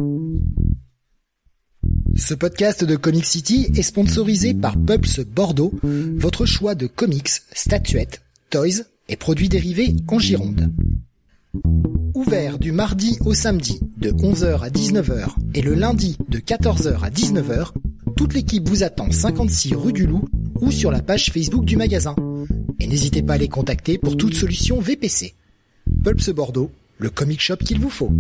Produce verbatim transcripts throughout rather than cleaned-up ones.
Ce podcast de Comic City est sponsorisé par Pulps Bordeaux, votre choix de comics, statuettes, toys et produits dérivés en Gironde. Ouvert du mardi au samedi de onze heures à dix-neuf heures et le lundi de quatorze heures à dix-neuf heures, toute l'équipe vous attend cinquante-six rue du Loup ou sur la page Facebook du magasin. Et n'hésitez pas à les contacter pour toute solution V P C. Pulps Bordeaux, le comic shop qu'il vous faut.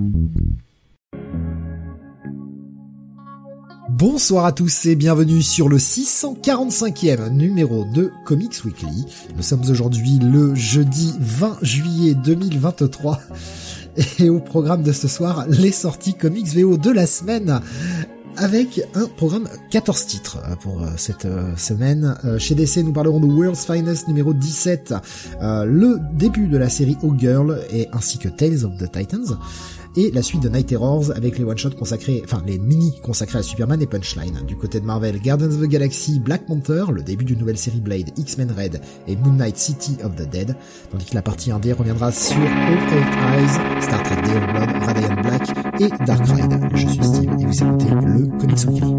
Bonsoir à tous et bienvenue sur le six cent quarante-cinquième numéro de Comics Weekly. Nous sommes aujourd'hui le jeudi vingt juillet deux mille vingt-trois et au programme de ce soir, les sorties comics V O de la semaine avec un programme quatorze titres pour cette semaine. Chez D C, nous parlerons de World's Finest numéro dix-sept, le début de la série Hawkgirl et ainsi que Tales of the Titans. Et la suite de Night Terrors avec les one-shots consacrés, enfin les mini consacrés à Superman et Punchline. Du côté de Marvel, Guardians of the Galaxy, Black Panther, le début d'une nouvelle série Blade, X-Men Red et Moon Knight City of the Dead. Tandis que la partie indé reviendra sur All Eight Eyes, Star Trek Day of Blood, Radiant Black et Dark Ride. Je suis Steve et vous écoutez le Comics Weekly.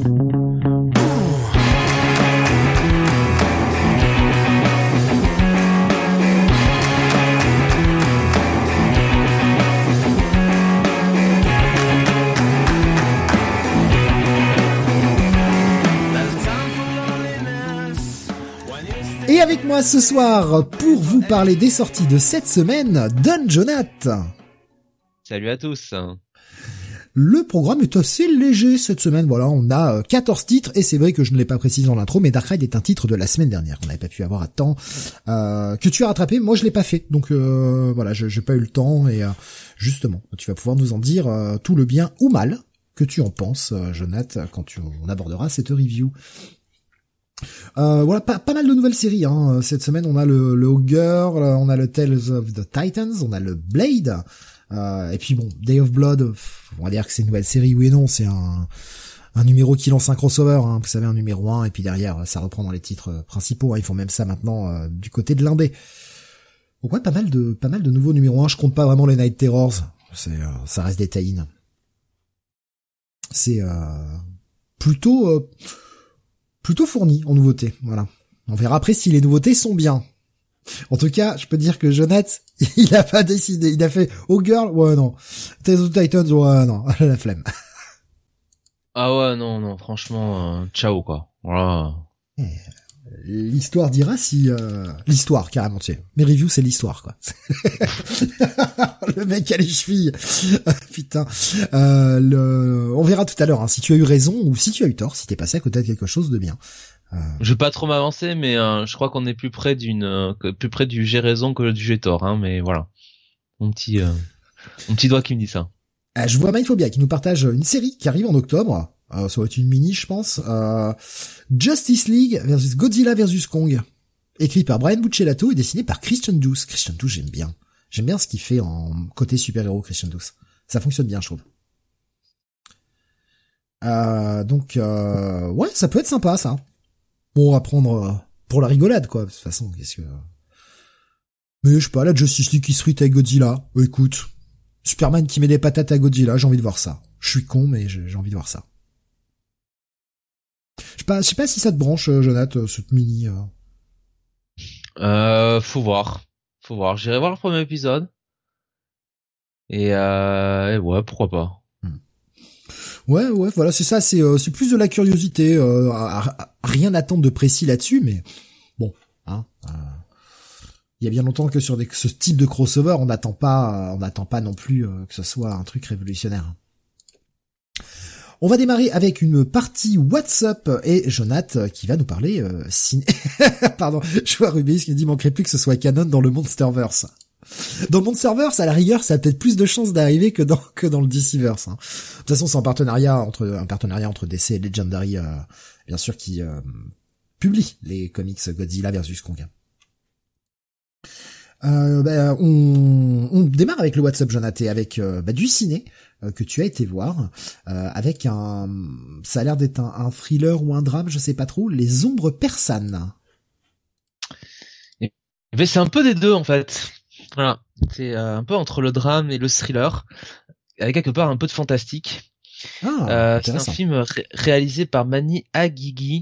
Et avec moi ce soir, pour vous parler des sorties de cette semaine, Don Jonath. Salut à tous. Le programme est assez léger cette semaine, voilà, on a quatorze titres, et c'est vrai que je ne l'ai pas précisé dans l'intro, mais Dark Ride est un titre de la semaine dernière, qu'on n'avait pas pu avoir à temps, euh, que tu as rattrapé, moi je l'ai pas fait, donc euh, voilà, je, j'ai pas eu le temps, et euh, justement, tu vas pouvoir nous en dire euh, tout le bien ou mal que tu en penses, euh, Jonath, quand tu, on abordera cette review. Euh, voilà, pas, pas mal de nouvelles séries, hein. Cette semaine, on a le, le Hawkgirl, on a le Tales of the Titans, on a le Blade, euh, et puis bon, Day of Blood, on va dire que c'est une nouvelle série, oui et non, c'est un, un numéro qui lance un crossover, hein. Vous savez, un numéro un, et puis derrière, ça reprend dans les titres principaux, hein. Ils font même ça maintenant, euh, du côté de l'indé. Donc ouais, pas mal de, pas mal de nouveaux numéros un, je compte pas vraiment les Night Terrors, c'est, euh, ça reste des tie-in. C'est, euh, plutôt, euh, plutôt fourni en nouveautés, voilà. On verra après si les nouveautés sont bien. En tout cas, je peux dire que Jonath, il a pas décidé. Il a fait Hawkgirl, ouais non. Tales of Titans, ouais non. La flemme. Ah ouais, non, non, franchement, euh, ciao quoi. Voilà. L'histoire dira si... Euh... L'histoire, carrément, tu sais. Mes reviews, c'est l'histoire, quoi. Le mec a les chevilles. Putain. Euh, le... On verra tout à l'heure, hein, si tu as eu raison ou si tu as eu tort, si t'es passé à côté de quelque chose de bien. Euh... Je vais pas trop m'avancer, mais euh, je crois qu'on est plus près d'une, euh, plus près du j'ai raison que du j'ai tort, hein. Mais voilà, mon petit, euh, mon petit doigt qui me dit ça. Euh, je vois Mindphobia qui nous partage une série qui arrive en octobre. Euh, ça va être une mini, je pense. Euh, Justice League versus Godzilla versus Kong, écrit par Brian Buccellato et dessiné par Christian Douce. Christian Douce, j'aime bien. J'aime bien ce qu'il fait en côté super-héros, Christian Douce. Ça fonctionne bien, je trouve. Euh, donc, euh, ouais, ça peut être sympa, ça. Bon, à prendre euh, pour la rigolade, quoi. De toute façon, qu'est-ce que... Mais je sais pas, la Justice League qui se frite avec Godzilla. Euh, écoute, Superman qui met des patates à Godzilla, j'ai envie de voir ça. Je suis con, mais j'ai, j'ai envie de voir ça. Je sais pas, je sais pas si ça te branche, Jonath, cette mini. Euh... euh, faut voir, faut voir. J'irai voir le premier épisode. Et, euh, et ouais, pourquoi pas. Hmm. Ouais, ouais, voilà, c'est ça. C'est, euh, c'est plus de la curiosité. Euh, à, à, rien attendre de précis là-dessus, mais bon, hein. Euh, il y a bien longtemps que sur des, ce type de crossover, on n'attend pas, on n'attend pas non plus euh, que ce soit un truc révolutionnaire. On va démarrer avec une partie WhatsApp et Jonath qui va nous parler euh, ciné. Pardon, je vois Rubis qui dit manquerait plus que ce soit canon dans le Monsterverse. Dans le Monsterverse, à la rigueur, ça a peut-être plus de chances d'arriver que dans que dans le D C-verse. Hein. De toute façon, c'est un partenariat entre un partenariat entre D C et Legendary, euh, bien sûr, qui euh, publie les comics Godzilla versus Kong. Euh, bah, on, on démarre avec le WhatsApp, Jonathan, avec euh, bah, du ciné euh, que tu as été voir, euh, avec un, ça a l'air d'être un, un thriller ou un drame, je sais pas trop, Les Ombres Persanes. Mais c'est un peu des deux en fait. Voilà, c'est euh, un peu entre le drame et le thriller. avec quelque part un peu de fantastique. Ah, euh, c'est un film ré- réalisé par Mani Aguigui.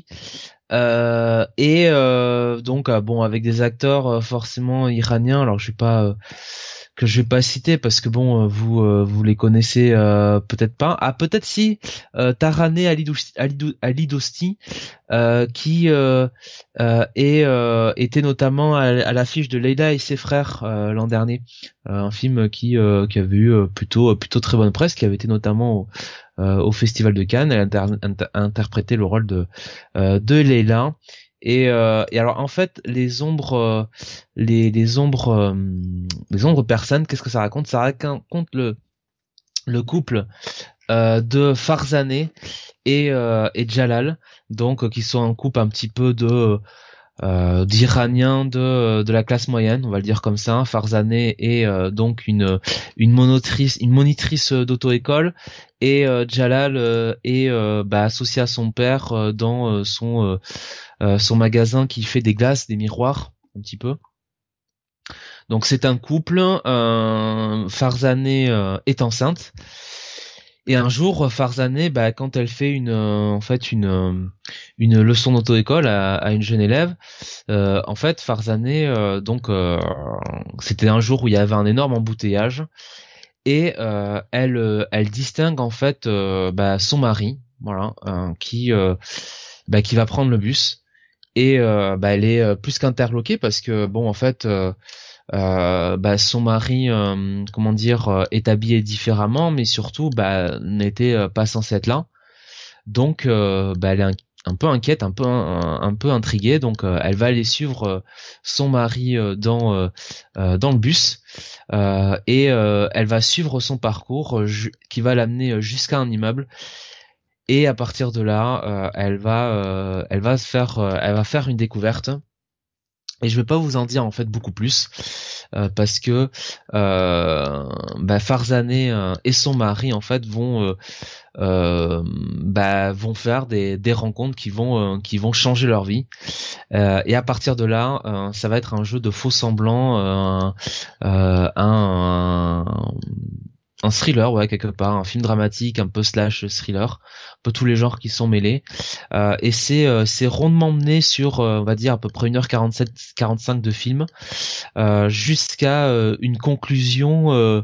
Euh, et euh, donc euh, bon, avec des acteurs euh, forcément iraniens. Alors je vais pas euh, que je vais pas citer parce que bon, euh, vous euh, vous les connaissez euh, peut-être pas. Ah, peut-être si, euh, Taraneh Alidosti, Alido- Alidosti euh, qui euh, euh, est, euh, était notamment à, à l'affiche de Leila et ses frères euh, l'an dernier, euh, un film qui euh, qui avait eu euh, plutôt plutôt très bonne presse, qui avait été notamment au, euh, au Festival de Cannes. Elle a inter- inter- interprété le rôle de euh, de Leila. Et, euh, et alors en fait les ombres euh, les les ombres euh, les ombres persanes, qu'est-ce que ça raconte? Ça raconte le le couple euh, de Farzaneh et euh, et Jalal, donc euh, qui sont un couple un petit peu de euh, d'Iraniens de de la classe moyenne, on va le dire comme ça. Farzaneh est euh, donc une une monotrice une monitrice d'auto-école, et euh, Jalal euh, est euh, bah, associé à son père euh, dans euh, son euh, euh, son magasin qui fait des glaces, des miroirs un petit peu. Donc c'est un couple. euh, Farzaneh euh, est enceinte. Et un jour, Farzaneh, bah, quand elle fait une, euh, en fait, une, euh, une leçon d'auto-école à, à une jeune élève, euh, en fait, Farzaneh, euh, donc, euh, c'était un jour où il y avait un énorme embouteillage, et euh, elle, euh, elle distingue en fait, euh, bah, son mari, voilà, euh, qui, euh, bah, qui va prendre le bus, et euh, bah, elle est euh, plus qu'interloquée parce que, bon, en fait. Euh, euh, bah, son mari, euh, comment dire, euh, est habillé différemment, mais surtout, bah, n'était euh, pas censé être là. Donc, euh, bah, elle est un, un peu inquiète, un peu, un, un peu intriguée. Donc, euh, elle va aller suivre euh, son mari euh, dans euh, euh, dans le bus, euh, et euh, elle va suivre son parcours, euh, ju- qui va l'amener euh, jusqu'à un immeuble. Et à partir de là, euh, elle va, euh, elle va se faire, euh, elle va faire une découverte. Et je vais pas vous en dire en fait beaucoup plus, euh, parce que euh, bah, Farzaneh euh, et son mari en fait vont euh, euh, bah, vont faire des, des rencontres qui vont euh, qui vont changer leur vie. Euh, et à partir de là, euh, ça va être un jeu de faux semblants, euh, euh, un, un thriller, ouais, quelque part, un film dramatique, un peu slash thriller, un peu tous les genres qui sont mêlés. Euh, et c'est euh, c'est rondement mené sur, euh, on va dire, à peu près une heure quarante-sept quarante-cinq de film, euh, jusqu'à euh, une conclusion euh,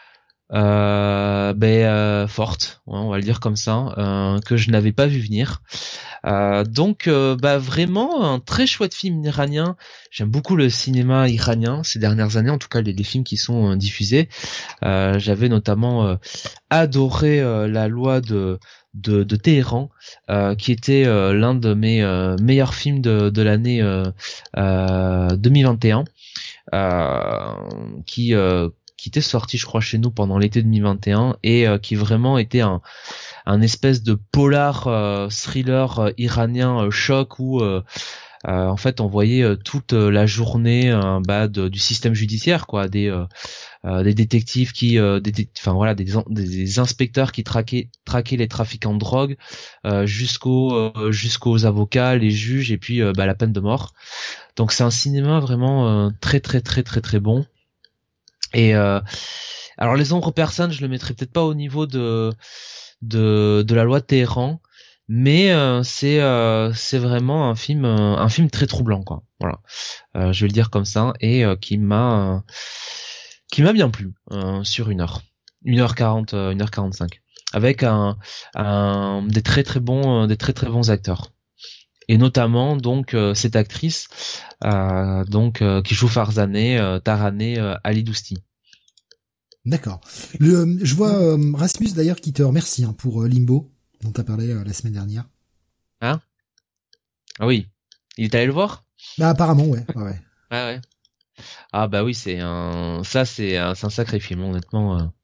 euh, ben, euh, forte, ouais, on va le dire comme ça, euh, que je n'avais pas vu venir. Euh, donc, euh, bah vraiment un très chouette film iranien. J'aime beaucoup le cinéma iranien ces dernières années, en tout cas les, les films qui sont euh, diffusés. Euh, j'avais notamment euh, adoré euh, La Loi de de, de Téhéran, euh, qui était euh, l'un de mes euh, meilleurs films de, de l'année euh, euh, deux mille vingt et un, euh, qui euh, qui était sorti, je crois, chez nous pendant l'été deux mille vingt et un, et euh, qui vraiment était un un espèce de polar euh, thriller euh, iranien, euh, choc, où euh, euh, en fait on voyait euh, toute euh, la journée euh, bah, de, du système judiciaire, quoi, des euh, euh, des détectives qui euh, des, dé- enfin voilà, des, des, des inspecteurs qui traquaient traquaient les trafiquants de drogue, euh, jusqu'aux euh, jusqu'aux avocats, les juges, et puis euh, bah, la peine de mort. Donc c'est un cinéma vraiment euh, très très très très très bon. Et euh, alors les ombres persanes, je le mettrais peut-être pas au niveau de de de La Loi de Téhéran, mais euh, c'est euh, c'est vraiment un film euh, un film très troublant, quoi. Voilà, euh, je vais le dire comme ça, et euh, qui m'a euh, qui m'a bien plu, euh, sur une heure, une heure quarante, euh, une heure quarante-cinq, avec un, un des très très bons euh, des très très bons acteurs. Et notamment donc euh, cette actrice euh, donc euh, qui joue Farzaneh, euh, Taraneh euh, Alidosti. D'accord. Le, je vois euh, Rasmus d'ailleurs qui te remercie hein, pour euh, Limbo, dont tu as parlé euh, la semaine dernière. Hein? Ah oui. Il est allé le voir? Bah apparemment ouais. Ouais, ouais. Ouais, ouais. Ah bah oui, c'est un ça c'est un, c'est un sacré film, honnêtement. euh.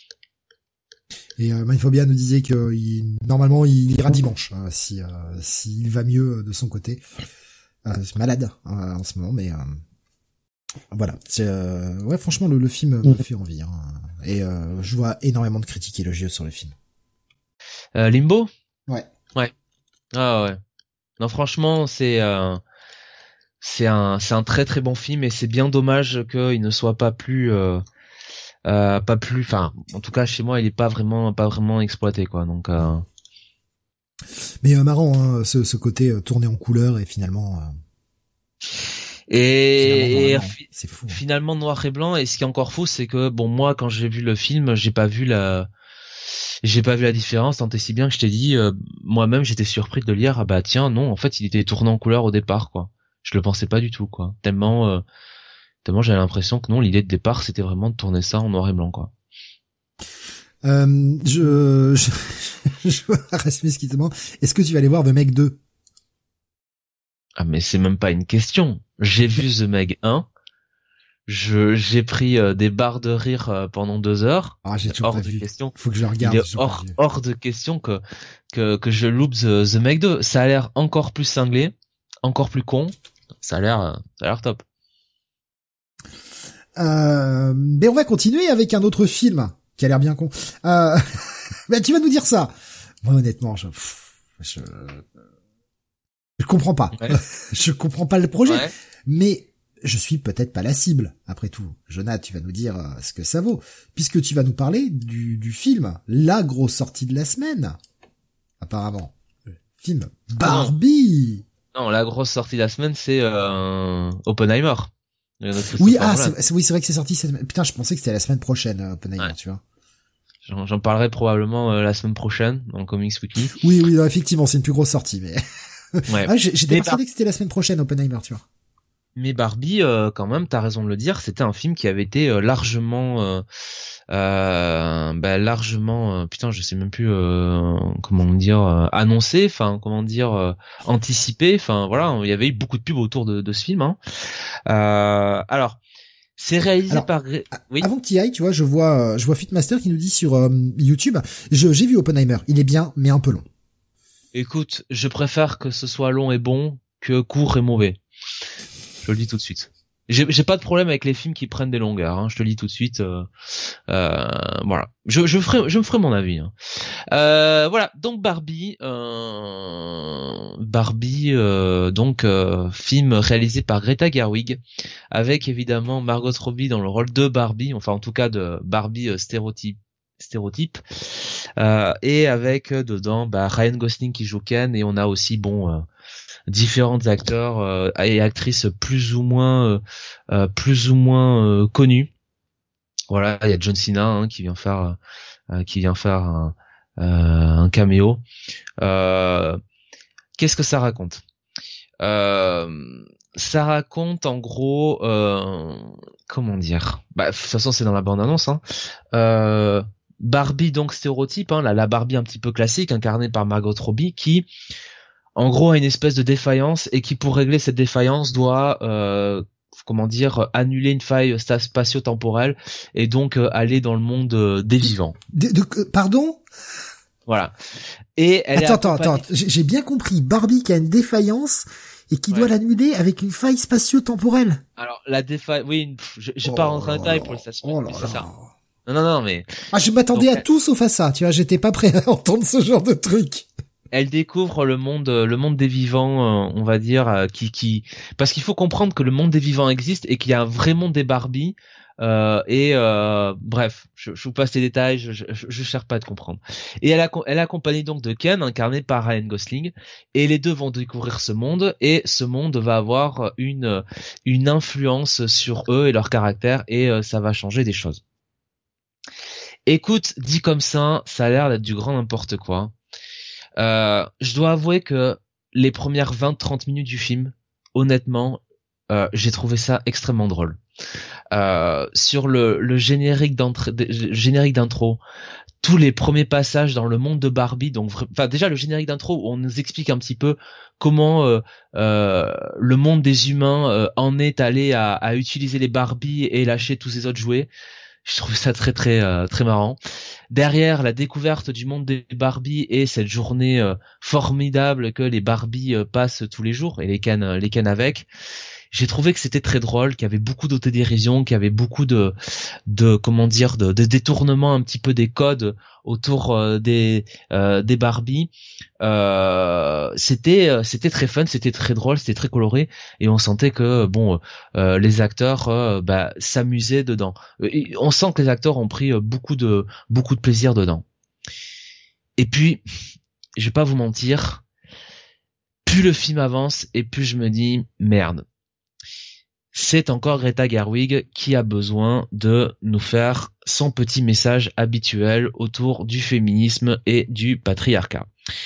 Et euh, Mindphobia nous disait que il, normalement il ira dimanche euh, si euh, s'il va mieux euh, de son côté. Euh, c'est malade euh, en ce moment, mais euh, voilà. C'est euh, ouais franchement le, le film me fait envie. Hein. Et euh, je vois énormément de critiques élogieuses sur le film. Euh, Limbo? Ouais. Ouais. Ah ouais. Non, franchement, c'est euh, c'est un c'est un très très bon film, et c'est bien dommage qu'il ne soit pas plus euh, euh, pas plus, enfin, en tout cas chez moi, il est pas vraiment, pas vraiment exploité, quoi. Donc. Euh... Mais euh, marrant, hein, ce, ce côté euh, tourné en couleur et finalement. Euh... Et, et fi- c'est fou. Hein. Finalement noir et blanc. Et ce qui est encore fou, c'est que bon, moi, quand j'ai vu le film, j'ai pas vu la, j'ai pas vu la différence. Tant et si bien que je t'ai dit, euh, moi-même, j'étais surpris de le lire. Ah bah tiens, non, en fait, il était tourné en couleur au départ, quoi. Je le pensais pas du tout, quoi. Tellement, euh, tellement j'avais l'impression que non, l'idée de départ, c'était vraiment de tourner ça en noir et blanc, quoi. Euh, je, je, je vois Rasmus qui te demande, est-ce que tu vas aller voir The Meg deux? Ah, mais c'est même pas une question. J'ai vu The Meg un. Je, j'ai pris euh, des barres de rire euh, pendant deux heures. Ah, j'ai toujours hors pas de vu. question. Faut que je le regarde. Il est hors, hors de question que, que, que je loupe The, The Meg deux. Ça a l'air encore plus cinglé, encore plus con. Ça a l'air, ça a l'air top. Euh, mais on va continuer avec un autre film qui a l'air bien con. Euh, bah, tu vas nous dire ça. Moi, honnêtement, je, je, je comprends pas. Ouais. Je comprends pas le projet. Ouais. Mais je suis peut-être pas la cible. Après tout, Jonathan, tu vas nous dire ce que ça vaut, puisque tu vas nous parler du, du film, la grosse sortie de la semaine. Apparemment, le film Barbie. Non, non la grosse sortie de la semaine, c'est euh, Oppenheimer. Oui, ah, c'est, c'est, oui, c'est vrai que c'est sorti cette semaine. Putain, je pensais que c'était la semaine prochaine, Oppenheimer, ouais. Tu vois. J'en, j'en parlerai probablement euh, la semaine prochaine dans Comics Weekly. Oui, oui, non, effectivement, c'est une plus grosse sortie, mais. Ouais. Ah, j'étais mais persuadé Bar... que c'était la semaine prochaine, Oppenheimer, tu vois. Mais Barbie, euh, quand même, t'as raison de le dire, c'était un film qui avait été euh, largement, euh, euh, bah, largement, euh, putain, je sais même plus euh, comment dire, euh, annoncé, enfin, comment dire, euh, anticipé, enfin, voilà, il y avait eu beaucoup de pubs autour de, de ce film. Hein. Euh, alors, c'est réalisé alors, par. Oui. Avant que tu y ailles, tu vois, je vois, je vois Fitmaster qui nous dit sur euh, YouTube, je, j'ai vu Oppenheimer, il est bien, mais un peu long. Écoute, je préfère que ce soit long et bon que court et mauvais. Je le dis tout de suite. J'ai, j'ai pas de problème avec les films qui prennent des longueurs. Hein. Je te le dis tout de suite. Euh, euh, voilà. Je, je ferai, je me ferai mon avis. Hein. Euh, voilà. Donc Barbie, euh, Barbie, euh, donc euh, film réalisé par Greta Gerwig, avec évidemment Margot Robbie dans le rôle de Barbie, enfin en tout cas de Barbie euh, stéréotype. stéréotype euh, et avec euh, dedans bah, Ryan Gosling qui joue Ken, et on a aussi bon euh, différents acteurs euh, et actrices plus ou moins euh, euh, plus ou moins euh, connus. Voilà, il y a John Cena hein, qui vient faire euh, qui vient faire un, euh, un caméo. Euh, qu'est-ce que ça raconte? Euh, ça raconte en gros euh, comment dire, bah de toute façon c'est dans la bande annonce hein. Euh, Barbie donc stéréotype hein, la, la Barbie un petit peu classique incarnée par Margot Robbie qui en gros a une espèce de défaillance et qui pour régler cette défaillance doit euh, comment dire annuler une faille spatio-temporelle et donc euh, aller dans le monde euh, des vivants. De, de, pardon? Voilà. Et elle attends, est attends, attends, j'ai bien compris. Barbie qui a une défaillance et qui ouais. doit l'annuler avec une faille spatio-temporelle. Alors la défaille, oui, je, j'ai oh pas rentré en détail pour le station, oh mais c'est ça. Non, non, non, mais. Ah, je m'attendais donc, à tout sauf à ça. Tu vois, j'étais pas prêt à entendre ce genre de truc. Elle découvre le monde, le monde des vivants, on va dire, qui, qui, parce qu'il faut comprendre que le monde des vivants existe et qu'il y a un vrai monde des Barbie. Euh, et euh, bref, je, je vous passe les détails, je, je, je cherche pas à te comprendre. Et elle, a, elle accompagne donc de Ken, incarné par Ryan Gosling, et les deux vont découvrir ce monde, et ce monde va avoir une, une influence sur eux et leur caractère, et euh, ça va changer des choses. Écoute, dit comme ça, ça a l'air d'être du grand n'importe quoi. Euh, je dois avouer que les premières vingt trente minutes du film, honnêtement, euh, j'ai trouvé ça extrêmement drôle. Euh, sur le, le générique d'entrée, générique d'intro, tous les premiers passages dans le monde de Barbie, donc, enfin déjà le générique d'intro où on nous explique un petit peu comment euh, euh, le monde des humains euh, en est allé à, à utiliser les Barbie et lâcher tous ces autres jouets. Je trouve ça très très euh, très marrant. Derrière la découverte du monde des Barbie et cette journée euh, formidable que les Barbie euh, passent tous les jours et les Ken les Ken avec. j'ai trouvé que c'était très drôle, qu'il y avait beaucoup d'autodérision, qu'il y avait beaucoup de, de comment dire, de, de détournement un petit peu des codes autour euh, des euh, des Barbie. Euh, c'était c'était très fun, c'était très drôle, c'était très coloré, et on sentait que bon, euh, les acteurs euh, bah, s'amusaient dedans. Et on sent que les acteurs ont pris beaucoup de beaucoup de plaisir dedans. Et puis, je vais pas vous mentir, plus le film avance et plus je me dis merde. C'est encore Greta Gerwig qui a besoin de nous faire son petit message habituel autour du féminisme et du patriarcat.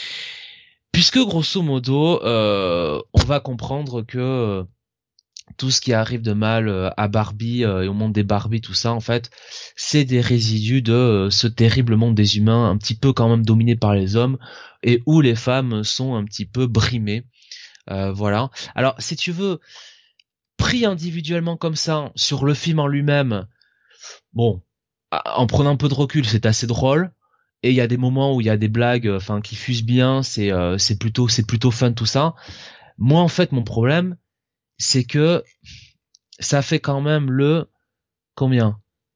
Puisque grosso modo, euh, on va comprendre que euh, tout ce qui arrive de mal euh, à Barbie euh, et au monde des Barbie, tout ça, en fait, c'est des résidus de euh, ce terrible monde des humains, un petit peu quand même dominé par les hommes, et où les femmes sont un petit peu brimées. Euh, voilà. Alors, si tu veux, pris individuellement comme ça, sur le film en lui-même, bon, en prenant un peu de recul, c'est assez drôle. Et il y a des moments où il y a des blagues, enfin, qui fusent bien, c'est euh, c'est plutôt c'est plutôt fun tout ça. Moi, en fait, mon problème, c'est que ça fait quand même le combien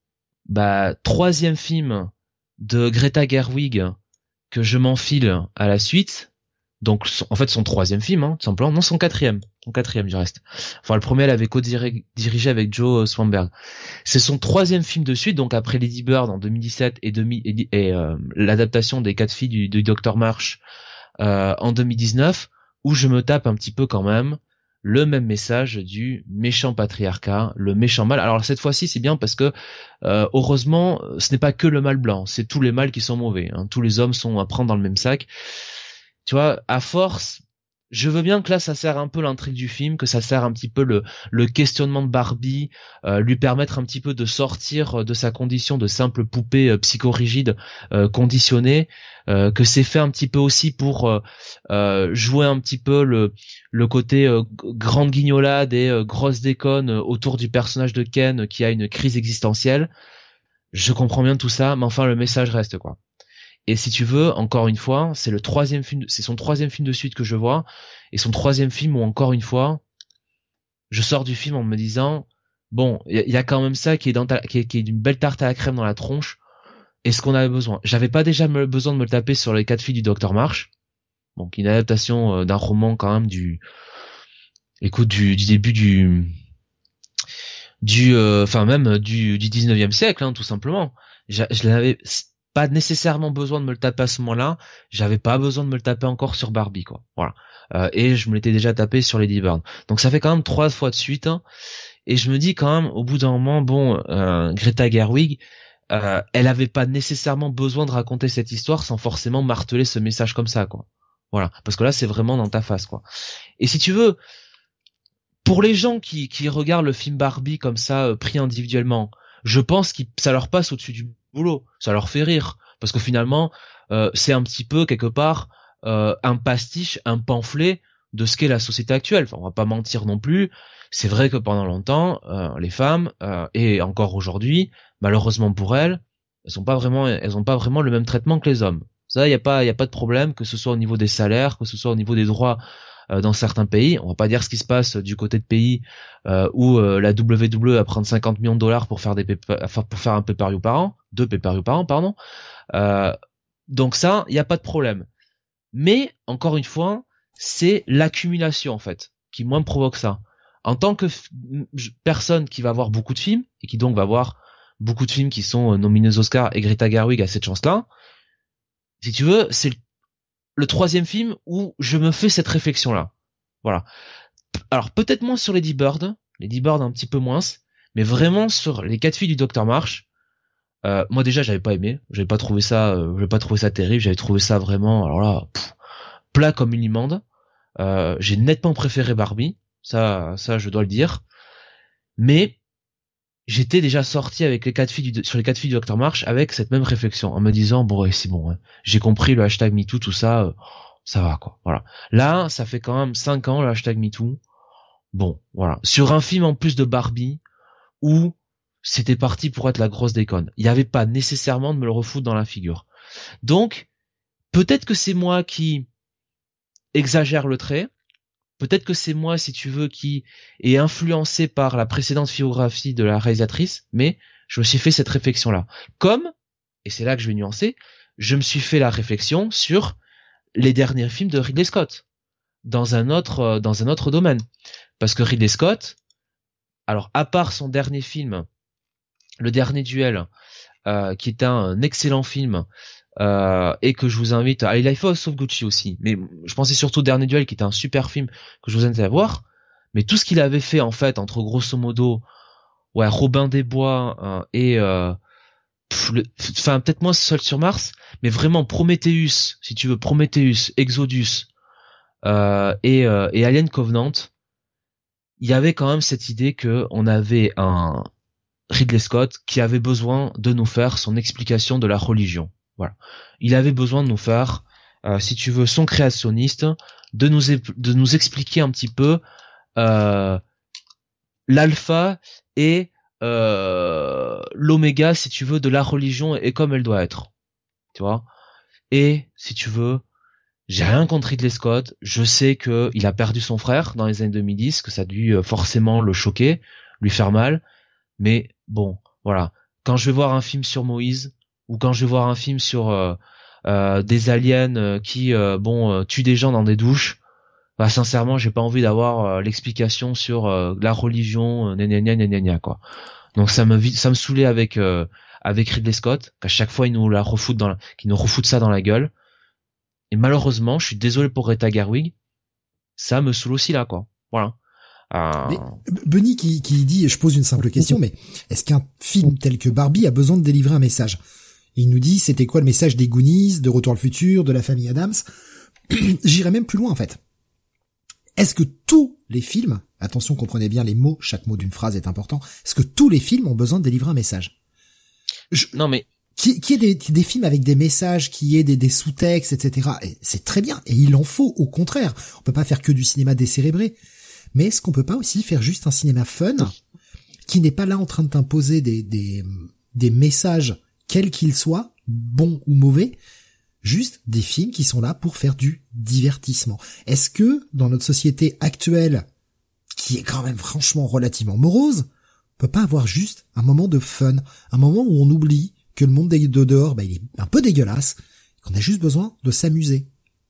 bah troisième film de Greta Gerwig que je m'enfile à la suite. Donc son, en fait son troisième film, hein, tout simplement. Non, son quatrième, son quatrième du reste. Enfin le premier elle avait co-dirigé avec Joe Swanberg. C'est son troisième film de suite, donc après Lady Bird en deux mille dix-sept et, demi, et, et euh, l'adaptation des quatre filles du, du docteur March euh, en deux mille dix-neuf, où je me tape un petit peu quand même le même message du méchant patriarcat, le méchant mal. Alors cette fois-ci, c'est bien parce que euh, heureusement, ce n'est pas que le mal blanc, c'est tous les mâles qui sont mauvais. Hein. Tous les hommes sont à prendre dans le même sac. Tu vois, à force, je veux bien que là, ça sert un peu l'intrigue du film, que ça sert un petit peu le, le questionnement de Barbie, euh, lui permettre un petit peu de sortir de sa condition de simple poupée euh, psychorigide euh, conditionnée, euh, que c'est fait un petit peu aussi pour euh, euh, jouer un petit peu le, le côté euh, grande guignolade et euh, grosse déconne autour du personnage de Ken qui a une crise existentielle. Je comprends bien tout ça, mais enfin le message reste quoi. Et si tu veux, encore une fois, c'est le troisième film, c'est son troisième film de suite que je vois, et son troisième film où encore une fois, je sors du film en me disant, bon, il y, y a quand même ça qui est dans ta, qui est, qui est d'une belle tarte à la crème dans la tronche. Est-ce qu'on avait besoin? J'avais pas déjà me, besoin de me le taper sur les quatre filles du docteur March, donc une adaptation euh, d'un roman quand même du, écoute, du, du début du, du, enfin euh, même du, du dix-neuvième siècle, hein, tout simplement. Je, je l'avais pas nécessairement besoin de me le taper à ce moment-là, j'avais pas besoin de me le taper encore sur Barbie, quoi. Voilà. Euh, et je me l'étais déjà tapé sur Lady Bird. Donc ça fait quand même trois fois de suite, hein, et je me dis quand même, au bout d'un moment, bon, euh, Greta Gerwig, euh, elle avait pas nécessairement besoin de raconter cette histoire sans forcément marteler ce message comme ça, quoi. Voilà. Parce que là, c'est vraiment dans ta face, quoi. Et si tu veux, pour les gens qui, qui regardent le film Barbie comme ça, euh, pris individuellement, je pense que ça leur passe au-dessus du boulot, ça leur fait rire, parce que finalement, euh, c'est un petit peu, quelque part, euh, un pastiche, un pamphlet de ce qu'est la société actuelle. Enfin, on va pas mentir non plus, c'est vrai que pendant longtemps, euh, les femmes, euh, et encore aujourd'hui, malheureusement pour elles, elles sont pas vraiment, elles ont pas vraiment le même traitement que les hommes. Ça, y a pas, y a pas de problème, que ce soit au niveau des salaires, que ce soit au niveau des droits euh, dans certains pays. On va pas dire ce qui se passe du côté de pays euh, où euh, la W W E va prendre cinquante millions de dollars pour faire des pour faire un pay-per-view par an, deux pay-per-view par an, pardon. Euh, donc ça, il y a pas de problème. Mais encore une fois, c'est l'accumulation en fait qui moi me provoque ça. En tant que f- personne qui va voir beaucoup de films et qui donc va voir beaucoup de films qui sont euh, nominés aux Oscars, et Greta Gerwig a cette chance-là. Si tu veux, c'est le, le troisième film où je me fais cette réflexion-là. Voilà. Alors peut-être moins sur Lady Bird, Lady Bird un petit peu moins, mais vraiment sur les quatre filles du docteur March. Euh, moi déjà j'avais pas aimé, j'avais pas trouvé ça, euh, j'avais pas trouvé ça terrible, j'avais trouvé ça vraiment, alors là, pff, plat comme une imande. Euh, j'ai nettement préféré Barbie, ça, ça je dois le dire. Mais j'étais déjà sorti avec les quatre filles du, sur les quatre filles du docteur March avec cette même réflexion, en me disant bon ouais, c'est bon, hein, j'ai compris le hashtag MeToo, tout ça, euh, ça va quoi. Voilà. Là, ça fait quand même cinq ans le hashtag MeToo. Bon, voilà. Sur un film en plus de Barbie où c'était parti pour être la grosse déconne. Il n'y avait pas nécessairement de me le refoutre dans la figure. Donc, peut-être que c'est moi qui exagère le trait, peut-être que c'est moi, si tu veux, qui est influencé par la précédente filmographie de la réalisatrice, mais je me suis fait cette réflexion-là. Comme, et c'est là que je vais nuancer, je me suis fait la réflexion sur les derniers films de Ridley Scott dans un autre euh, dans un autre domaine, parce que Ridley Scott, alors à part son dernier film, Le Dernier Duel, euh, qui est un excellent film, euh, et que je vous invite à... Il a fait House of Gucci aussi, mais je pensais surtout au Dernier Duel, qui était un super film que je vous invite à voir. Mais tout ce qu'il avait fait, en fait, entre grosso modo, ouais, Robin des Bois euh, et... Euh, pff, le... enfin, peut-être moins Seul sur Mars, mais vraiment Prometheus, si tu veux, Prometheus, Exodus, euh, et, euh, et Alien Covenant, il y avait quand même cette idée que on avait un Ridley Scott qui avait besoin de nous faire son explication de la religion. Voilà. Il avait besoin de nous faire, euh, si tu veux, son créationniste, de nous de nous expliquer un petit peu euh, l'alpha et euh, l'oméga, si tu veux, de la religion et comme elle doit être. Tu vois. Et si tu veux, j'ai rien contre Ridley Scott. Je sais que il a perdu son frère dans les années deux mille dix, que ça a dû forcément le choquer, lui faire mal. Mais bon, voilà. Quand je vais voir un film sur Moïse, ou quand je vais voir un film sur euh, euh, des aliens euh, qui, euh, bon, euh, tuent des gens dans des douches, bah sincèrement, j'ai pas envie d'avoir euh, l'explication sur euh, la religion, euh, gna gna gna gna gna quoi. Donc ça me ça me saoulait avec euh, avec Ridley Scott, qu'à chaque fois il nous la refoute dans, la, qu'il nous refoute ça dans la gueule. Et malheureusement, je suis désolé pour Greta Gerwig, ça me saoule aussi là quoi. Voilà. Euh... Mais Benny qui, qui dit, je pose une simple question, mais est-ce qu'un film tel que Barbie a besoin de délivrer un message? Et il nous dit, c'était quoi le message des Goonies, de Retour à le futur, de la famille Adams? J'irais même plus loin en fait. Est-ce que tous les films, attention, comprenez bien les mots, chaque mot d'une phrase est important, est-ce que tous les films ont besoin de délivrer un message? Je... Non mais... Qui, qui est des, des films avec des messages, qui est des, des sous-textes, et cetera. Et c'est très bien, et il en faut, au contraire. On peut pas faire que du cinéma décérébré. Mais est-ce qu'on peut pas aussi faire juste un cinéma fun, qui n'est pas là en train de t'imposer des, des, des messages, quels qu'ils soient, bons ou mauvais, juste des films qui sont là pour faire du divertissement. Est-ce que, dans notre société actuelle, qui est quand même franchement relativement morose, on peut pas avoir juste un moment de fun, un moment où on oublie que le monde de dehors, bah, il est un peu dégueulasse, qu'on a juste besoin de s'amuser.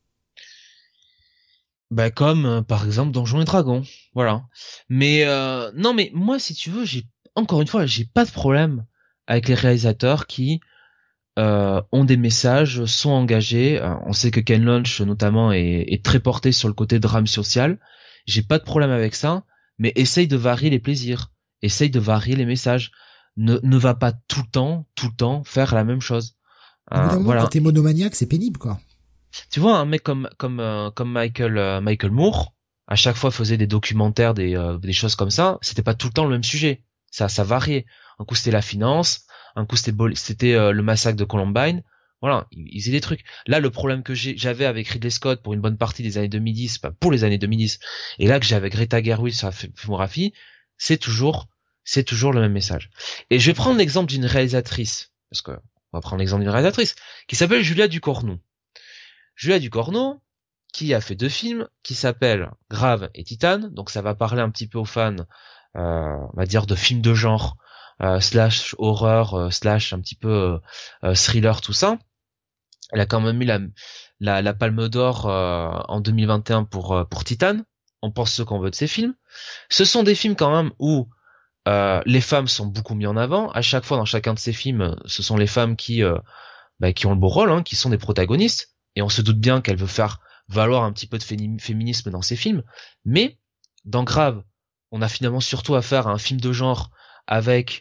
Bah comme euh, par exemple Donjons et Dragons, voilà. Mais euh, non mais moi si tu veux, j'ai encore une fois, j'ai pas de problème avec les réalisateurs qui euh, ont des messages, sont engagés. Euh, on sait que Ken Loach notamment est, est très porté sur le côté drame social. J'ai pas de problème avec ça, mais essaye de varier les plaisirs, essaye de varier les messages. Ne ne va pas tout le temps, tout le temps faire la même chose. Au bout d'un Euh, moment, voilà. quand t'es monomaniaque, c'est pénible, quoi. Tu vois un mec comme comme euh, comme Michael euh, Michael Moore, à chaque fois faisait des documentaires, des euh, des choses comme ça. C'était pas tout le temps le même sujet. Ça ça variait. Un coup c'était la finance, un coup c'était bol- c'était euh, le massacre de Columbine. Voilà, ils, ils faisaient des trucs. Là, le problème que j'ai j'avais avec Ridley Scott pour une bonne partie des années deux mille dix, pas pour les années deux mille dix, et là que j'ai avec Greta Gerwig sur la filmographie, c'est toujours c'est toujours le même message. Et je vais prendre l'exemple d'une réalisatrice, parce que on va prendre l'exemple d'une réalisatrice qui s'appelle Julia Ducournau. Julia Ducournau, qui a fait deux films, qui s'appellent Grave et Titane, donc ça va parler un petit peu aux fans, euh, on va dire de films de genre, euh, slash horreur, euh, slash un petit peu euh, thriller, tout ça. Elle a quand même eu la, la, la Palme d'Or euh, en deux mille vingt et un pour, euh, pour Titane. On pense ce qu'on veut de ces films. Ce sont des films quand même où euh, les femmes sont beaucoup mis en avant. À chaque fois, dans chacun de ces films, ce sont les femmes qui, euh, bah, qui ont le beau rôle, hein, qui sont des protagonistes. Et on se doute bien qu'elle veut faire valoir un petit peu de féminisme dans ses films. Mais, dans Grave, on a finalement surtout affaire à un film de genre avec,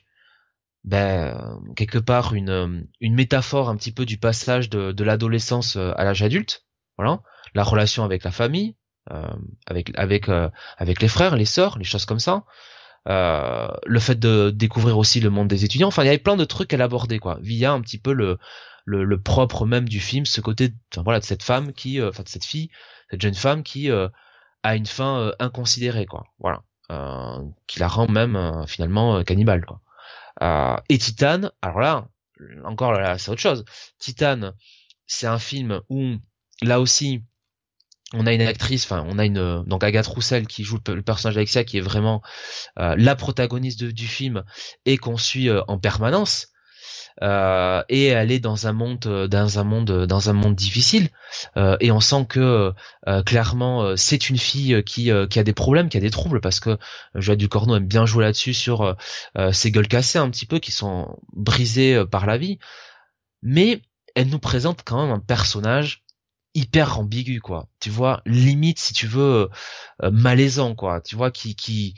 ben, quelque part, une, une métaphore un petit peu du passage de, de l'adolescence à l'âge adulte. Voilà. La relation avec la famille, euh, avec, avec, euh, avec les frères, les sœurs, les choses comme ça. Euh, le fait de découvrir aussi le monde des étudiants. Enfin, il y avait plein de trucs qu'elle abordait, quoi, via un petit peu le, le, le propre même du film, ce côté, enfin, voilà, de cette femme qui, euh, enfin, de cette fille, cette jeune femme qui euh, a une fin euh, inconsidérée, quoi, voilà, euh, qui la rend même euh, finalement euh, cannibale, quoi. Euh, et Titane, alors là, encore là, c'est autre chose. Titane, c'est un film où là aussi on a une actrice, enfin on a une donc Agathe Roussel qui joue le, le personnage d'Alexia, qui est vraiment euh, la protagoniste de, du film et qu'on suit euh, en permanence. Euh, et elle est dans un monde, euh, dans un monde, dans un monde difficile. Euh, et on sent que euh, clairement euh, c'est une fille qui euh, qui a des problèmes, qui a des troubles, parce que Juliette Ducorneau aime bien jouer là-dessus sur euh, ces gueules cassées un petit peu, qui sont brisées euh, par la vie. Mais elle nous présente quand même un personnage hyper ambigu, quoi. Tu vois, limite, si tu veux, euh, malaisant, quoi. Tu vois, qui qui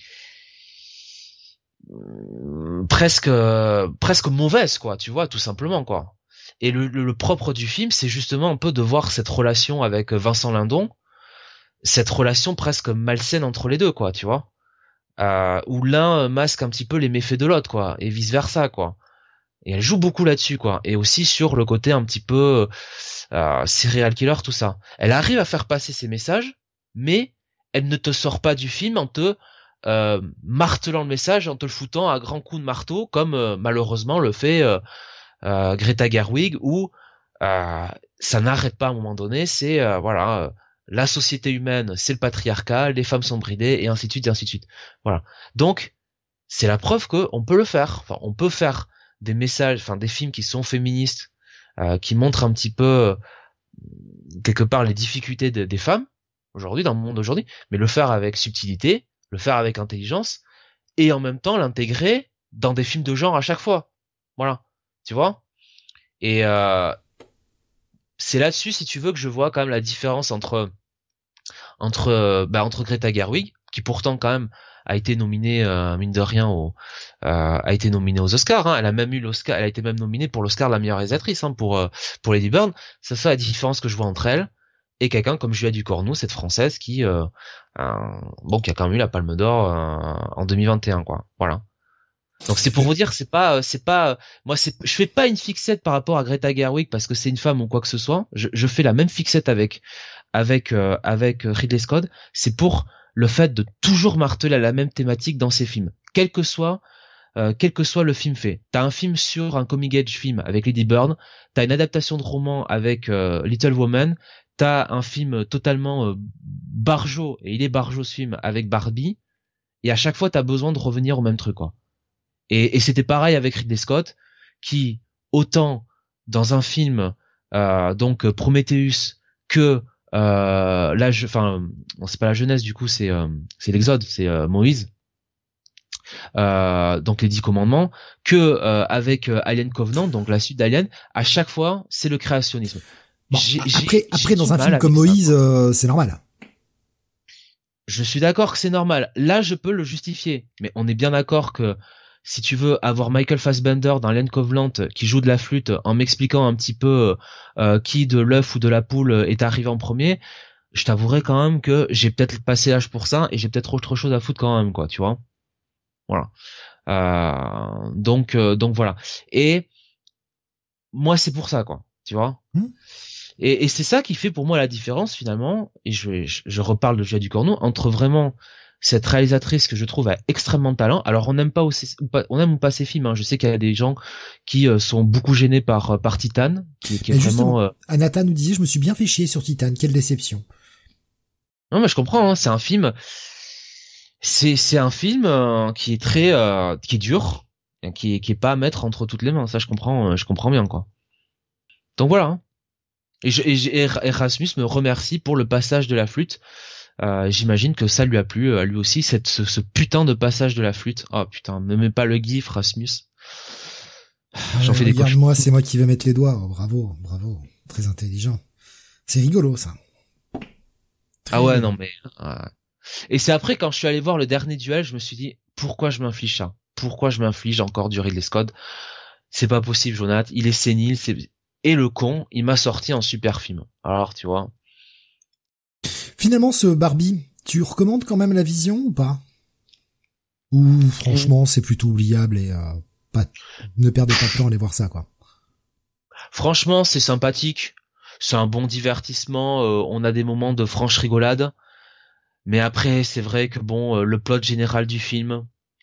euh, presque euh, presque mauvaise, quoi. Tu vois, tout simplement, quoi. Et le, le, le propre du film, c'est justement un peu de voir cette relation avec Vincent Lindon, cette relation presque malsaine entre les deux, quoi. Tu vois, euh, où l'un masque un petit peu les méfaits de l'autre, quoi, et vice versa, quoi. Et elle joue beaucoup là-dessus, quoi. Et aussi sur le côté un petit peu euh, serial killer, tout ça. Elle arrive à faire passer ses messages, mais elle ne te sort pas du film en te euh, martelant le message, en te le foutant à grands coups de marteau, comme euh, malheureusement le fait euh, euh, Greta Gerwig, où euh, ça n'arrête pas à un moment donné. C'est euh, voilà, euh, la société humaine, c'est le patriarcat, les femmes sont bridées, et ainsi de suite, et ainsi de suite. Voilà. Donc c'est la preuve que on peut le faire. Enfin, on peut faire des messages, enfin des films qui sont féministes, euh, qui montrent un petit peu euh, quelque part les difficultés de, des femmes aujourd'hui, dans le monde d'aujourd'hui, mais le faire avec subtilité, le faire avec intelligence, et en même temps l'intégrer dans des films de genre à chaque fois. Voilà, tu vois. Et euh, c'est là-dessus, si tu veux, que je vois quand même la différence entre entre bah, entre Greta Gerwig, qui pourtant quand même a été nominée euh, mine de rien au euh, a été nominée aux Oscars, hein. Elle a même eu l'Oscar, elle a été même nominée pour l'Oscar de la meilleure réalisatrice, hein, pour euh, pour Lady Bird. Ça fait la différence que je vois entre elle et quelqu'un comme Julia Ducorneau, cette française qui euh, euh, bon qui a quand même eu la Palme d'Or euh, en deux mille vingt et un, quoi. Voilà. Donc c'est pour vous dire, c'est pas c'est pas moi c'est je fais pas une fixette par rapport à Greta Gerwig parce que c'est une femme ou quoi que ce soit. Je, je fais la même fixette avec avec euh, avec Ridley Scott. C'est pour le fait de toujours marteler la même thématique dans ses films, quel que soit euh, quel que soit le film fait. T'as un film sur un coming age film avec Lady Bird, t'as une adaptation de roman avec euh, Little Woman, t'as un film totalement euh, barjot, et il est barjot ce film, avec Barbie, et à chaque fois t'as besoin de revenir au même truc, quoi. Et, et c'était pareil avec Ridley Scott, qui autant dans un film euh, donc Prometheus que euh, là, enfin, c'est pas la jeunesse du coup, c'est euh, c'est l'Exode, c'est euh, Moïse. Euh, donc les dix commandements, que euh, avec euh, Alien Covenant, donc la suite d'Alien, à chaque fois c'est le créationnisme. Bon, j'ai, après, j'ai, après j'ai dans un film comme ça, Moïse, euh, c'est normal. Je suis d'accord que c'est normal. Là, je peux le justifier, mais on est bien d'accord que si tu veux avoir Michael Fassbender dans Alien Covenant qui joue de la flûte en m'expliquant un petit peu euh, qui de l'œuf ou de la poule est arrivé en premier, je t'avouerai quand même que j'ai peut-être passé l'âge pour ça et j'ai peut-être autre chose à foutre quand même, quoi, tu vois. Voilà. Euh, donc euh, donc voilà. Et moi c'est pour ça, quoi, tu vois. Mmh. Et, et c'est ça qui fait pour moi la différence finalement. Et je je, je reparle de Julia Ducorneau, entre vraiment cette réalisatrice que je trouve a extrêmement de talent. Alors on n'aime pas aussi, on aime ou pas ses films, hein. Je sais qu'il y a des gens qui euh, sont beaucoup gênés par par Titan, qui, qui est Et vraiment. justement, Euh... Anata nous disait, je me suis bien fait chier sur Titan, quelle déception. Non mais je comprends, hein, c'est un film. C'est c'est un film euh, qui est très euh, qui est dur, qui est qui est pas à mettre entre toutes les mains. Ça je comprends, euh, je comprends bien, quoi. Donc voilà. Hein. Et, je, et, et Erasmus me remercie pour le passage de la flûte. Euh, j'imagine que ça lui a plu à lui aussi, cette, ce, ce putain de passage de la flûte. Oh putain, ne mets pas le gif, Rasmus. J'en euh, fais des cauchemars. Regarde-moi, c'est moi qui vais mettre les doigts. Oh, bravo, bravo, très intelligent. C'est rigolo ça. Très ah ouais, rigolo. non mais. Euh... Et c'est après quand je suis allé voir le dernier duel, je me suis dit pourquoi je m'inflige ça. Pourquoi je m'inflige encore du Ridley Scott. C'est pas possible, Jonathan. Il est sénile. C'est... Et le con, il m'a sorti un super film. Alors tu vois. Finalement, ce Barbie, tu recommandes quand même la vision ou pas? Ou franchement, c'est plutôt oubliable et euh, pas, ne perdez pas de temps à aller voir ça, quoi. Franchement, c'est sympathique. C'est un bon divertissement. Euh, on a des moments de franche rigolade. Mais après, c'est vrai que bon, euh, le plot général du film,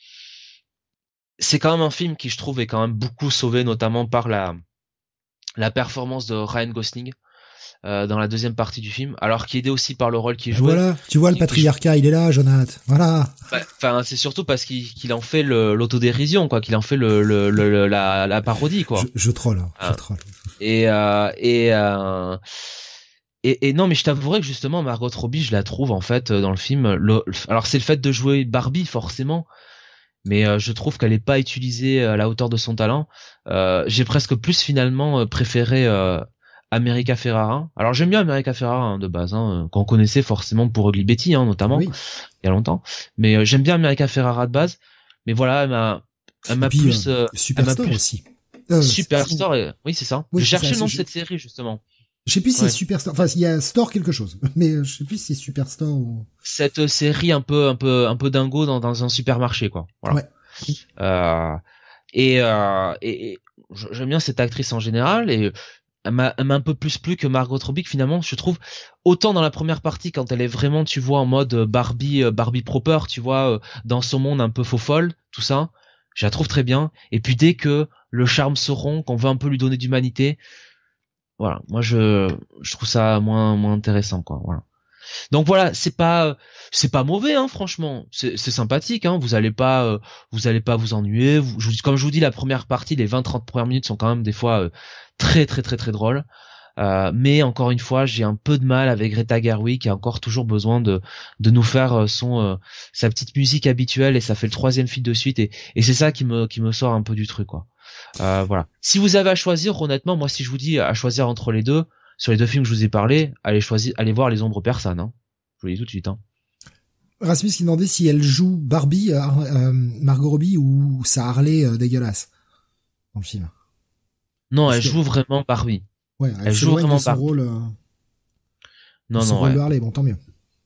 c'est quand même un film qui, je trouve, est quand même beaucoup sauvé, notamment par la la performance de Ryan Gosling. euh, dans la deuxième partie du film, alors qu'il est aidé aussi par le rôle qu'il Ben jouait. voilà, tu vois le patriarcat, il est là, Jonathan. Voilà. Enfin, c'est surtout parce qu'il qu'il en fait le, l'autodérision, quoi, qu'il en fait le, le, le, le la, la parodie, quoi. Je, je troll, hein, ah. je troll. Et euh, et euh, Et, et non, mais je t'avouerais que justement Margot Robbie, je la trouve en fait dans le film. Le, alors c'est le fait de jouer Barbie forcément, mais euh, je trouve qu'elle est pas utilisée à la hauteur de son talent. Euh, j'ai presque plus finalement préféré euh, America Ferrara. Alors j'aime bien America Ferrara hein, de base, hein, qu'on connaissait forcément pour Ugly Betty hein, notamment oui. il y a longtemps. Mais euh, j'aime bien America Ferrara de base. Mais voilà, elle m'a, elle m'a puis, plus. Euh, Superstore plus... aussi. Euh, Superstore, euh, oui c'est ça. Oui, je cherchais le nom de cette série justement. Je sais plus si ouais. c'est Superstore, enfin il y a Store quelque chose, mais je sais plus si c'est Superstore ou... Cette série un peu un peu un peu dingo dans dans un supermarché quoi. Voilà. Ouais. Euh, et, euh, et, et j'aime bien cette actrice en général et elle m'a, elle m'a un peu plus plu que Margot Robbie que finalement je trouve autant dans la première partie quand elle est vraiment tu vois en mode Barbie Barbie proper tu vois dans son monde un peu faux folle tout ça je la trouve très bien et puis dès que le charme se rompt qu'on veut un peu lui donner d'humanité voilà, moi je je trouve ça moins moins intéressant quoi, voilà. Donc voilà, c'est pas c'est pas mauvais hein franchement, c'est c'est sympathique hein, vous allez pas euh, vous allez pas vous ennuyer, vous, je, comme je vous dis la première partie, les vingt trente premières minutes sont quand même des fois euh, très très très très drôles. Euh, mais encore une fois, j'ai un peu de mal avec Greta Gerwig qui a encore toujours besoin de de nous faire son euh, sa petite musique habituelle et ça fait le troisième film de suite et et c'est ça qui me qui me sort un peu du truc quoi. Euh, voilà. Si vous avez à choisir, honnêtement, moi, si je vous dis à choisir entre les deux, sur les deux films que je vous ai parlé, allez choisir, allez voir Les Ombres persanes. Hein. Je vous le dis tout de suite. Hein. Rasmus qui demandait si elle joue Barbie, euh, euh, Margot Robbie ou sa Harley euh, dégueulasse dans le film. Non, Parce elle que... joue vraiment Barbie. Ouais, elle, elle joue vraiment son Barbie. Rôle, euh... Non, son non, rôle ouais. de Harley, bon, tant mieux.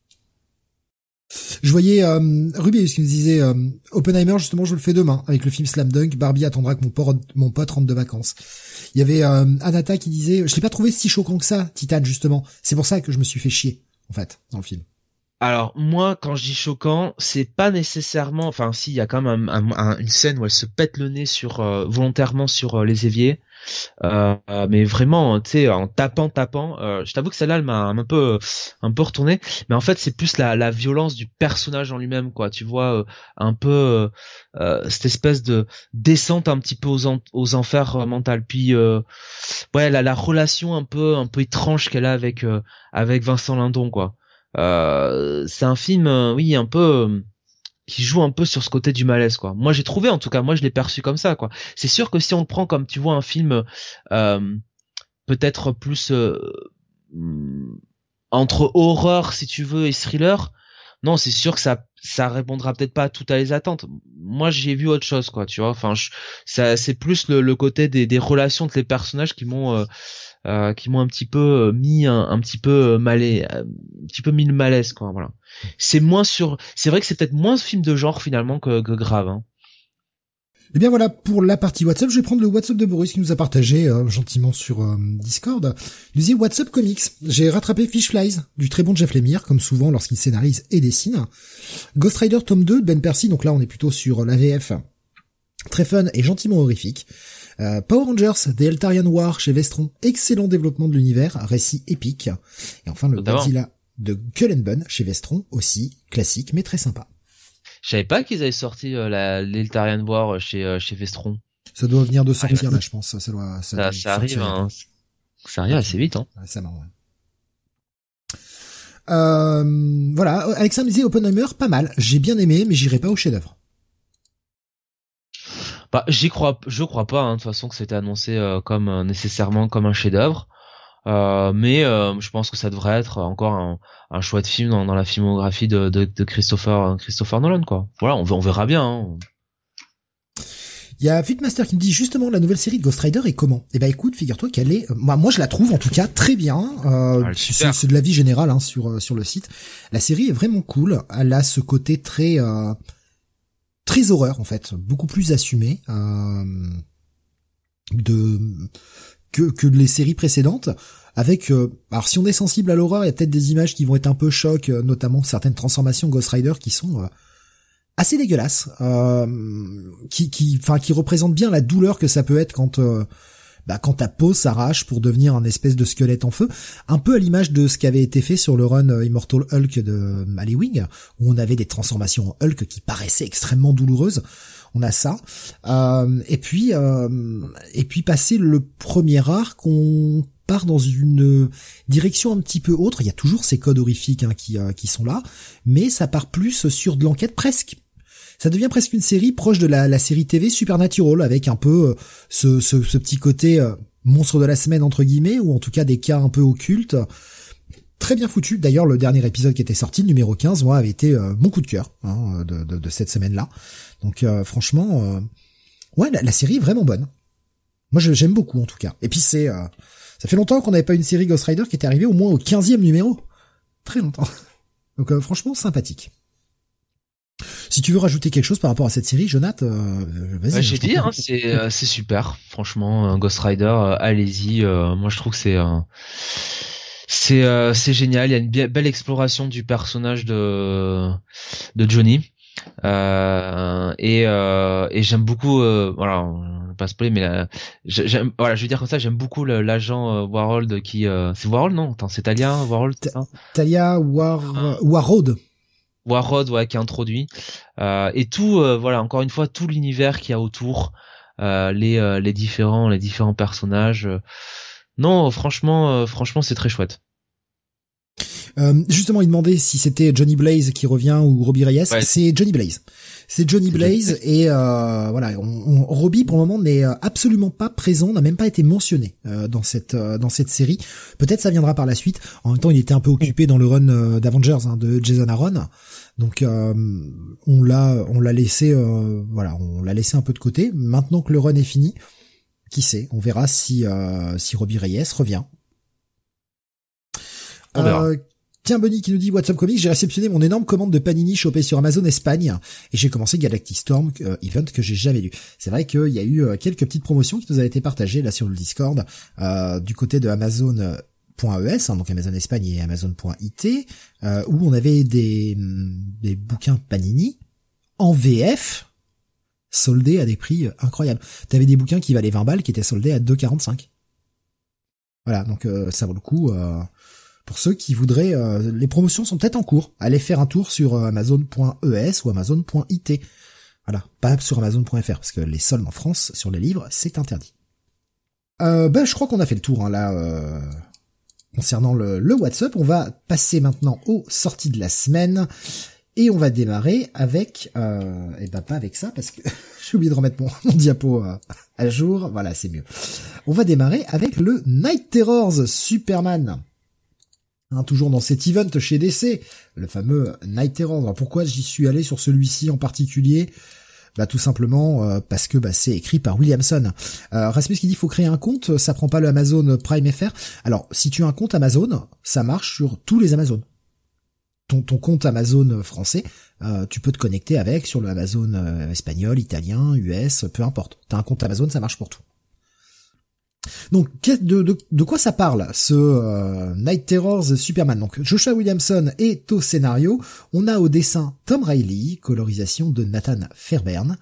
Je voyais euh, Ruby qui nous disait euh, Oppenheimer justement je le fais demain avec le film Slam Dunk. Barbie attendra que mon pote mon pote rentre de vacances. Il y avait euh, Anata qui disait je l'ai pas trouvé si choquant que ça Titan justement. C'est pour ça que je me suis fait chier en fait dans le film. Alors moi quand je dis choquant c'est pas nécessairement enfin si il y a quand même un, un, un, une scène où elle se pète le nez sur euh, volontairement sur euh, les éviers. Euh, mais vraiment tu sais en tapant tapant euh, je t'avoue que celle-là elle m'a un peu un peu retourné mais en fait c'est plus la la violence du personnage en lui-même quoi tu vois euh, un peu euh, cette espèce de descente un petit peu aux en, aux enfers euh, mentales puis euh, ouais la la relation un peu un peu étrange qu'elle a avec euh, avec Vincent Lindon quoi euh, c'est un film euh, oui un peu euh, qui joue un peu sur ce côté du malaise quoi. Moi j'ai trouvé en tout cas, moi je l'ai perçu comme ça quoi. C'est sûr que si on le prend comme tu vois un film euh, peut-être plus euh, entre horreur si tu veux et thriller, non c'est sûr que ça ça répondra peut-être pas à toutes les attentes. Moi j'ai vu autre chose quoi, tu vois. Enfin je, ça c'est plus le, le côté des, des relations entre les personnages qui m'ont euh, euh, qui m'ont un petit peu mis un, un petit peu malais, un petit peu mis le malaise quoi. Voilà. C'est moins sur, c'est vrai que c'est peut-être moins ce film de genre finalement que, que grave. Hein. Eh bien voilà pour la partie WhatsApp. Je vais prendre le WhatsApp de Boris qui nous a partagé euh, gentiment sur euh, Discord. Il nous dit WhatsApp Comics. J'ai rattrapé Fish Flies du très bon Jeff Lemire comme souvent lorsqu'il scénarise et dessine. Ghost Rider tome deux de Ben Percy. Donc là on est plutôt sur la V F. Très fun et gentiment horrifique. Euh, Power Rangers, The Eltarian War chez Vestron, excellent développement de l'univers, récit épique. Et enfin le Notamment. Godzilla de Cullen Bunn chez Vestron, aussi classique mais très sympa. Je savais pas qu'ils avaient sorti euh, la l'Eltarian War chez euh, chez Vestron. Ça doit venir de sortir là, je pense. Ça doit. Ça, ça, doit ça arrive, hein. Ça arrive okay. assez vite, hein. Ouais, ça marrant. Ouais. Euh, voilà. Alexandre disait Oppenheimer, pas mal. J'ai bien aimé, mais j'irai pas au chef-d'œuvre. Bah, j'y crois, je crois pas, hein, de toute façon que c'était annoncé euh, comme euh, nécessairement comme un chef-d'œuvre. Euh, mais euh, je pense que ça devrait être encore un, un chouette film dans, dans la filmographie de, de, de Christopher Christopher Nolan quoi. Voilà, on, on verra bien. Hein. Il y a Fitmaster qui me dit justement la nouvelle série de Ghost Rider est comment ? Eh ben écoute, figure-toi qu'elle est, moi, moi je la trouve en tout cas très bien. Euh, ah, c'est, c'est de l'avis général hein, sur sur le site. La série est vraiment cool. Elle a ce côté très euh, très horreur en fait, beaucoup plus assumé euh, de que que les séries précédentes. Avec, euh, alors si on est sensible à l'horreur, il y a peut-être des images qui vont être un peu chocs, euh, notamment certaines transformations Ghost Rider qui sont euh, assez dégueulasses, euh, qui, qui, enfin, qui représentent bien la douleur que ça peut être quand, euh, bah quand ta peau s'arrache pour devenir un espèce de squelette en feu, un peu à l'image de ce qui avait été fait sur le run Immortal Hulk de Mal Ewing, où on avait des transformations en Hulk qui paraissaient extrêmement douloureuses. On a ça, euh, et puis euh, et puis passer le premier arc, on part dans une direction un petit peu autre. Il y a toujours ces codes horrifiques hein, qui euh, qui sont là, mais ça part plus sur de l'enquête presque. Ça devient presque une série proche de la, la série T V Supernatural, avec un peu euh, ce, ce, ce petit côté euh, monstre de la semaine entre guillemets, ou en tout cas des cas un peu occultes. Très bien foutu. D'ailleurs, le dernier épisode qui était sorti, le numéro quinze, moi, avait été euh, mon coup de cœur hein, de, de, de cette semaine-là. Donc, euh, franchement, euh, ouais, la, la série est vraiment bonne. Moi, je, j'aime beaucoup, en tout cas. Et puis, c'est, euh, ça fait longtemps qu'on n'avait pas une série Ghost Rider qui était arrivée au moins au quinzième numéro. Très longtemps. Donc, euh, franchement, sympathique. Si tu veux rajouter quelque chose par rapport à cette série, Jonathan, euh, vas-y. Bah, j'ai dit, hein, c'est, euh, c'est super. Franchement, euh, Ghost Rider, euh, allez-y. Euh, moi, je trouve que c'est un... Euh... C'est euh, c'est génial, il y a une bien, belle exploration du personnage de de Johnny euh, et euh, et j'aime beaucoup euh, voilà, on va pas spoiler mais euh, j'aime voilà, je veux dire comme ça, j'aime beaucoup le, l'agent euh, Warhold qui euh, c'est Warhold non, attends, c'est Talia Warhold, c'est ça Talia War Warhold. Warhold ouais, qui est introduit euh, et tout euh, voilà, encore une fois tout l'univers qu'il y a autour, euh, les euh, les différents les différents personnages euh, Non, franchement, euh, franchement, c'est très chouette. Euh, justement, il demandait si c'était Johnny Blaze qui revient ou Robbie Reyes. Ouais. C'est Johnny Blaze. C'est Johnny Blaze et euh, voilà. On, on, Robbie pour le moment n'est absolument pas présent, n'a même pas été mentionné euh, dans cette euh, dans cette série. Peut-être ça viendra par la suite. En même temps, il était un peu occupé dans le run euh, d'Avengers hein, de Jason Aaron. Donc euh, on l'a on l'a laissé euh, voilà, on l'a laissé un peu de côté. Maintenant que le run est fini. Qui sait, on verra si euh, si Robbie Reyes revient. On verra. Euh, tiens, Bunny qui nous dit What's Up Comics, j'ai réceptionné mon énorme commande de Panini chopée sur Amazon Espagne et j'ai commencé Galactic Storm euh, Event que j'ai jamais lu. C'est vrai qu'il y a eu euh, quelques petites promotions qui nous avaient été partagées là sur le Discord euh, du côté de Amazon.es, hein, donc Amazon Espagne et Amazon.it, euh, où on avait des des bouquins Panini en V F. Soldés à des prix incroyables. T'avais des bouquins qui valaient vingt balles qui étaient soldés à deux quarante-cinq. Voilà, donc euh, ça vaut le coup euh, pour ceux qui voudraient... Euh, les promotions sont peut-être en cours. Allez faire un tour sur euh, Amazon.es ou Amazon.it. Voilà, pas sur Amazon point F R, parce que les soldes en France sur les livres, c'est interdit. Euh, ben, je crois qu'on a fait le tour hein, là euh, concernant le, le WhatsApp. On va passer maintenant aux sorties de la semaine. Et on va démarrer avec, euh, et ben pas avec ça parce que j'ai oublié de remettre mon, mon diapo euh, à jour. Voilà, c'est mieux. On va démarrer avec le Night Terrors Superman. Hein, toujours dans cet event chez D C, le fameux Night Terrors. Alors pourquoi j'y suis allé sur celui-ci en particulier? Bah tout simplement euh, parce que bah c'est écrit par Williamson. Euh, Rasmus qui dit faut créer un compte, ça prend pas le Amazon Prime F R. Alors si tu as un compte Amazon, ça marche sur tous les Amazon. Ton, ton compte Amazon français, euh, tu peux te connecter avec sur le Amazon euh, espagnol, italien, U S, peu importe. T'as un compte Amazon, ça marche pour tout. Donc, de, de, de quoi ça parle, ce euh, Night Terrors Superman? Donc, Joshua Williamson est au scénario. On a au dessin Tom Reilly, colorisation de Nathan Fairbairn.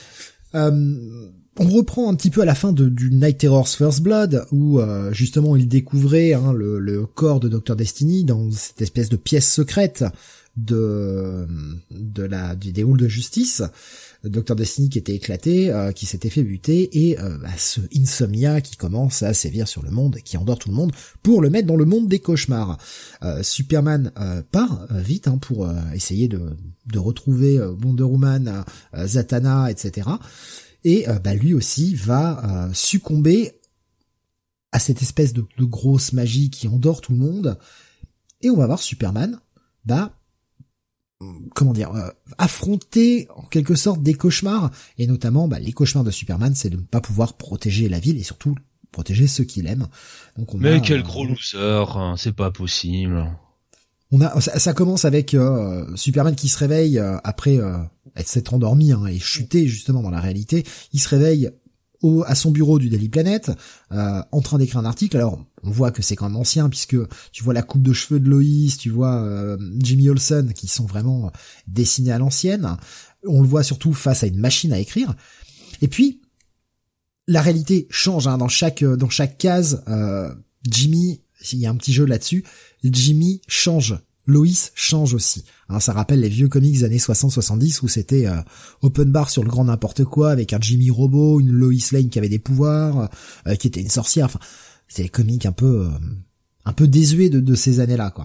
Euh, on reprend un petit peu à la fin de, du Night Terrors First Blood, où euh, justement il découvrait hein, le, le corps de docteur Destiny dans cette espèce de pièce secrète de de la du des halls de justice. docteur Destiny qui était éclaté, euh, qui s'était fait buter, et euh, bah, ce Insomnia qui commence à sévir sur le monde, qui endort tout le monde, pour le mettre dans le monde des cauchemars. Euh, Superman euh, part euh, vite hein, pour euh, essayer de, de retrouver euh, Wonder Woman, euh, Zatanna, et cetera. Et euh, bah, lui aussi va euh, succomber à cette espèce de, de grosse magie qui endort tout le monde. Et on va voir Superman, bah comment dire, euh, affronter en quelque sorte des cauchemars, et notamment bah, les cauchemars de Superman, c'est de ne pas pouvoir protéger la ville et surtout protéger ceux qu'il aime. Donc on Mais a, quel euh, gros loser, hein, c'est pas possible. On a, ça, ça commence avec euh, Superman qui se réveille euh, après euh, s'être endormi hein, et chuter justement dans la réalité. Il se réveille au, à son bureau du Daily Planet, euh, en train d'écrire un article. Alors, on voit que c'est quand même ancien, puisque tu vois la coupe de cheveux de Lois, tu vois euh, Jimmy Olsen, qui sont vraiment dessinés à l'ancienne. On le voit surtout face à une machine à écrire. Et puis, la réalité change hein, dans chaque dans chaque case. Euh, Jimmy, il y a un petit jeu là-dessus. Jimmy change, Lois change aussi. Hein, ça rappelle les vieux comics des années soixante soixante-dix où c'était euh, open bar sur le grand n'importe quoi avec un Jimmy robot, une Lois Lane qui avait des pouvoirs, euh, qui était une sorcière. Enfin, c'était les comics un peu euh, un peu désuets de, de ces années-là, quoi.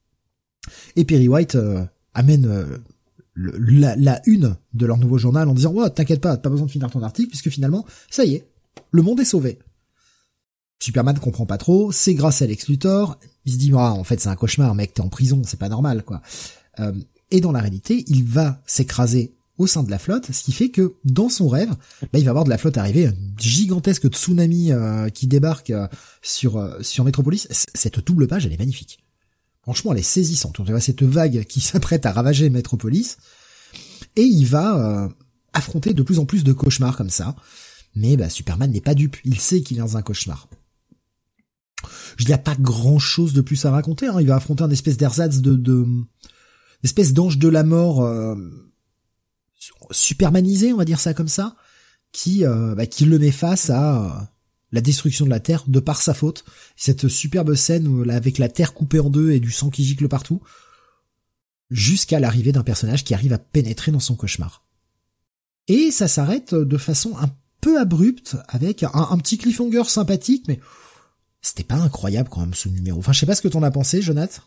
Et Perry White euh, amène euh, le, la, la une de leur nouveau journal en disant « Ouais, t'inquiète pas, t'as pas besoin de finir ton article puisque finalement, ça y est, le monde est sauvé. » Superman comprend pas trop, c'est grâce à Lex Luthor, il se dit ah, en fait c'est un cauchemar, mec, t'es en prison, c'est pas normal quoi. Euh, et dans la réalité, il va s'écraser au sein de la flotte, ce qui fait que dans son rêve, bah, il va voir de la flotte arriver, un gigantesque tsunami euh, qui débarque euh, sur euh, sur Metropolis. C- cette double page, elle est magnifique. Franchement, elle est saisissante. On voit cette vague qui s'apprête à ravager Metropolis, et il va euh, affronter de plus en plus de cauchemars comme ça. Mais bah, Superman n'est pas dupe, il sait qu'il est dans un cauchemar. Il n'y a pas grand chose de plus à raconter, hein. Il va affronter un espèce d'ersatz de, de, espèce d'ange de la mort, euh, supermanisé, on va dire ça comme ça, qui, euh, bah, qui le met face à euh, la destruction de la Terre de par sa faute. Cette superbe scène où, là, avec la Terre coupée en deux et du sang qui gicle partout, jusqu'à l'arrivée d'un personnage qui arrive à pénétrer dans son cauchemar. Et ça s'arrête de façon un peu abrupte, avec un, un petit cliffhanger sympathique, mais c'était pas incroyable quand même ce numéro. Enfin, je sais pas ce que t'en as pensé, Jonathan.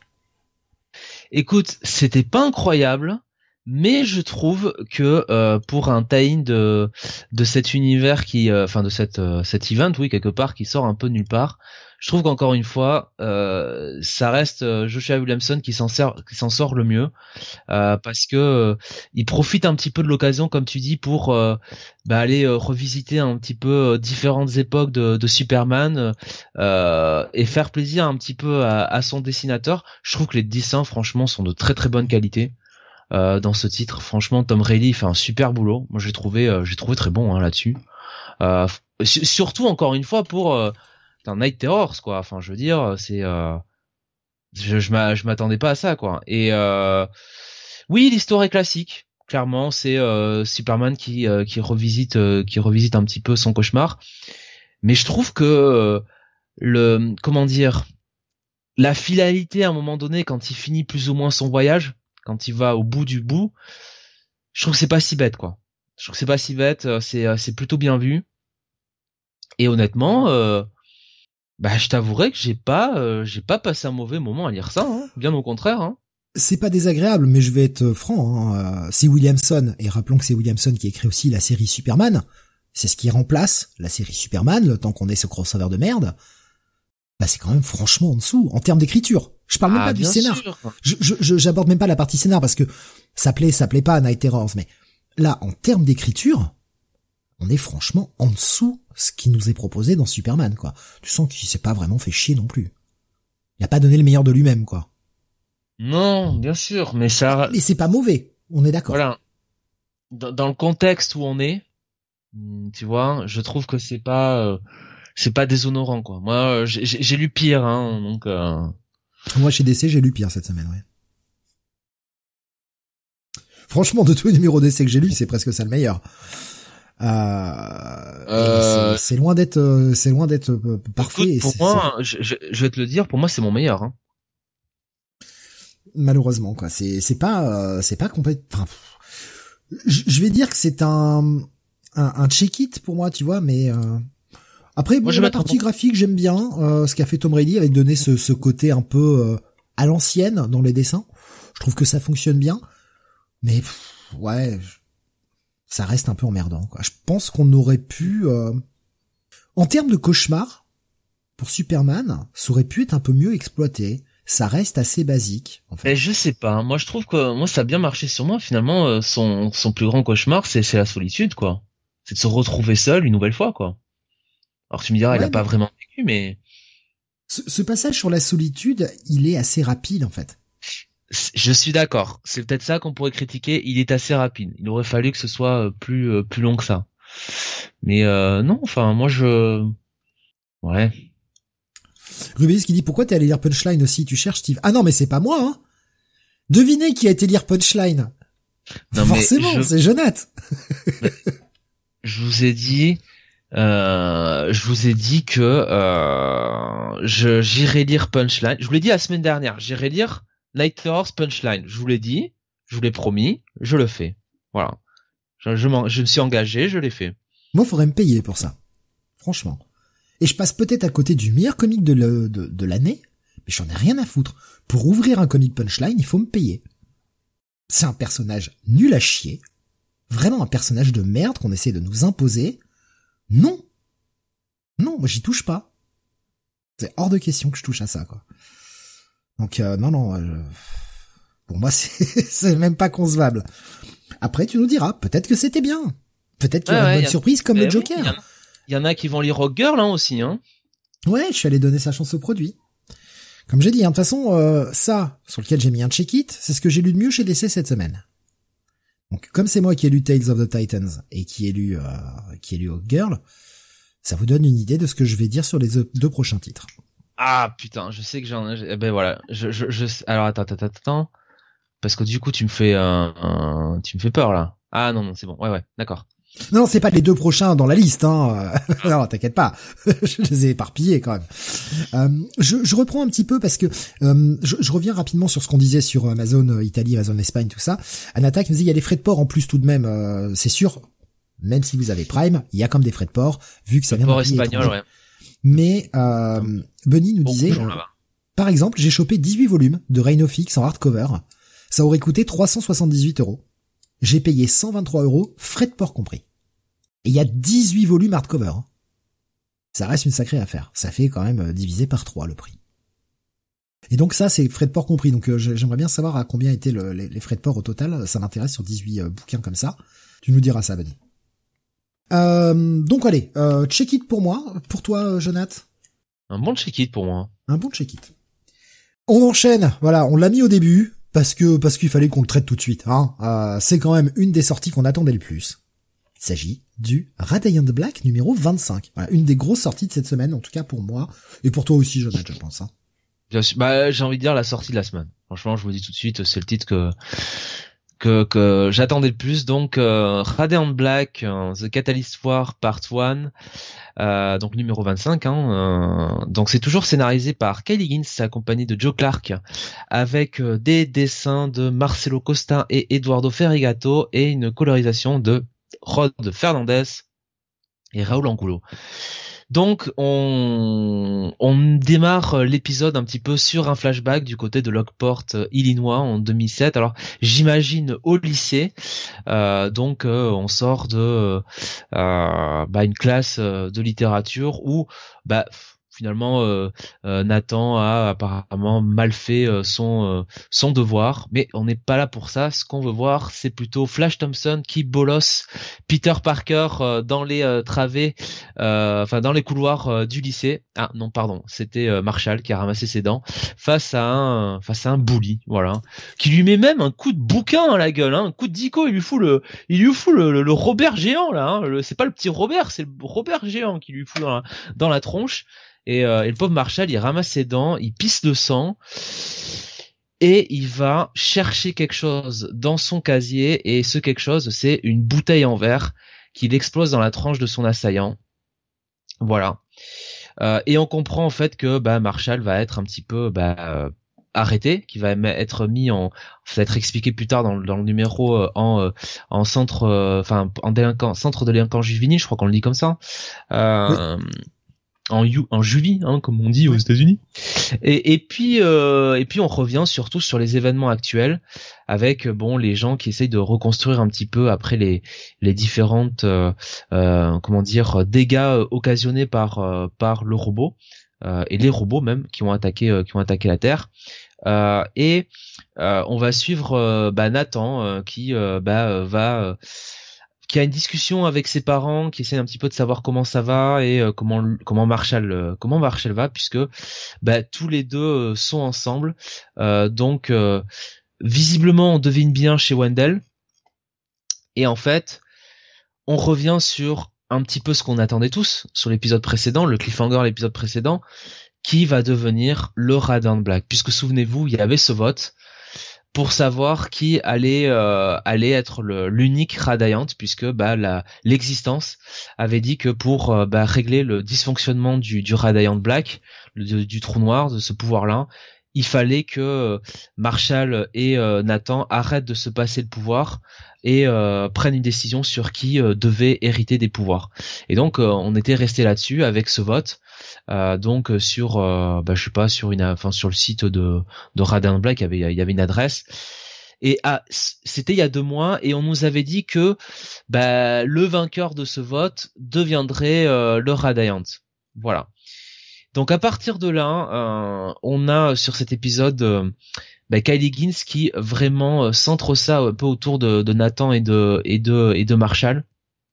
Écoute, c'était pas incroyable, mais je trouve que euh, pour un tie-in de de cet univers qui, euh, enfin de cette euh, cet event, oui quelque part qui sort un peu de nulle part, je trouve qu'encore une fois, euh, ça reste euh, Joshua Williamson qui s'en sert, qui s'en sort le mieux, euh, parce que euh, il profite un petit peu de l'occasion, comme tu dis, pour euh, bah, aller euh, revisiter un petit peu euh, différentes époques de, de Superman euh, et faire plaisir un petit peu à, à son dessinateur. Je trouve que les dessins, franchement, sont de très très bonne qualité. Euh, dans ce titre, franchement, Tom Reilly fait un super boulot. Moi, j'ai trouvé, euh, j'ai trouvé très bon hein, là-dessus. Euh, s- surtout encore une fois pour euh, un Night Terrors, quoi. Enfin, je veux dire, c'est, euh, je, je, m'a- je m'attendais pas à ça, quoi. Et euh, oui, l'histoire est classique. Clairement, c'est euh, Superman qui euh, qui revisite euh, qui revisite un petit peu son cauchemar. Mais je trouve que euh, le comment dire la finalité à un moment donné, quand il finit plus ou moins son voyage, quand il va au bout du bout, je trouve que c'est pas si bête, quoi. Je trouve que c'est pas si bête, euh, c'est euh, c'est plutôt bien vu. Et honnêtement, euh, bah je t'avouerai que j'ai pas euh, j'ai pas passé un mauvais moment à lire ça, hein. Bien au contraire. Hein. C'est pas désagréable, mais je vais être franc, hein. Euh, c'est Williamson, et rappelons que c'est Williamson qui écrit aussi la série Superman. C'est ce qui remplace la série Superman, le temps qu'on ait ce crossover de merde. Bah c'est quand même franchement en dessous, en termes d'écriture. Je parle même Ah, pas du bien scénar. sûr. Je, je, je- j'aborde même pas la partie scénar parce que ça plaît, ça plaît pas à Night Terrors, mais là, en termes d'écriture, on est franchement en dessous ce qui nous est proposé dans Superman, quoi. Tu sens qu'il s'est pas vraiment fait chier non plus. Il a pas donné le meilleur de lui-même, quoi. Non, bien sûr, mais ça, Mais c'est pas mauvais, on est d'accord. voilà. Dans, dans le contexte où on est, hmm, tu vois, je trouve que c'est pas, euh, c'est pas déshonorant, quoi. Moi, euh, j'ai j'ai- j'ai lu pire, hein, donc. Euh... Moi, chez D C, j'ai lu pire cette semaine, ouais. Franchement, de tous les numéros D C que j'ai lus, c'est presque ça le meilleur. Euh, Euh, et c'est, c'est loin d'être, euh, c'est loin d'être euh, parfait. Écoute, et pour c'est- moi, je, je, je vais te le dire, pour moi, c'est mon meilleur. Hein. c'est- malheureusement, quoi. C'est, c'est pas, euh, c'est pas complètement. Enfin, je je vais dire que c'est un, un, un check-it pour moi, tu vois, mais. Euh... Après, bon, Moi, je vais la mettre un partie bon. graphique, j'aime bien euh, ce qu'a fait Tom Reilly avec donner ce, ce côté un peu euh, à l'ancienne dans les dessins. Je trouve que ça fonctionne bien, mais pff, ouais, ça reste un peu emmerdant, quoi. Je pense qu'on aurait pu, euh... en termes de cauchemar, pour Superman, ça aurait pu être un peu mieux exploité. Ça reste assez basique, en fait. Mais je sais pas. Moi, je trouve que moi, ça a bien marché sur moi. Finalement, euh, son son plus grand cauchemar, c'est c'est la solitude, quoi. C'est de se retrouver seul une nouvelle fois, quoi. Alors tu me diras, il Ouais, a pas mais vraiment vécu, mais ce, ce passage sur la solitude, il est assez rapide, en fait. c- je suis d'accord. C'est peut-être ça qu'on pourrait critiquer. Il est assez rapide. Il aurait fallu que ce soit euh, plus euh, plus long que ça. Mais euh, non, enfin, moi, je, ouais. Rubis qui dit pourquoi t'es allé lire Punchline aussi, tu cherches Steve. Ah non, mais c'est pas moi, hein. Devinez qui a été lire Punchline. Non, mais Forcément, je- c'est Jonathan. Je vous ai dit. Euh, je vous ai dit que euh, je j'irai lire Punchline. Je vous l'ai dit la semaine dernière. J'irai lire Night Terrors Punchline. Je vous l'ai dit, je vous l'ai promis, je le fais. Voilà. Je, je, je me suis engagé, je l'ai fait. Moi, faudrait me payer pour ça. Franchement. Et je passe peut-être à côté du meilleur comic de, le, de, de l'année, mais j'en ai rien à foutre. Pour ouvrir un comic Punchline, il faut me payer. C'est un personnage nul à chier. Vraiment un personnage de merde qu'on essaie de nous imposer. Non. Non, moi j'y touche pas. C'est hors de question que je touche à ça, quoi. Donc, euh, non, non, euh, pour moi c'est, c'est même pas concevable. Après, tu nous diras, peut-être que c'était bien. Peut-être qu'il y aura ouais, une bonne a... surprise comme eh le Joker. Il oui, y, y en a qui vont lire Rock Girl, hein, aussi, hein. Ouais, je suis allé donner sa chance au produit. Comme j'ai dit, hein, de toute façon, euh, ça, sur lequel j'ai mis un check-it, c'est ce que j'ai lu de mieux chez D C cette semaine. Donc, comme c'est moi qui ai lu Tales of the Titans et qui ai lu, euh, qui ai lu Hawk Girl, ça vous donne une idée de ce que je vais dire sur les deux prochains titres. Ah, putain, je sais que j'en ai, eh ben voilà, je, je, je, alors attends, attends, attends, parce que du coup, tu me fais un, un tu me fais peur, là. Ah, non, non, c'est bon, ouais, ouais, d'accord. Non, c'est pas les deux prochains dans la liste, hein. Non, t'inquiète pas. Je les ai éparpillés quand même. Euh, je, je reprends un petit peu parce que euh, je, je reviens rapidement sur ce qu'on disait sur Amazon Italie, Amazon Espagne, tout ça. Anata qui me dit il y a des frais de port en plus tout de même. Euh, c'est sûr. Même si vous avez Prime, il y a comme des frais de port vu que ça vient d'un pays espagnol, étranger. ouais. Mais euh, Bunny nous Bon, disait, euh, par exemple, j'ai chopé dix-huit volumes de Reign of X en hardcover. Ça aurait coûté trois cent soixante-dix-huit euros. J'ai payé cent vingt-trois euros, frais de port compris. Et il y a dix-huit volumes hardcover. Hein. Ça reste une sacrée affaire. Ça fait quand même divisé par trois le prix. Et donc ça, c'est frais de port compris. Donc euh, j'aimerais bien savoir à combien étaient le, les, les frais de port au total. Ça m'intéresse sur dix-huit euh, bouquins comme ça. Tu nous diras ça, Bunny. Euh, donc allez, euh, check it pour moi. Pour toi, Jonath. Un bon check-it pour moi. Un bon check it. On enchaîne. Voilà, on l'a mis au début parce que parce qu'il fallait qu'on le traite tout de suite. Hein. Euh, c'est quand même une des sorties qu'on attendait le plus. Il s'agit du Radiant Black numéro vingt-cinq. Voilà, une des grosses sorties de cette semaine, en tout cas pour moi, et pour toi aussi, Jonathan, je pense. Hein. Bien sûr, bah, j'ai envie de dire la sortie de la semaine. Franchement, je vous dis tout de suite, c'est le titre que que, que j'attendais le plus. Donc, euh, Radiant Black, euh, The Catalyst War Part un, euh, donc numéro vingt-cinq. Hein, euh, donc, c'est toujours scénarisé par Kyle Higgins, accompagné de Joe Clark, avec euh, des dessins de Marcelo Costa et Eduardo Ferrigato et une colorisation de Rod Fernandez et Raúl Angulo. Donc on on démarre l'épisode un petit peu sur un flashback du côté de Lockport, Illinois, en deux mille sept. Alors j'imagine au lycée. Euh, donc euh, on sort de euh, bah, une classe de littérature où bah finalement euh, euh, Nathan a apparemment mal fait euh, son euh, son devoir, mais on n'est pas là pour ça. Ce qu'on veut voir, c'est plutôt Flash Thompson qui bolosse Peter Parker euh, dans les euh, travées, euh, enfin dans les couloirs euh, du lycée. Ah non, pardon, c'était euh, Marshall qui a ramassé ses dents face à un face à un bully, voilà, qui lui met même un coup de bouquin à la gueule, hein, un coup de dico. Il lui fout le il lui fout le, le, le Robert géant là. Hein, le, c'est pas le petit Robert, c'est le Robert géant qui lui fout dans la, dans la tronche. Et, euh, et le pauvre Marshall, il ramasse ses dents, il pisse le sang, et il va chercher quelque chose dans son casier, et ce quelque chose, c'est une bouteille en verre qu'il explose dans la tranche de son assaillant. Voilà. Euh, et on comprend en fait que bah, Marshall va être un petit peu bah, euh, arrêté, qui va être mis en, ça va être expliqué plus tard dans, dans le numéro euh, en euh, en centre, enfin euh, en délinquant, centre de délinquants juvéniles, je crois qu'on le dit comme ça. Euh, oui. En, you, en juvie, hein, comme on dit aux États-Unis. Et, et puis, euh, et puis on revient surtout sur les événements actuels, avec bon les gens qui essayent de reconstruire un petit peu après les les différentes, euh, euh, comment dire, dégâts occasionnés par euh, par le robot euh, et les robots même qui ont attaqué euh, qui ont attaqué la Terre. Euh, et euh, on va suivre euh, bah, Nathan euh, qui euh, bah, va euh, qui a une discussion avec ses parents, qui essaie un petit peu de savoir comment ça va et euh, comment comment Marshall euh, comment Marshall va, puisque bah, tous les deux euh, sont ensemble. Euh, donc euh, visiblement on devine bien chez Wendell. Et en fait, on revient sur un petit peu ce qu'on attendait tous sur l'épisode précédent, le cliffhanger l'épisode précédent, qui va devenir le Radiant Black. Puisque souvenez-vous, il y avait ce vote pour savoir qui allait euh, allait être le, l'unique Radiant, puisque bah la l'existence avait dit que pour euh, bah, régler le dysfonctionnement du du Radiant Black, le, du, du trou noir, de ce pouvoir-là, il fallait que Marshall et euh, Nathan arrêtent de se passer le pouvoir et euh, prennent une décision sur qui euh, devait hériter des pouvoirs. Et donc euh, on était resté là-dessus avec ce vote. Euh, donc sur euh, bah, je sais pas sur une enfin sur le site de de Radiant Black, il y avait il y avait une adresse. Et ah, c'était il y a deux mois et on nous avait dit que bah, le vainqueur de ce vote deviendrait euh, le Radiant. Voilà. Donc à partir de là, euh, on a sur cet épisode euh, bah, Kylie Higgins qui vraiment euh, centre ça un peu autour de, de Nathan et de et de et de Marshall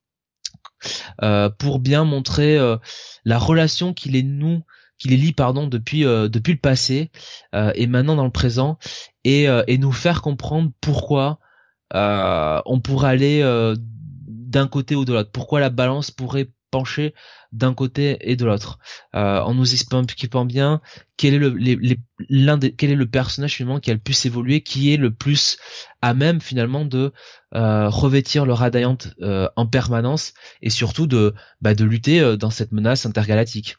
euh, pour bien montrer euh, la relation qui les noue, qui les lie pardon depuis euh, depuis le passé euh, et maintenant dans le présent et euh, et nous faire comprendre pourquoi euh, on pourrait aller euh, d'un côté ou de l'autre, pourquoi la balance pourrait pencher d'un côté et de l'autre, euh, en nous expliquant bien quel est le les, les, l'un des quel est le personnage finalement qui a le plus évolué, qui est le plus à même finalement de euh, revêtir le Radiant euh, en permanence et surtout de bah, de lutter euh, dans cette menace intergalactique.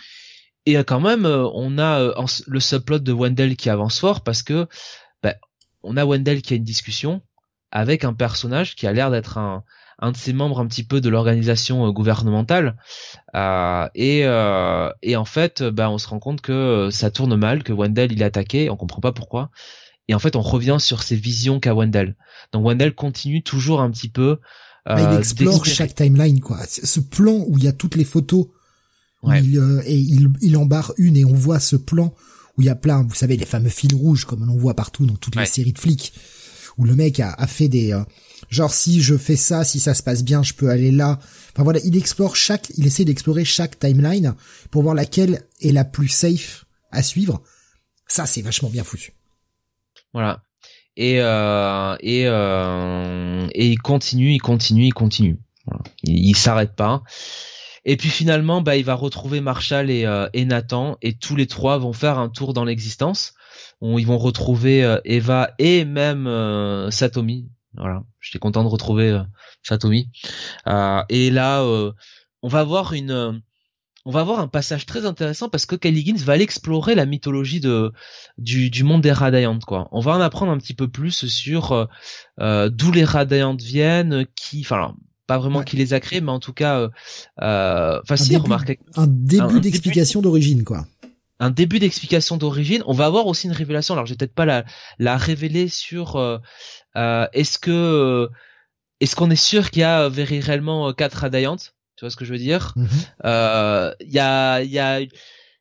Et euh, quand même euh, on a euh, en, le subplot de Wendell qui avance fort parce que bah, on a Wendell qui a une discussion avec un personnage qui a l'air d'être un un de ces membres un petit peu de l'organisation euh, gouvernementale euh, et euh, et en fait bah on se rend compte que ça tourne mal, que Wendell il est attaqué, on comprend pas pourquoi, et en fait on revient sur ces visions qu'a Wendell. Donc Wendell continue toujours un petit peu euh, bah, il explore chaque timeline quoi, ce plan où il y a toutes les photos ouais. où il, euh, et il il embarre une et on voit ce plan où il y a plein, vous savez, les fameux fils rouges comme on voit partout dans toutes ouais. les séries de flics, où le mec a, a fait des euh, genre si je fais ça, si ça se passe bien, je peux aller là. Enfin voilà, il explore chaque, il essaie d'explorer chaque timeline pour voir laquelle est la plus safe à suivre. Ça, c'est vachement bien foutu. Voilà. Et euh, et euh, et il continue, il continue, il continue. Voilà. Il, il s'arrête pas. Et puis finalement, bah il va retrouver Marshall et euh, et Nathan et tous les trois vont faire un tour dans l'existence. Où ils vont retrouver euh, Eva et même euh, Satomi. Voilà, j'étais content de retrouver euh, Satomi. Euh, et là, euh, on va avoir une, euh, on va avoir un passage très intéressant parce que Kylie Higgins va aller explorer la mythologie de du, du monde des Radiant, quoi. On va en apprendre un petit peu plus sur euh, euh, d'où les Radiant viennent, qui, enfin, alors, pas vraiment ouais. qui les a créés, mais en tout cas, euh, euh, enfin, si, remarquez, un début un, un d'explication début... d'origine, quoi. Un début d'explication d'origine. On va avoir aussi une révélation. Alors, je vais peut-être pas la la révéler sur. Euh, Euh, est-ce que euh, est-ce qu'on est sûr qu'il y a euh, réellement euh, quatre Radiant, tu vois ce que je veux dire? Il mm-hmm. euh, y a il y a il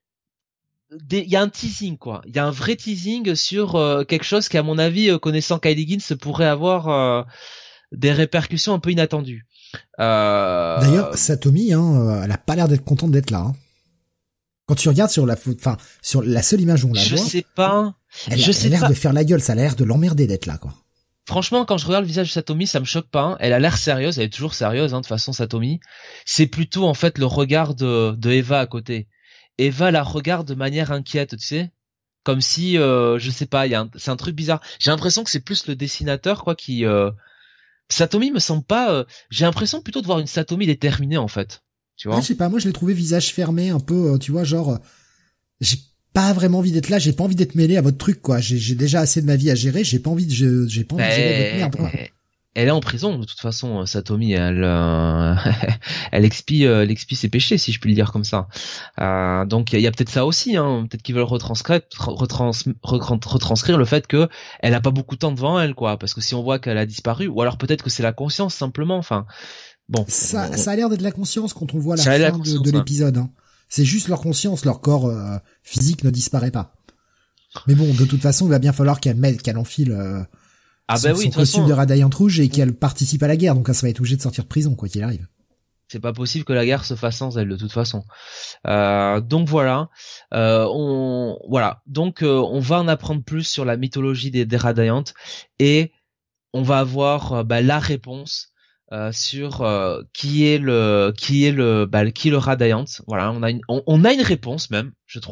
y a un teasing quoi. Il y a un vrai teasing sur euh, quelque chose qui à mon avis euh, connaissant Kylie Higgins pourrait avoir euh, des répercussions un peu inattendues. Euh... D'ailleurs, Satomi hein, elle a pas l'air d'être contente d'être là. Hein. Quand tu regardes sur la enfin sur la seule image où on la je voit, je sais pas. Elle je a, sais elle a l'air pas. de faire la gueule, ça a l'air de l'emmerder d'être là quoi. Franchement, quand je regarde le visage de Satomi, ça me choque pas. Hein. Elle a l'air sérieuse, elle est toujours sérieuse, hein, de toute façon, Satomi. C'est plutôt, en fait, le regard de, de Eva à côté. Eva la regarde de manière inquiète, tu sais. Comme si, euh, je sais pas, il y a un, c'est un truc bizarre. J'ai l'impression que c'est plus le dessinateur, quoi, qui, euh... Satomi me semble pas, euh... j'ai l'impression plutôt de voir une Satomi déterminée, en fait. Tu vois? Ouais, je sais pas, moi, je l'ai trouvé visage fermé, un peu, tu vois, genre, j'ai pas vraiment envie d'être là, j'ai pas envie d'être mêlé à votre truc quoi. J'ai, j'ai déjà assez de ma vie à gérer, j'ai pas envie de j'ai, j'ai pas envie de gérer votre merde quoi. Elle est en prison de toute façon, Satomi, elle euh, elle expie euh, elle expie ses péchés si je puis le dire comme ça. Euh, donc il y, y a peut-être ça aussi hein, peut-être qu'ils veulent retranscrire retrans, retranscrire le fait que elle a pas beaucoup de temps devant elle quoi, parce que si on voit qu'elle a disparu ou alors peut-être que c'est la conscience simplement, enfin bon. Ça on, ça a l'air d'être la conscience quand on voit la fin la de, de l'épisode hein. C'est juste leur conscience, leur corps euh, physique ne disparaît pas. Mais bon, de toute façon, il va bien falloir qu'elle mette, qu'elle enfile euh, ah son, bah oui, son costume façon, de Radiant rouge et qu'elle participe à la guerre. Donc, elle va être obligée de sortir de prison, quoi qu'il arrive. C'est pas possible que la guerre se fasse sans elle, de toute façon. Euh, donc voilà, euh, on voilà. Donc euh, on va en apprendre plus sur la mythologie des, des Radiant et on va avoir euh, bah, la réponse. Euh, sur euh, qui est le qui est le bah, qui est le Radiant. Voilà, on a une on, on a une réponse même, je trouve.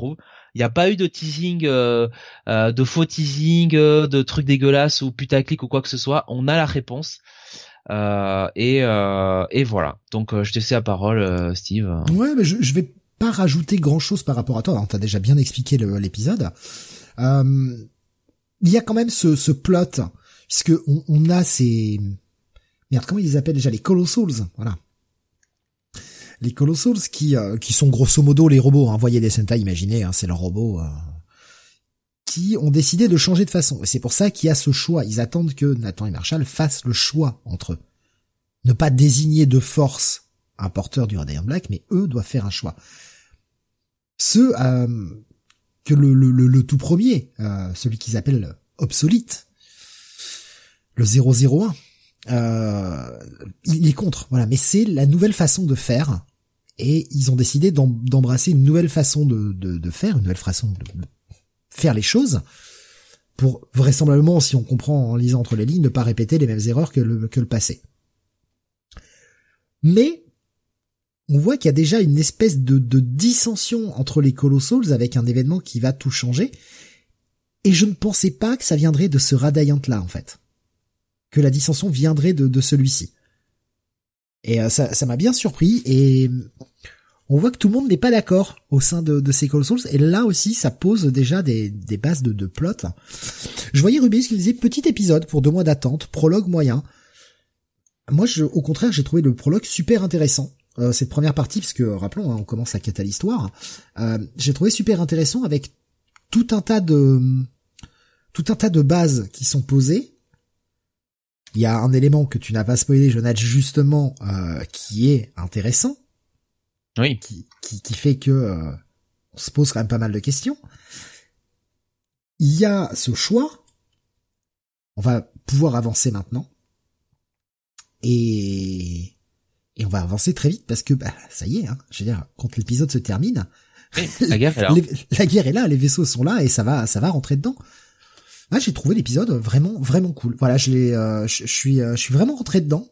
Il n'y a pas eu de teasing, euh, euh, de faux teasing, euh, de trucs dégueulasses ou putaclic ou quoi que ce soit. On a la réponse. Euh, et, euh, et voilà. Donc euh, je te laisse la parole, euh, Steve. Ouais, mais je, je vais pas rajouter grand chose par rapport à toi. Alors, t'as déjà bien expliqué le, l'épisode. Euh, il y a quand même ce, ce plot, puisque on, on a ces, merde, comment ils les appellent déjà, les Colossals, voilà. Les Colossals qui, euh, qui sont grosso modo les robots, hein. Voyez des Sentai, imaginez, hein, c'est leurs robots, euh, qui ont décidé de changer de façon. Et c'est pour ça qu'il y a ce choix. Ils attendent que Nathan et Marshall fassent le choix entre eux. Ne pas désigner de force un porteur du Radiant Black, mais eux doivent faire un choix. Ceux euh, que le, le, le, le tout premier, euh, celui qu'ils appellent obsolète, le zéro zéro un, euh, il est contre. Voilà, mais c'est la nouvelle façon de faire, et ils ont décidé d'em, d'embrasser une nouvelle façon de, de, de faire, une nouvelle façon de faire les choses, pour vraisemblablement, si on comprend en lisant entre les lignes, ne pas répéter les mêmes erreurs que le, que le passé. Mais on voit qu'il y a déjà une espèce de, de dissension entre les Colossals avec un événement qui va tout changer. Et je ne pensais pas que ça viendrait de ce Radiant-là, en fait. Que la dissension viendrait de, de celui-ci. Et euh, ça, ça m'a bien surpris. Et on voit que tout le monde n'est pas d'accord au sein de, de ces Colossals. Et là aussi, ça pose déjà des, des bases de, de plot. Je voyais Rubéus qui disait petit épisode pour deux mois d'attente, prologue moyen. Moi, je, au contraire, j'ai trouvé le prologue super intéressant. Euh, cette première partie, parce que, rappelons, hein, on commence à quêter l'histoire. Euh, j'ai trouvé super intéressant avec tout un tas de, tout un tas de bases qui sont posées. Il y a un élément que tu n'as pas spoilé, Jonathan, justement, euh, qui est intéressant. Oui. Qui, qui, qui fait que, euh, on se pose quand même pas mal de questions. Il y a ce choix. On va pouvoir avancer maintenant. Et, et on va avancer très vite parce que, bah, ça y est, hein. Je veux dire, quand l'épisode se termine, oui, la guerre est là. Les, la guerre est là, les vaisseaux sont là et ça va, ça va rentrer dedans. Ah, j'ai trouvé l'épisode vraiment, vraiment cool. Voilà, je l'ai, euh, je, je suis, euh, je suis vraiment rentré dedans.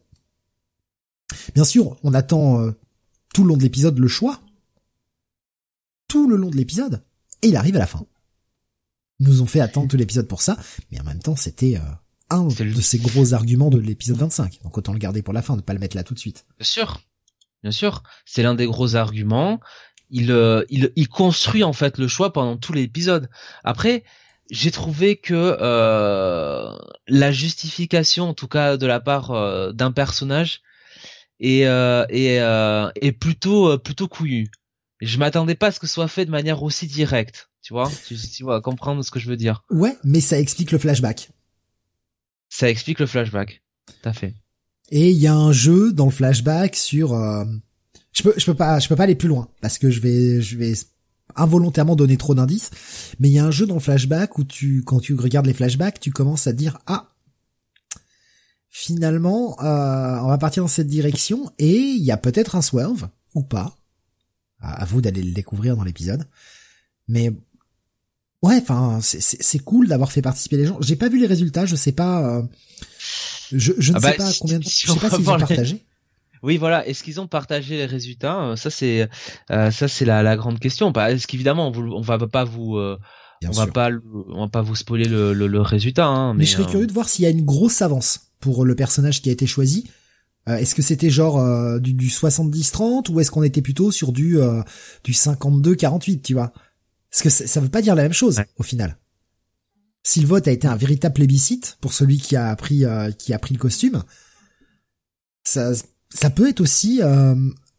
Bien sûr, on attend euh, tout le long de l'épisode le choix, tout le long de l'épisode, et il arrive à la fin. Ils nous ont fait attendre tout l'épisode pour ça, mais en même temps, c'était euh, un C'est de le... ces gros arguments de l'épisode vingt-cinq. Donc autant le garder pour la fin, ne pas le mettre là tout de suite. Bien sûr, bien sûr, c'est l'un des gros arguments. Il, euh, il, il construit en fait le choix pendant tout l'épisode. Après, j'ai trouvé que euh, la justification, en tout cas de la part euh, d'un personnage, est, euh, est, euh, est plutôt euh, plutôt couillue. Je m'attendais pas à ce que ce soit fait de manière aussi directe. Tu vois, tu, tu vas comprendre ce que je veux dire. Ouais, mais ça explique le flashback. Ça explique le flashback. Tout à fait. Et il y a un jeu dans le flashback sur. Euh, je peux, je peux pas, je peux pas aller plus loin parce que je vais, je vais involontairement donner trop d'indices. Mais il y a un jeu dans le flashback où tu, quand tu regardes les flashbacks, tu commences à te dire ah, finalement, euh, on va partir dans cette direction et il y a peut-être un swerve ou pas. À, à vous d'aller le découvrir dans l'épisode. Mais ouais, enfin, c'est, c'est, c'est cool d'avoir fait participer les gens. J'ai pas vu les résultats, je sais pas. Euh, je, je ne ah sais bah, pas si, combien. De, si je sais pas s'ils ont partagé. Les... Oui, voilà. Est-ce qu'ils ont partagé les résultats? Ça, c'est, euh, ça, c'est la, la grande question. Bah, est-ce qu'évidemment, on, vous, on va pas vous, euh, on sûr. va pas, on va pas vous spoiler le, le, le résultat. Hein, mais, mais je serais euh... curieux de voir s'il y a une grosse avance pour le personnage qui a été choisi. Euh, est-ce que c'était genre euh, du, du soixante-dix trente ou est-ce qu'on était plutôt sur du euh, du cinquante-deux quarante-huit, tu vois? Parce que ça, ça veut pas dire la même chose ouais. Au final. Si le vote a été un véritable plébiscite pour celui qui a pris euh, qui a pris le costume, ça ça peut être aussi euh,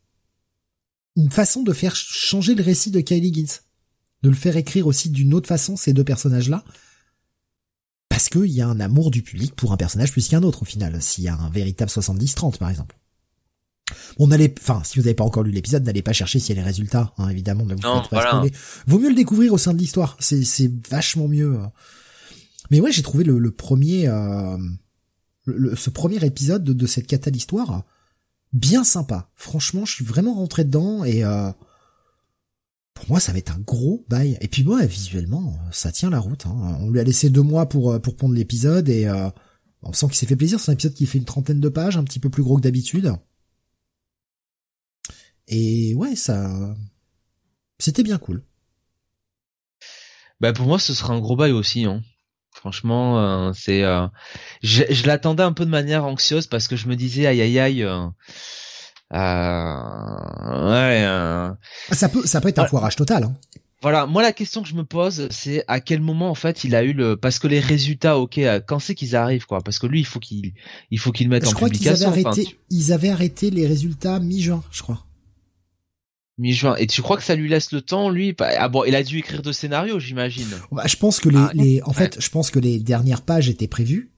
une façon de faire changer le récit de Kyle Higgins, de le faire écrire aussi d'une autre façon ces deux personnages-là. Parce qu'il y a un amour du public pour un personnage plus qu'un autre, au final, s'il y a un véritable soixante-dix trente, par exemple. On n'allait, enfin, si vous n'avez pas encore lu l'épisode, n'allez pas chercher s'il y a les résultats, hein, évidemment, ne vous non, faites pas voilà. spoiler. Vaut mieux le découvrir au sein de l'histoire, c'est, c'est vachement mieux. Mais ouais, j'ai trouvé le, le premier, euh, le, ce premier épisode de, de cette cata d'histoire bien sympa. Franchement, je suis vraiment rentré dedans et, euh, pour moi, ça va être un gros bail. Et puis moi, visuellement, ça tient la route. Hein. On lui a laissé deux mois pour pour pondre l'épisode et euh, on sent qu'il s'est fait plaisir. C'est un épisode qui fait une trentaine de pages, un petit peu plus gros que d'habitude. Et ouais, ça, c'était bien cool. Bah pour moi ce sera un gros bail aussi hein. Franchement euh, c'est euh, je, je l'attendais un peu de manière anxieuse parce que je me disais aïe aïe aïe euh, euh, ouais euh, Ça peut, ça peut être un voilà, foirage total. Hein. voilà, moi la question que je me pose c'est à quel moment en fait il a eu le parce que les résultats OK euh, quand c'est qu'ils arrivent quoi parce que lui il faut qu'il il faut qu'il le mette Je en crois qu'ils avaient publication arrêté, enfin, tu... ils avaient arrêté les résultats mi-juin, je crois. mi-juin et tu crois que ça lui laisse le temps lui ah bon il a dû écrire deux scénarios j'imagine. Bah, je pense que les, Ah, les, en ouais. fait, je pense que les dernières pages étaient prévues.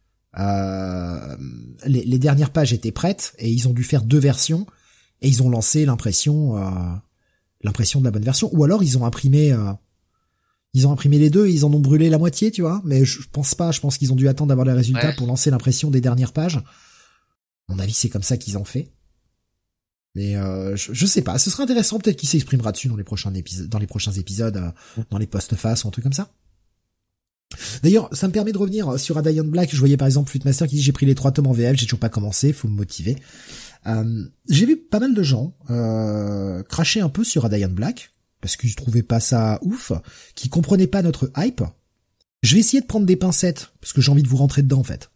Euh, les, les dernières pages étaient prêtes et ils ont dû faire deux versions et ils ont lancé l'impression, euh, l'impression de la bonne version. Ou alors ils ont imprimé, euh, ils ont imprimé les deux et ils en ont brûlé la moitié, tu vois. Mais je pense pas. Je pense qu'ils ont dû attendre d'avoir les résultats Ouais. pour lancer l'impression des dernières pages. À mon avis, c'est comme ça qu'ils ont fait. Mais euh, je, je sais pas. Ce sera intéressant. Peut-être qu'il s'exprimera dessus dans les prochains épisodes, dans les prochains épisodes, euh, dans les post-faces ou un truc comme ça. D'ailleurs, ça me permet de revenir sur Radiant Black. Je voyais par exemple Fluidmaster qui dit j'ai pris les trois tomes en V F, j'ai toujours pas commencé, faut me motiver. Euh, j'ai vu pas mal de gens euh, cracher un peu sur Radiant Black parce qu'ils trouvaient pas ça ouf, qui comprenaient pas notre hype. Je vais essayer de prendre des pincettes parce que j'ai envie de vous rentrer dedans en fait.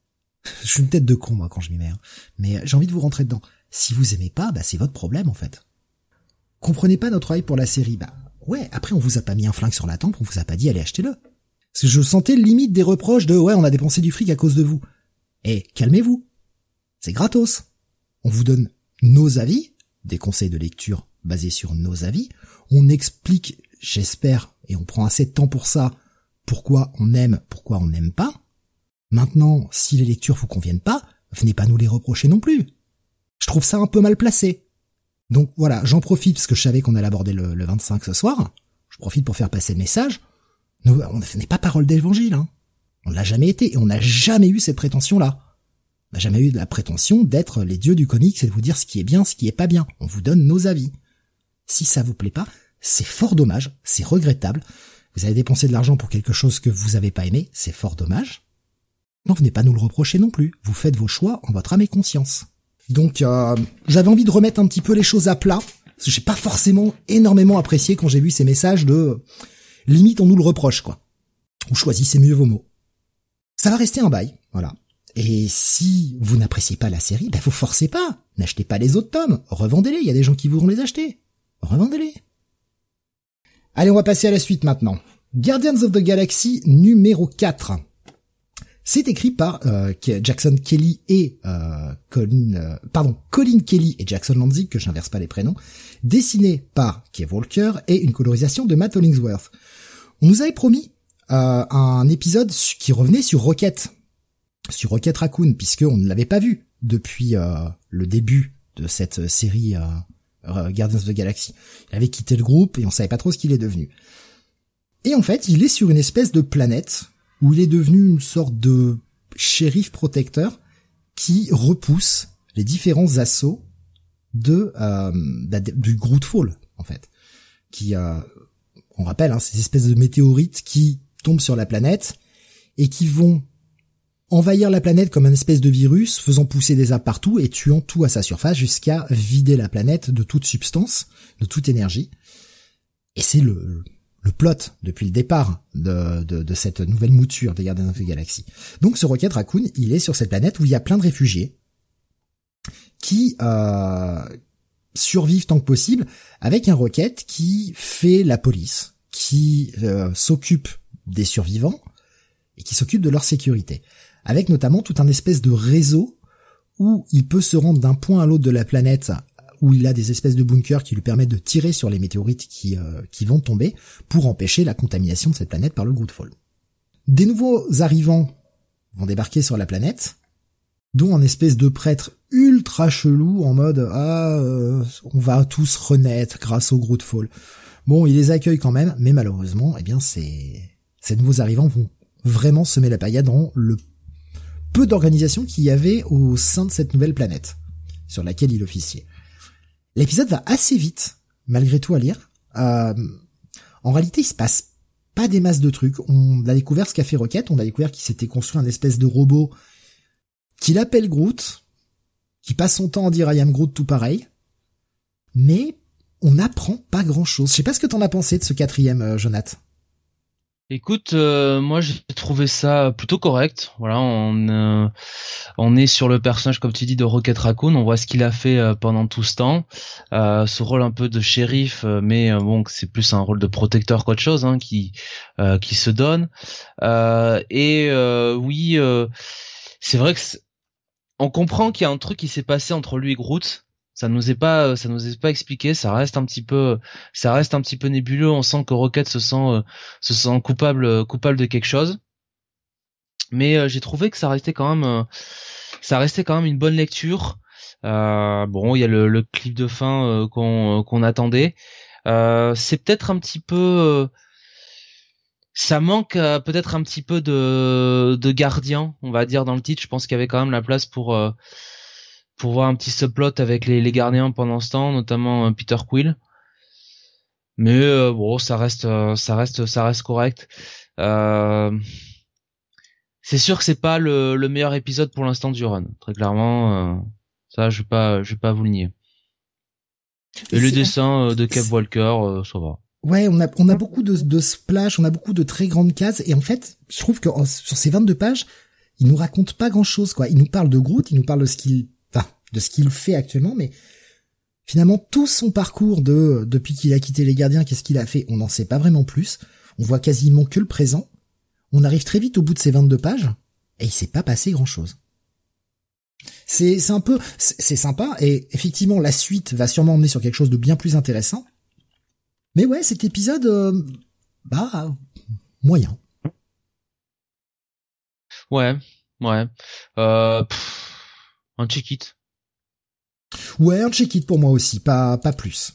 Je suis une tête de con moi quand je m'y mets, hein. Mais j'ai envie de vous rentrer dedans. Si vous aimez pas, bah c'est votre problème en fait. Comprenez pas notre hype pour la série, bah ouais. Après on vous a pas mis un flingue sur la tempe, on vous a pas dit allez achetez-le. Parce que je sentais limite des reproches de ouais on a dépensé du fric à cause de vous. Eh calmez-vous, c'est gratos. On vous donne nos avis, des conseils de lecture basés sur nos avis. On explique, j'espère, et on prend assez de temps pour ça, pourquoi on aime, pourquoi on n'aime pas. Maintenant, si les lectures vous conviennent pas, venez pas nous les reprocher non plus. Je trouve ça un peu mal placé. Donc voilà, j'en profite parce que je savais qu'on allait aborder le, le vingt-cinq ce soir. Je profite pour faire passer le message. Nous, on n'est pas parole d'évangile, hein. On l'a jamais été, et on n'a jamais eu cette prétention-là. On n'a jamais eu la prétention d'être les dieux du comics et de vous dire ce qui est bien, ce qui est pas bien. On vous donne nos avis. Si ça vous plaît pas, c'est fort dommage, c'est regrettable. Vous avez dépensé de l'argent pour quelque chose que vous avez pas aimé, c'est fort dommage. Non, venez pas nous le reprocher non plus. Vous faites vos choix en votre âme et conscience. Donc, euh, j'avais envie de remettre un petit peu les choses à plat, parce que j'ai pas forcément énormément apprécié quand j'ai vu ces messages de limite on nous le reproche, quoi. Ou choisissez mieux vos mots. Ça va rester un bail, voilà. Et si vous n'appréciez pas la série, bah vous forcez pas. N'achetez pas les autres tomes. Revendez-les, il y a des gens qui voudront les acheter. Revendez-les. Allez, on va passer à la suite maintenant. Guardians of the Galaxy numéro quatre. C'est écrit par euh, Jackson Kelly et euh, Colin, euh, pardon, Colin Kelly et Jackson Lanzig, que j'inverse pas les prénoms, dessiné par Kev Walker et une colorisation de Matt Hollingsworth. On nous avait promis euh, un épisode qui revenait sur Rocket, sur Rocket Raccoon, puisque on ne l'avait pas vu depuis euh, le début de cette série euh, euh, Guardians of the Galaxy. Il avait quitté le groupe et on savait pas trop ce qu'il est devenu. Et en fait, il est sur une espèce de planète où il est devenu une sorte de shérif protecteur qui repousse les différents assauts de euh, du Grootfall, en fait. Qui, euh, on rappelle, hein, ces espèces de météorites qui tombent sur la planète et qui vont envahir la planète comme un espèce de virus, faisant pousser des arbres partout et tuant tout à sa surface jusqu'à vider la planète de toute substance, de toute énergie. Et c'est le... le plot depuis le départ de, de, de cette nouvelle mouture des Guardians of the Galaxy. Donc ce Rocket Raccoon, il est sur cette planète où il y a plein de réfugiés qui euh, survivent tant que possible avec un Rocket qui fait la police, qui euh, s'occupe des survivants et qui s'occupe de leur sécurité. Avec notamment tout un espèce de réseau où il peut se rendre d'un point à l'autre de la planète où il a des espèces de bunkers qui lui permettent de tirer sur les météorites qui, euh, qui vont tomber pour empêcher la contamination de cette planète par le Grootfall. Des nouveaux arrivants vont débarquer sur la planète, dont un espèce de prêtre ultra chelou en mode « Ah, euh, on va tous renaître grâce au Grootfall ». Bon, il les accueille quand même, mais malheureusement, eh bien, ces, ces nouveaux arrivants vont vraiment semer la pagaille dans le peu d'organisation qu'il y avait au sein de cette nouvelle planète, sur laquelle il officiait. L'épisode va assez vite, malgré tout à lire. Euh, en réalité, il se passe pas des masses de trucs. On a découvert ce qu'a fait Rocket, on a découvert qu'il s'était construit un espèce de robot qu'il appelle Groot, qui passe son temps à dire I am Groot tout pareil. Mais on n'apprend pas grand-chose. Je sais pas ce que t'en as pensé de ce quatrième, euh, Jonath. Écoute, euh, moi j'ai trouvé ça plutôt correct. Voilà, on euh, on est sur le personnage comme tu dis de Rocket Raccoon. On voit ce qu'il a fait euh, pendant tout ce temps, euh, ce rôle un peu de shérif, euh, mais euh, bon, c'est plus un rôle de protecteur qu'autre chose, hein, qui euh, qui se donne. Euh, et euh, oui, euh, c'est vrai que c'est- on comprend qu'il y a un truc qui s'est passé entre lui et Groot. Ça nous est pas, ça nous est pas expliqué. Ça reste un petit peu, ça reste un petit peu nébuleux. On sent que Rocket se sent, euh, se sent coupable, euh, coupable de quelque chose. Mais euh, j'ai trouvé que ça restait quand même, euh, ça restait quand même une bonne lecture. Euh, bon, il y a le, le clip de fin euh, qu'on, qu'on attendait. Euh, c'est peut-être un petit peu, euh, ça manque euh, peut-être un petit peu de, de gardien, on va dire dans le titre. Je pense qu'il y avait quand même la place pour. Euh, pour voir un petit subplot avec les, les gardiens pendant ce temps, notamment euh, Peter Quill. Mais euh, bon, ça reste, euh, ça reste, ça reste correct. Euh, c'est sûr que c'est pas le, le meilleur épisode pour l'instant du run, très clairement. Euh, ça, je vais pas, je vais pas vous le nier. Et, Et le c'est, dessin euh, de Cap c'est- Walker, euh, ça va. ouais, on a, on a beaucoup de, de splash, on a beaucoup de très grandes cases, et en fait, je trouve que en- sur ces vingt-deux pages, il nous raconte pas grand chose, quoi. Il nous parle de Groot, il nous parle de ce qu'il, enfin, de ce qu'il fait actuellement, mais finalement, tout son parcours de, depuis qu'il a quitté les gardiens, qu'est-ce qu'il a fait, on n'en sait pas vraiment plus. On voit quasiment que le présent. On arrive très vite au bout de ces vingt-deux pages, et il s'est pas passé grand chose. C'est, c'est un peu, c'est, c'est sympa, et effectivement, la suite va sûrement emmener sur quelque chose de bien plus intéressant. Mais ouais, cet épisode, euh, bah, moyen. Ouais, ouais. Euh, pff, un check it. Ouais, un check-it pour moi aussi, pas, pas plus.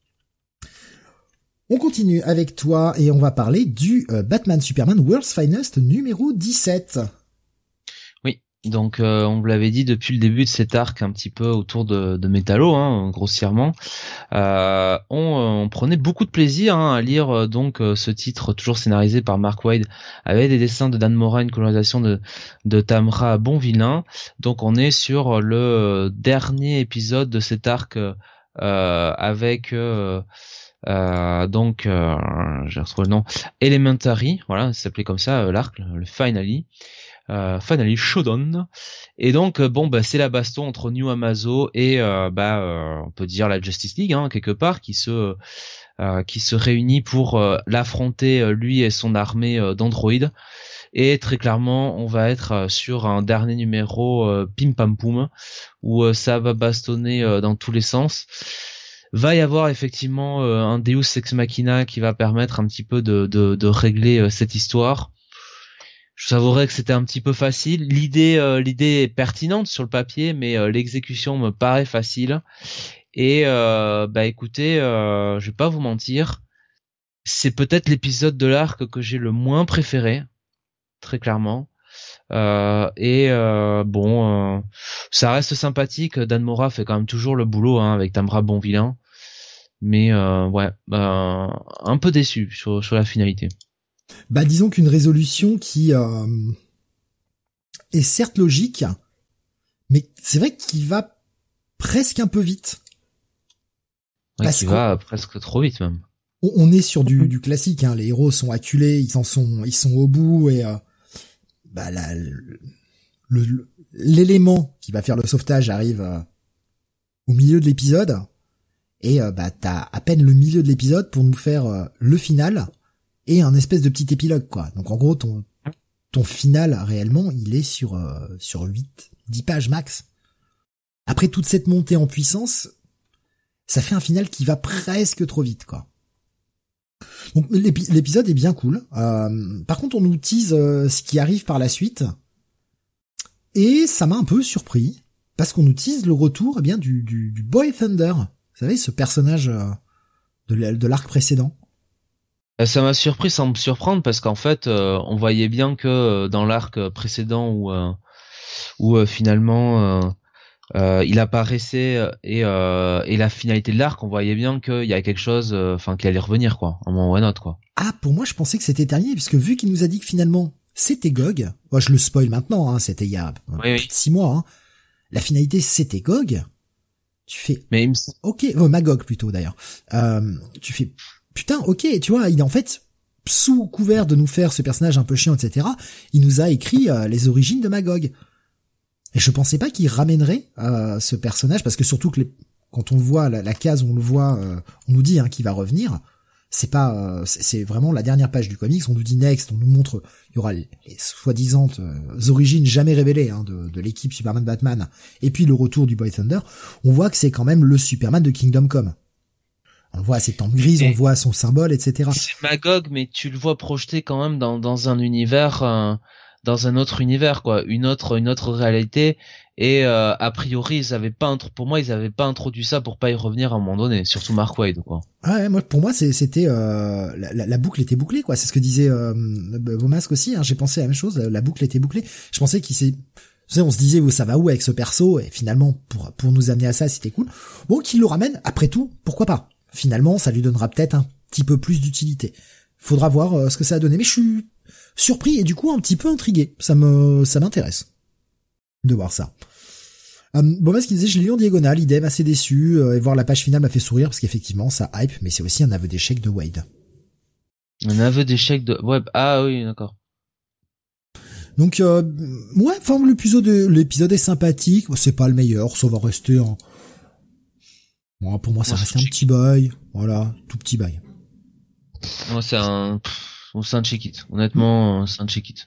On continue avec toi et on va parler du euh, Batman Superman World's Finest numéro dix-sept. Oui. Donc, euh, on vous l'avait dit depuis le début de cet arc, un petit peu autour de, de Metallo, hein, grossièrement. Euh, on, on prenait beaucoup de plaisir hein, à lire euh, donc euh, ce titre toujours scénarisé par Mark Waid avec des dessins de Dan Mora, une colorisation de, de Tamra Bonvillain. Donc on est sur le dernier épisode de cet arc euh, avec euh, euh, donc euh, j'ai retrouvé le nom Elementary, voilà, ça s'appelait comme ça euh, l'arc, le, le Finally. Euh, Finally Showdown. Et donc euh, bon bah c'est la baston entre New Amazo et euh, bah euh, on peut dire la Justice League hein, quelque part qui se euh, qui se réunit pour euh, l'affronter euh, lui et son armée euh, d'androïdes. Et très clairement on va être euh, sur un dernier numéro euh, pim pam poum où euh, ça va bastonner euh, dans tous les sens. Va y avoir effectivement euh, un Deus Ex Machina qui va permettre un petit peu de de, de régler euh, cette histoire. Je savourais que c'était un petit peu facile. L'idée, euh, l'idée est pertinente sur le papier, mais euh, l'exécution me paraît facile. Et euh, bah écoutez, euh, je vais pas vous mentir, c'est peut-être l'épisode de l'arc que j'ai le moins préféré, très clairement. Euh, et euh, bon, euh, ça reste sympathique. Dan Mora fait quand même toujours le boulot hein, avec Tamra Bonvillain, mais euh, ouais, euh, un peu déçu sur, sur la finalité. Bah, disons qu'une résolution qui euh, est certes logique, mais c'est vrai qu'il va presque un peu vite. Ouais, Parce qui qu'on va presque trop vite même. on est sur du, du classique, hein. Les héros sont acculés, ils en sont, ils sont au bout et euh, bah la, le, le- l'élément qui va faire le sauvetage arrive euh, au milieu de l'épisode et euh, bah t'as à peine le milieu de l'épisode pour nous faire euh, le final et un espèce de petit épilogue quoi. Donc en gros ton ton final réellement il est sur euh, sur huit dix pages max. Après toute cette montée en puissance, ça fait un final qui va presque trop vite quoi. Donc l'épi- l'épisode est bien cool. Euh, par contre, on nous tease euh, ce qui arrive par la suite, et ça m'a un peu surpris parce qu'on nous tease le retour eh bien du, du, du Boy Thunder. Vous savez, ce personnage euh, de, l- de l'arc précédent. Euh, Ça m'a surpris sans me surprendre parce qu'en fait, euh, on voyait bien que euh, dans l'arc euh, précédent où, euh, où euh, finalement euh, euh, il apparaissait euh, et, euh, et la finalité de l'arc, on voyait bien qu'il y a quelque chose, euh, enfin qu'il allait revenir quoi, un moment ou un autre quoi. Ah, pour moi, je pensais que c'était terminé puisque vu qu'il nous a dit que finalement c'était Gog. Moi, je le spoil maintenant. Hein, c'était il y a euh, Oui, plus oui. de six mois. Hein, la finalité c'était Gog. Tu fais Mais il me s- ok, oh, Magog plutôt d'ailleurs. Euh, tu fais putain, ok, tu vois, il est en fait sous couvert de nous faire ce personnage un peu chiant, et cetera, il nous a écrit euh, les origines de Magog. Et je pensais pas qu'il ramènerait euh, ce personnage, parce que surtout que les, quand on le voit, la, la case où on le voit, euh, on nous dit hein, qu'il va revenir. C'est pas, euh, c'est, c'est vraiment la dernière page du comics. On nous dit next, on nous montre, il y aura les, les soi-disant euh, origines jamais révélées hein, de, de l'équipe Superman Batman, et puis le retour du Boy Thunder. On voit que c'est quand même le Superman de Kingdom Come. On le voit à ses tempes grises, on voit son symbole, et cetera. C'est Magog, mais tu le vois projeté quand même dans dans un univers. Euh... dans un autre univers, quoi, une autre une autre réalité, et euh, a priori ils avaient pas intro- pour moi ils avaient pas introduit ça pour pas y revenir à un moment donné, surtout Mark Waid, quoi. Ouais, moi pour moi c'est, c'était euh, la, la, la boucle était bouclée, quoi. C'est ce que disait euh, Beaumasque aussi. Hein, j'ai pensé à la même chose. La boucle était bouclée. Je pensais qu'il s'est, tu sais, on se disait où ça va où avec ce perso, et finalement pour pour nous amener à ça, c'était cool. Bon, qu'il le ramène. Après tout, pourquoi pas. Finalement, ça lui donnera peut-être un petit peu plus d'utilité. Faudra voir euh, ce que ça a donné. Mais je suis surpris et du coup un petit peu intrigué. Ça me, ça m'intéresse de voir ça. Euh, bon, ce qu'il disait, je l'ai lu en diagonale, idem, assez déçu, euh, et voir la page finale m'a fait sourire parce qu'effectivement ça hype, mais c'est aussi un aveu d'échec de Waid. Un aveu d'échec de Web. Ah oui, d'accord. Donc euh, ouais, enfin l'épisode, l'épisode est sympathique. C'est pas le meilleur, ça va rester. En... Bon, pour moi, ça moi, reste un petit bail, voilà, tout petit bail. Moi, c'est un. C'est un check-it. Honnêtement, c'est un check-it.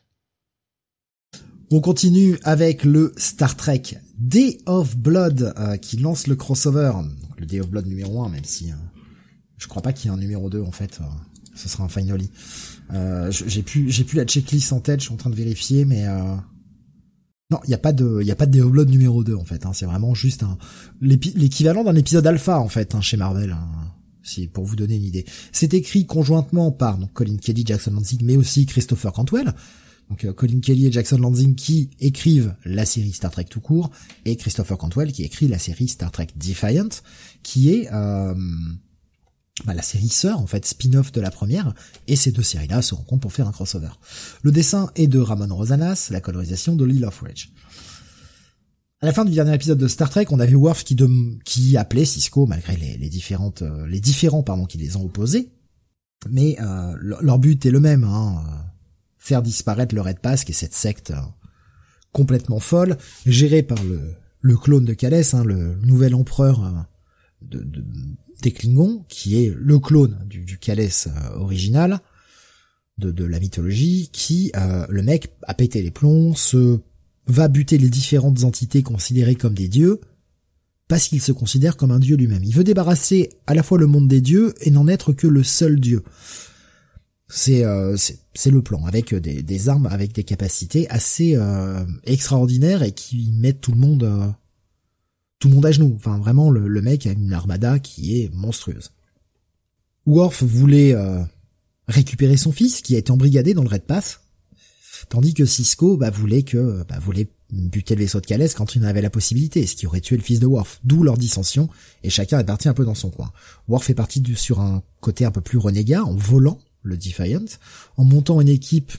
On continue avec le Star Trek Day of Blood euh, qui lance le crossover. Donc, le Day of Blood numéro un, même si euh, je crois pas qu'il y ait un numéro deux en fait. Euh, ce sera un finally. Euh, j'ai plus j'ai plus la checklist en tête, je suis en train de vérifier, mais euh... non, il y a pas de il y a pas de Day of Blood numéro deux en fait. Hein, c'est vraiment juste un l'équivalent d'un épisode alpha en fait hein, chez Marvel. Hein. Si pour vous donner une idée. C'est écrit conjointement par donc Colin Kelly, Jackson Lanzing, mais aussi Christopher Cantwell. Donc euh, Colin Kelly et Jackson Lanzing qui écrivent la série Star Trek tout court, et Christopher Cantwell qui écrit la série Star Trek Defiant, qui est euh, bah, la série sœur en fait, spin-off de la première, et ces deux séries-là se rencontrent pour faire un crossover. Le dessin est de Ramon Rosanas, la colorisation de Lee Loveridge. À la fin du dernier épisode de Star Trek, on a vu Worf qui, de, qui appelait Cisco, malgré les, les différentes, euh, les différents pardon qui les ont opposés. Mais euh, leur but est le même, hein, euh, faire disparaître le Red Pass, qui est cette secte euh, complètement folle, gérée par le, le clone de Kallès, hein, le nouvel empereur euh, de, de, des Klingons, qui est le clone du, du Kallès euh, original de, de la mythologie, qui euh, le mec a pété les plombs, se va buter les différentes entités considérées comme des dieux, parce qu'il se considère comme un dieu lui-même. Il veut débarrasser à la fois le monde des dieux et n'en être que le seul dieu. C'est euh, c'est, c'est le plan, avec des, des armes, avec des capacités assez euh, extraordinaires et qui mettent tout le monde euh, tout le monde à genoux. Enfin, vraiment, le, le mec a une armada qui est monstrueuse. Worf voulait euh, récupérer son fils, qui a été embrigadé dans le Red Pass, tandis que Cisco bah, voulait que bah, voulait buter le vaisseau de Kallès quand il en avait la possibilité, ce qui aurait tué le fils de Worf, d'où leur dissension, et chacun est parti un peu dans son coin. Worf est parti du, sur un côté un peu plus renégat, en volant le Defiant, en montant une équipe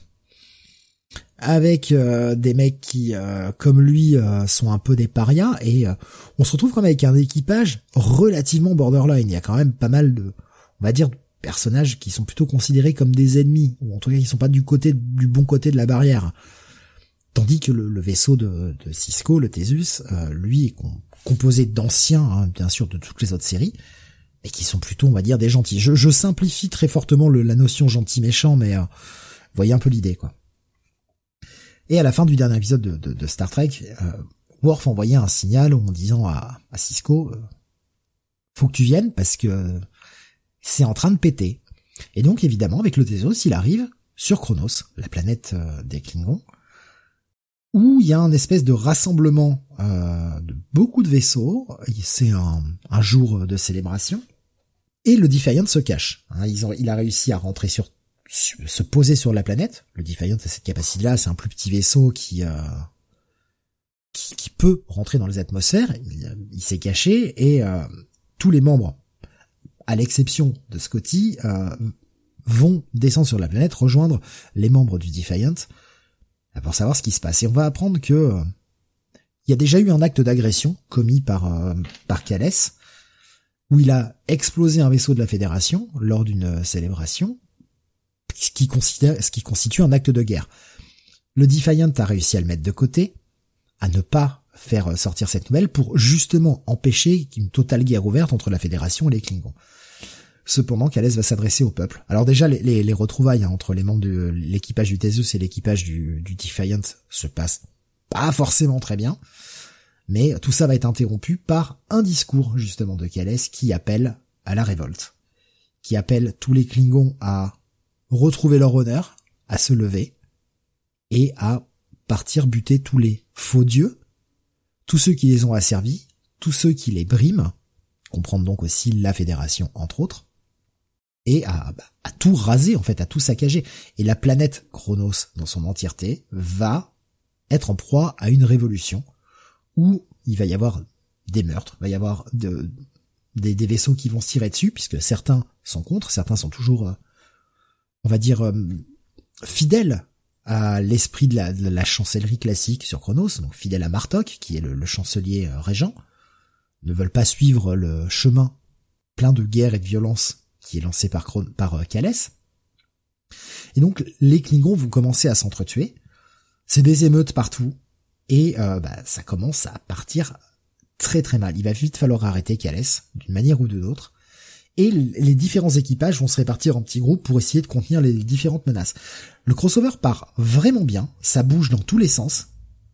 avec euh, des mecs qui, euh, comme lui, euh, sont un peu des parias, et euh, on se retrouve quand même avec un équipage relativement borderline. Il y a quand même pas mal de, on va dire, personnages qui sont plutôt considérés comme des ennemis, ou en tout cas qui sont pas du côté du bon côté de la barrière. Tandis que le, le vaisseau de, de Cisco, le Theseus, euh, lui est com- composé d'anciens, hein, bien sûr, de toutes les autres séries, et qui sont plutôt, on va dire, des gentils. Je, je simplifie très fortement le, la notion gentil-méchant, mais euh, vous voyez un peu l'idée, quoi. Et à la fin du dernier épisode de, de, de Star Trek, euh, Worf envoyait un signal en disant à, à Cisco, euh, faut que tu viennes parce que c'est en train de péter. Et donc, évidemment, avec le Theseus, il arrive sur Chronos, la planète euh, des Klingons, où il y a un espèce de rassemblement euh, de beaucoup de vaisseaux. C'est un, un jour de célébration. Et le Defiant se cache. Hein, ils ont, il a réussi à rentrer sur, sur, se poser sur la planète. Le Defiant a cette capacité-là, c'est un plus petit vaisseau qui, euh, qui, qui peut rentrer dans les atmosphères. Il, il s'est caché et euh, tous les membres, à l'exception de Scotty, euh, vont descendre sur la planète, rejoindre les membres du Defiant pour savoir ce qui se passe. Et on va apprendre que euh, il y a déjà eu un acte d'agression commis par euh, par Kallès, où il a explosé un vaisseau de la Fédération lors d'une célébration, ce qui considère, ce qui constitue un acte de guerre. Le Defiant a réussi à le mettre de côté, à ne pas faire sortir cette nouvelle pour justement empêcher une totale guerre ouverte entre la Fédération et les Klingons. Cependant, Kallès va s'adresser au peuple. Alors déjà, les, les, les retrouvailles hein, entre les membres de l'équipage du Theseus et l'équipage du, du Defiant se passent pas forcément très bien, mais tout ça va être interrompu par un discours justement de Kallès qui appelle à la révolte, qui appelle tous les Klingons à retrouver leur honneur, à se lever et à partir buter tous les faux dieux, tous ceux qui les ont asservis, tous ceux qui les briment, comprendre donc aussi la Fédération entre autres, et à, bah, à tout raser en fait, à tout saccager. Et la planète Chronos dans son entièreté va être en proie à une révolution où il va y avoir des meurtres, il va y avoir de, des, des vaisseaux qui vont se tirer dessus, puisque certains sont contre, certains sont toujours, euh, on va dire, euh, fidèles à l'esprit de la, de la chancellerie classique sur Chronos, donc fidèles à Martok, qui est le, le chancelier euh, régent, ne veulent pas suivre le chemin plein de guerre et de violence qui est lancé par, par euh, Kallès. Et donc, les Klingons vont commencer à s'entretuer. C'est des émeutes partout. Et euh, bah, ça commence à partir très très mal. Il va vite falloir arrêter Kallès, d'une manière ou d'une autre. Et les différents équipages vont se répartir en petits groupes pour essayer de contenir les différentes menaces. Le crossover part vraiment bien. Ça bouge dans tous les sens.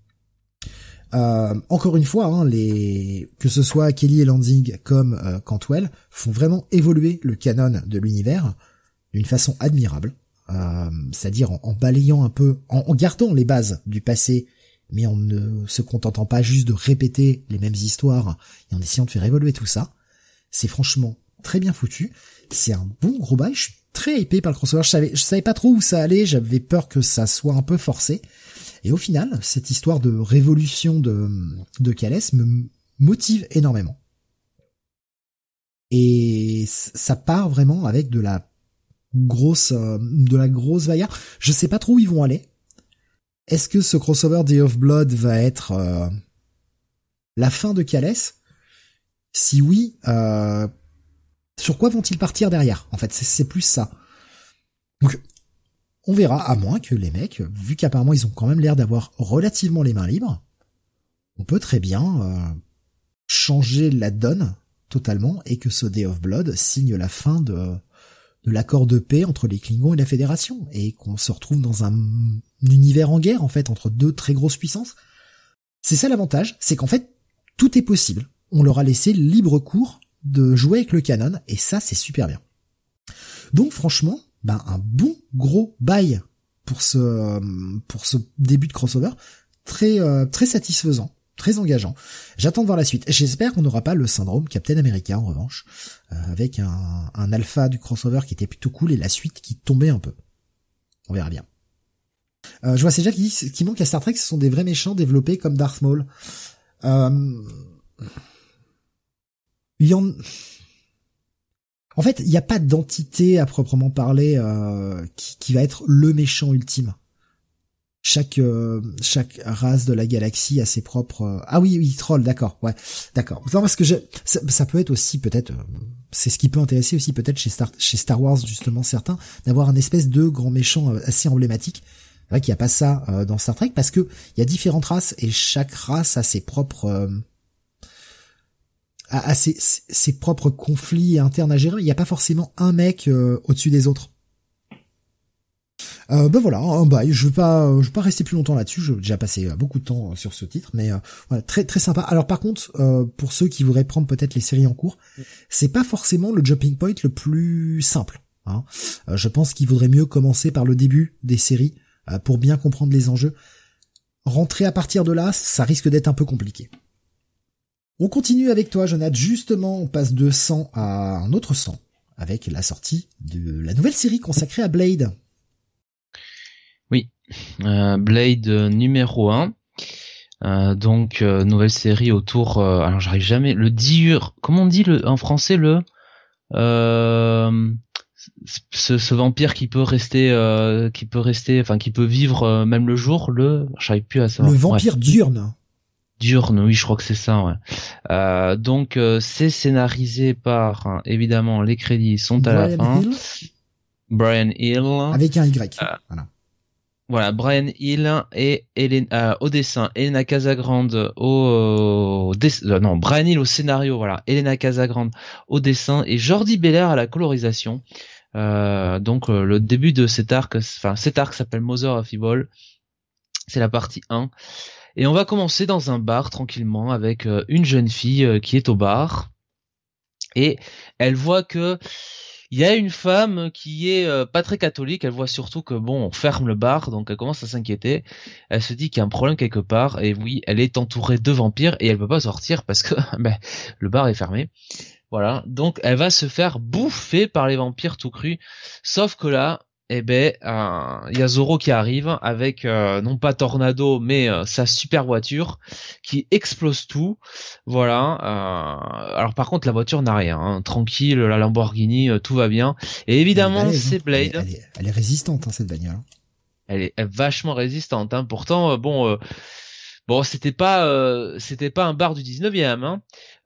Euh, encore une fois, hein, les que ce soit Kelly et Lanzing comme euh, Cantwell font vraiment évoluer le canon de l'univers d'une façon admirable, euh, c'est-à-dire en, en balayant un peu, en, en gardant les bases du passé, mais en ne se contentant pas juste de répéter les mêmes histoires et en essayant de faire évoluer tout ça. C'est franchement très bien foutu. C'est un bon gros bail. Je suis très hypé par le crossover. Je savais, je savais pas trop où ça allait. J'avais peur que ça soit un peu forcé. Et au final, cette histoire de révolution de, de Kallès me motive énormément. Et ça part vraiment avec de la grosse, de la grosse bagarre. Je sais pas trop où ils vont aller. Est-ce que ce crossover Day of Blood va être euh, la fin de Kallès? Si oui, euh, sur quoi vont-ils partir derrière? En fait, c'est, c'est plus ça. Donc, on verra, à moins que les mecs, vu qu'apparemment ils ont quand même l'air d'avoir relativement les mains libres, on peut très bien euh, changer la donne totalement et que ce Day of Blood signe la fin de, de l'accord de paix entre les Klingons et la Fédération et qu'on se retrouve dans un, un univers en guerre en fait entre deux très grosses puissances. C'est ça l'avantage, c'est qu'en fait tout est possible. On leur a laissé libre cours de jouer avec le canon et ça c'est super bien. Donc franchement, ben un bon gros bail pour ce pour ce début de crossover, très euh, très satisfaisant, très engageant. J'attends de voir la suite. J'espère qu'on n'aura pas le syndrome Captain America en revanche, euh, avec un, un alpha du crossover qui était plutôt cool et la suite qui tombait un peu. On verra bien. Euh, je vois c'est déjà qui dit ce qui manque à Star Trek, ce sont des vrais méchants développés comme Darth Maul. Euh... Il y en En fait, il n'y a pas d'entité à proprement parler euh, qui, qui va être le méchant ultime. Chaque euh, chaque race de la galaxie a ses propres. Euh... Ah oui, oui, troll, d'accord, ouais, d'accord. Non, parce que je, ça, ça peut être aussi peut-être, euh, c'est ce qui peut intéresser aussi peut-être chez Star chez Star Wars justement certains, d'avoir un espèce de grand méchant euh, assez emblématique. C'est vrai qu'il n'y a pas ça euh, dans Star Trek parce que il y a différentes races et chaque race a ses propres. Euh, à ses, ses propres conflits internes à gérer. Il n'y a pas forcément un mec euh, au-dessus des autres. Euh, ben voilà, un bail. Je veux pas, je veux pas rester plus longtemps là-dessus. J'ai déjà passé beaucoup de temps sur ce titre, mais euh, voilà, très très sympa. Alors par contre, euh, pour ceux qui voudraient prendre peut-être les séries en cours, c'est pas forcément le jumping point le plus simple. Hein. Euh, je pense qu'il vaudrait mieux commencer par le début des séries euh, pour bien comprendre les enjeux. Rentrer à partir de là, ça risque d'être un peu compliqué. On continue avec toi, Jonathan. Justement, on passe de cent à un autre cent avec la sortie de la nouvelle série consacrée à Blade. Oui, euh, Blade numéro un. Euh, donc euh, nouvelle série autour. Euh, alors j'arrive jamais. Le diur. Comment on dit le en français le euh, ce, ce vampire qui peut rester, euh, qui peut rester, enfin qui peut vivre euh, même le jour. Le, j'arrive plus à savoir. Le vampire ouais. diurne. Diurne, oui, je crois que c'est ça, ouais. Euh, donc, euh, c'est scénarisé par, hein, évidemment, les crédits sont à Brian la fin. Hill. Brian Hill. Avec un Y. Euh, voilà. Voilà, Brian Hill et Hélène, euh, au dessin, Elena Casagrande au, au dess- euh, non, Brian Hill au scénario, voilà, Elena Casagrande au dessin et Jordi Belair à la colorisation. Euh, donc euh, le début de cet arc, enfin cet arc s'appelle Mother of Evil. C'est la partie un. Et on va commencer dans un bar tranquillement avec euh, une jeune fille euh, qui est au bar et elle voit que il y a une femme qui est euh, pas très catholique, elle voit surtout que bon, on ferme le bar, donc elle commence à s'inquiéter. Elle se dit qu'il y a un problème quelque part, et oui, elle est entourée de vampires et elle peut pas sortir parce que ben, le bar est fermé. Voilà, donc elle va se faire bouffer par les vampires tout cru. Sauf que là, eh ben, il euh, y a Zorro qui arrive avec euh, non pas Tornado, mais euh, sa super voiture qui explose tout. Voilà. Euh, alors par contre, la voiture n'a rien. Hein. Tranquille, la Lamborghini, euh, tout va bien. Et évidemment, balèze, c'est hein. Blade. Elle est, elle, est, elle est résistante, hein, cette bagnole. Elle est, elle est vachement résistante. Hein. Pourtant, euh, bon. Euh, Bon, c'était pas, euh, c'était pas un bar du dix-neuvième, hein,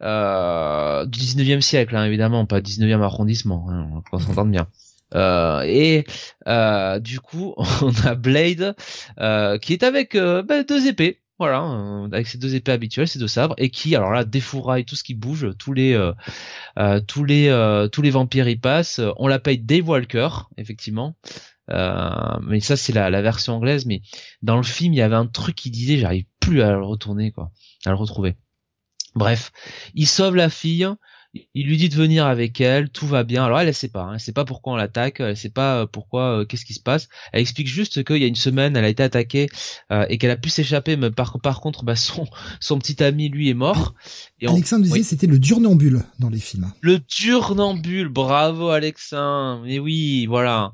euh, du dix-neuvième siècle, hein, évidemment, pas dix-neuvième arrondissement, hein, on s'entend bien. Euh, et euh, du coup, on a Blade euh, qui est avec euh, bah, deux épées, voilà, euh, avec ses deux épées habituelles, ses deux sabres, et qui, alors là, défouraille tout ce qui bouge, tous les, euh, euh, tous les, euh, tous les vampires y passent. On l'appelle Dave Walker, effectivement. Euh, mais ça c'est la, la version anglaise, mais dans le film il y avait un truc qui disait, j'arrive plus à le retourner quoi, à le retrouver. Bref, il sauve la fille, il lui dit de venir avec elle, tout va bien. Alors elle, elle sait pas, hein, elle sait pas pourquoi on l'attaque, elle sait pas pourquoi, euh, qu'est-ce qui se passe. Elle explique juste qu'il y a une semaine, elle a été attaquée euh, et qu'elle a pu s'échapper, mais par par contre, bah son son petit ami lui est mort. Et on... Alexandre disait oui. C'était le Durnambule dans les films. Le Durnambule, bravo Alexandre. Mais oui, voilà.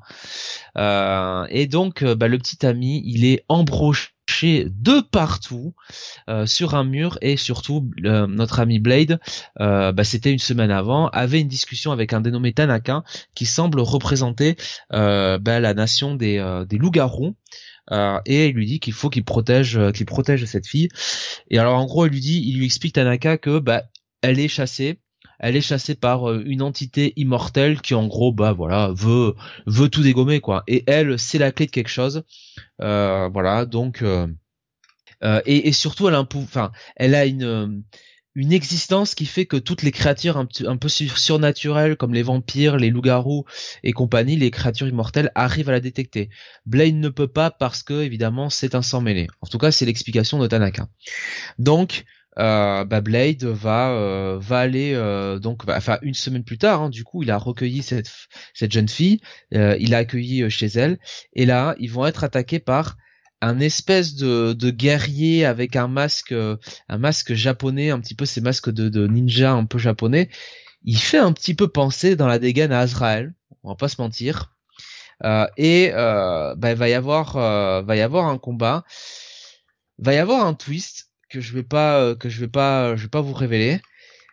Euh, et donc, bah le petit ami, il est embroché de partout euh, sur un mur et surtout euh, notre ami Blade euh, bah, c'était une semaine avant avait une discussion avec un dénommé Tanaka qui semble représenter euh, bah, la nation des, euh, des loups-garous euh, et il lui dit qu'il faut qu'il protège euh, qu'il protège cette fille et alors en gros il lui dit il lui explique Tanaka que bah elle est chassée elle est chassée par une entité immortelle qui en gros bah voilà veut veut tout dégommer quoi et elle c'est la clé de quelque chose euh, voilà donc euh, euh, et, et surtout elle a un enfin elle a une une existence qui fait que toutes les créatures un, un peu surnaturelles comme les vampires, les loups-garous et compagnie, les créatures immortelles arrivent à la détecter. Blade ne peut pas parce que évidemment c'est un sang mêlé. En tout cas c'est l'explication de Tanaka. Donc Euh, bah Blade va euh, va aller euh, donc bah, enfin une semaine plus tard hein, du coup il a recueilli cette cette jeune fille euh, il l'a accueillie chez elle et là ils vont être attaqués par un espèce de de guerrier avec un masque euh, un masque japonais un petit peu ces masques de de ninja un peu japonais. Il fait un petit peu penser dans la dégaine à Azrael, on va pas se mentir. Euh, et euh, bah il va y avoir euh, va y avoir un combat, va y avoir un twist que je vais pas euh, que je vais pas je vais pas vous révéler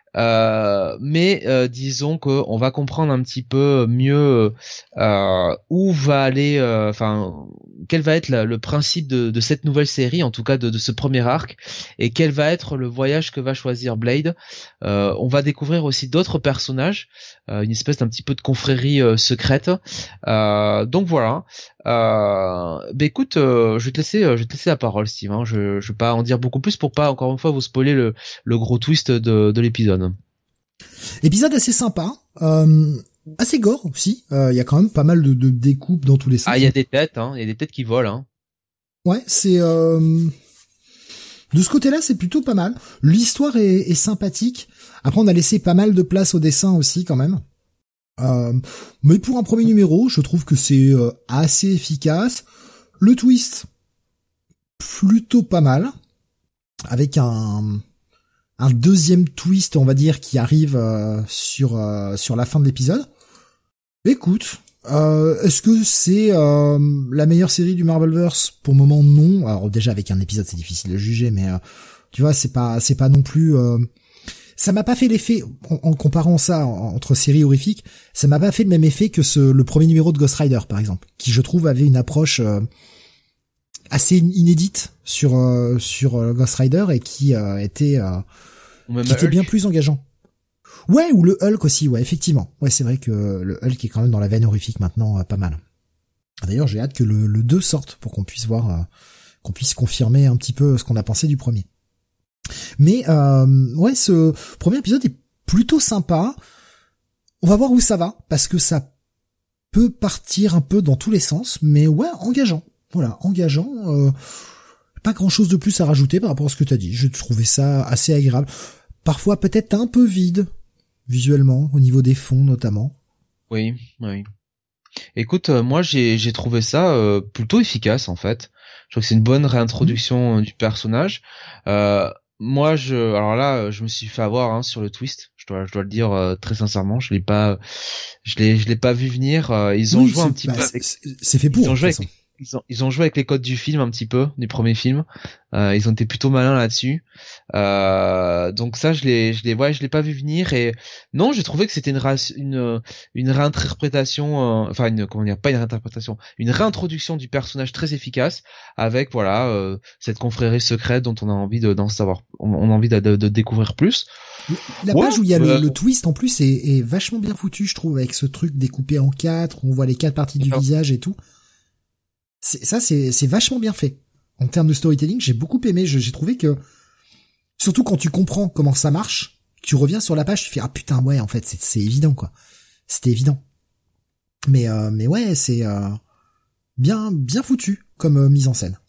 euh, mais euh, disons que on va comprendre un petit peu mieux euh, où va aller enfin euh, quel va être la, le principe de, de cette nouvelle série en tout cas de, de ce premier arc et quel va être le voyage que va choisir Blade. Euh, on va découvrir aussi d'autres personnages, euh, une espèce d'un petit peu de confrérie euh, secrète. Euh, donc voilà. Euh, bah écoute, euh, je vais te laisser, je vais te laisser la parole, Steve. Hein. Je, je vais pas en dire beaucoup plus pour pas encore une fois vous spoiler le, le gros twist de, de l'épisode. Épisode assez sympa, euh, assez gore aussi. Il euh, y a quand même pas mal de, de découpes dans tous les sens. Ah, il y a des têtes, hein. Il y a des têtes qui volent. Hein. Ouais, c'est euh... de ce côté-là, c'est plutôt pas mal. L'histoire est, est sympathique. Après, on a laissé pas mal de place au dessin aussi, quand même. Euh, mais pour un premier numéro, je trouve que c'est euh, assez efficace. Le twist, plutôt pas mal, avec un un deuxième twist, on va dire, qui arrive euh, sur euh, sur la fin de l'épisode. Écoute, euh, est-ce que c'est euh, la meilleure série du Marvelverse? Pour le moment, non. Alors déjà avec un épisode, c'est difficile de juger, mais euh, tu vois, c'est pas c'est pas non plus. Euh, ça m'a pas fait l'effet, en, en comparant ça en, entre séries horrifiques, ça m'a pas fait le même effet que ce le premier numéro de Ghost Rider, par exemple, qui je trouve avait une approche euh, assez inédite sur euh, sur euh, Ghost Rider et qui euh, était euh, qui était bien plus engageant. Ouais, ou le Hulk aussi, ouais, effectivement. Ouais, c'est vrai que le Hulk est quand même dans la veine horrifique maintenant, euh, pas mal. D'ailleurs, j'ai hâte que le, le deux sorte pour qu'on puisse voir, euh, qu'on puisse confirmer un petit peu ce qu'on a pensé du premier. Mais euh, ouais, ce premier épisode est plutôt sympa. On va voir où ça va, parce que ça peut partir un peu dans tous les sens, mais ouais, engageant. Voilà, engageant. Euh, pas grand-chose de plus à rajouter par rapport à ce que t'as dit. J'ai trouvé ça assez agréable. Parfois peut-être un peu vide, visuellement, au niveau des fonds notamment. Oui, oui. Écoute, euh, moi j'ai j'ai trouvé ça euh, plutôt efficace en fait. Je trouve que c'est une bonne réintroduction mmh. du personnage. Euh, moi je alors là je me suis fait avoir hein, sur le twist. Je dois je dois le dire euh, très sincèrement, je l'ai pas je l'ai je l'ai pas vu venir. Euh, ils ont oui, joué un petit bah, peu avec c'est fait pour. Ils ont joué avec Ils ont, ils ont joué avec les codes du film un petit peu, du premier film. Euh, ils ont été plutôt malins là-dessus. Euh, donc ça, je l'ai, je l'ai, ouais, je l'ai pas vu venir. Et non, j'ai trouvé que c'était une, une, une réinterprétation, euh, enfin une, comment dire, pas une réinterprétation, une réintroduction du personnage très efficace, avec voilà euh, cette confrérie secrète dont on a envie de, d'en savoir, on, on a envie de, de, de découvrir plus. La page ouais, où il y a euh, le, le twist en plus est, est vachement bien foutu, je trouve, avec ce truc découpé en quatre, où on voit les quatre parties du visage et tout. C'est, ça, c'est, c'est vachement bien fait. En termes de storytelling, j'ai beaucoup aimé. Je, j'ai trouvé que, surtout quand tu comprends comment ça marche, tu reviens sur la page, tu fais ah putain ouais, en fait, c'est, c'est évident quoi. C'était évident. Mais euh, mais ouais, c'est euh, bien bien foutu comme euh, mise en scène.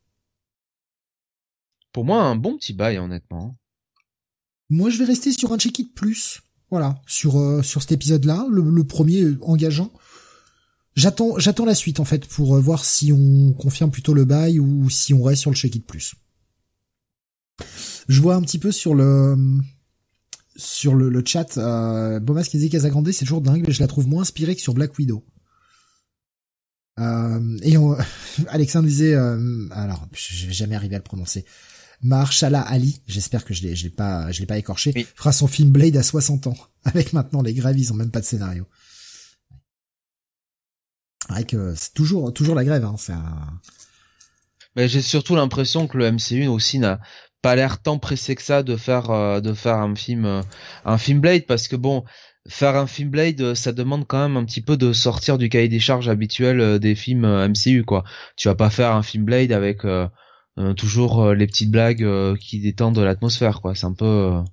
Pour moi, un bon petit bail, honnêtement. Moi, je vais rester sur un check-it plus. Voilà, sur euh, sur cet épisode-là, le, le premier euh, engageant. J'attends, j'attends la suite en fait pour voir si on confirme plutôt le bail ou si on reste sur le check-it plus. Je vois un petit peu sur le sur le, le chat, euh, Bomas qui dit Casagrande, c'est toujours dingue, mais je la trouve moins inspirée que sur Black Widow. Euh, et on, Alexandre disait, euh, alors je vais jamais arriver à le prononcer. Mahershala Ali, j'espère que je l'ai, je l'ai pas, je l'ai pas écorché, oui. Fera son film Blade à soixante ans. Avec maintenant les grèves, ils ont même pas de scénario. C'est vrai que c'est toujours toujours la grève, hein. C'est un... Mais j'ai surtout l'impression que le M C U aussi n'a pas l'air tant pressé que ça de faire euh, de faire un film euh, un film Blade, parce que bon, faire un film Blade, ça demande quand même un petit peu de sortir du cahier des charges habituel euh, des films euh, M C U quoi. Tu vas pas faire un film Blade avec euh, euh, toujours euh, les petites blagues euh, qui détendent l'atmosphère quoi. C'est un peu euh...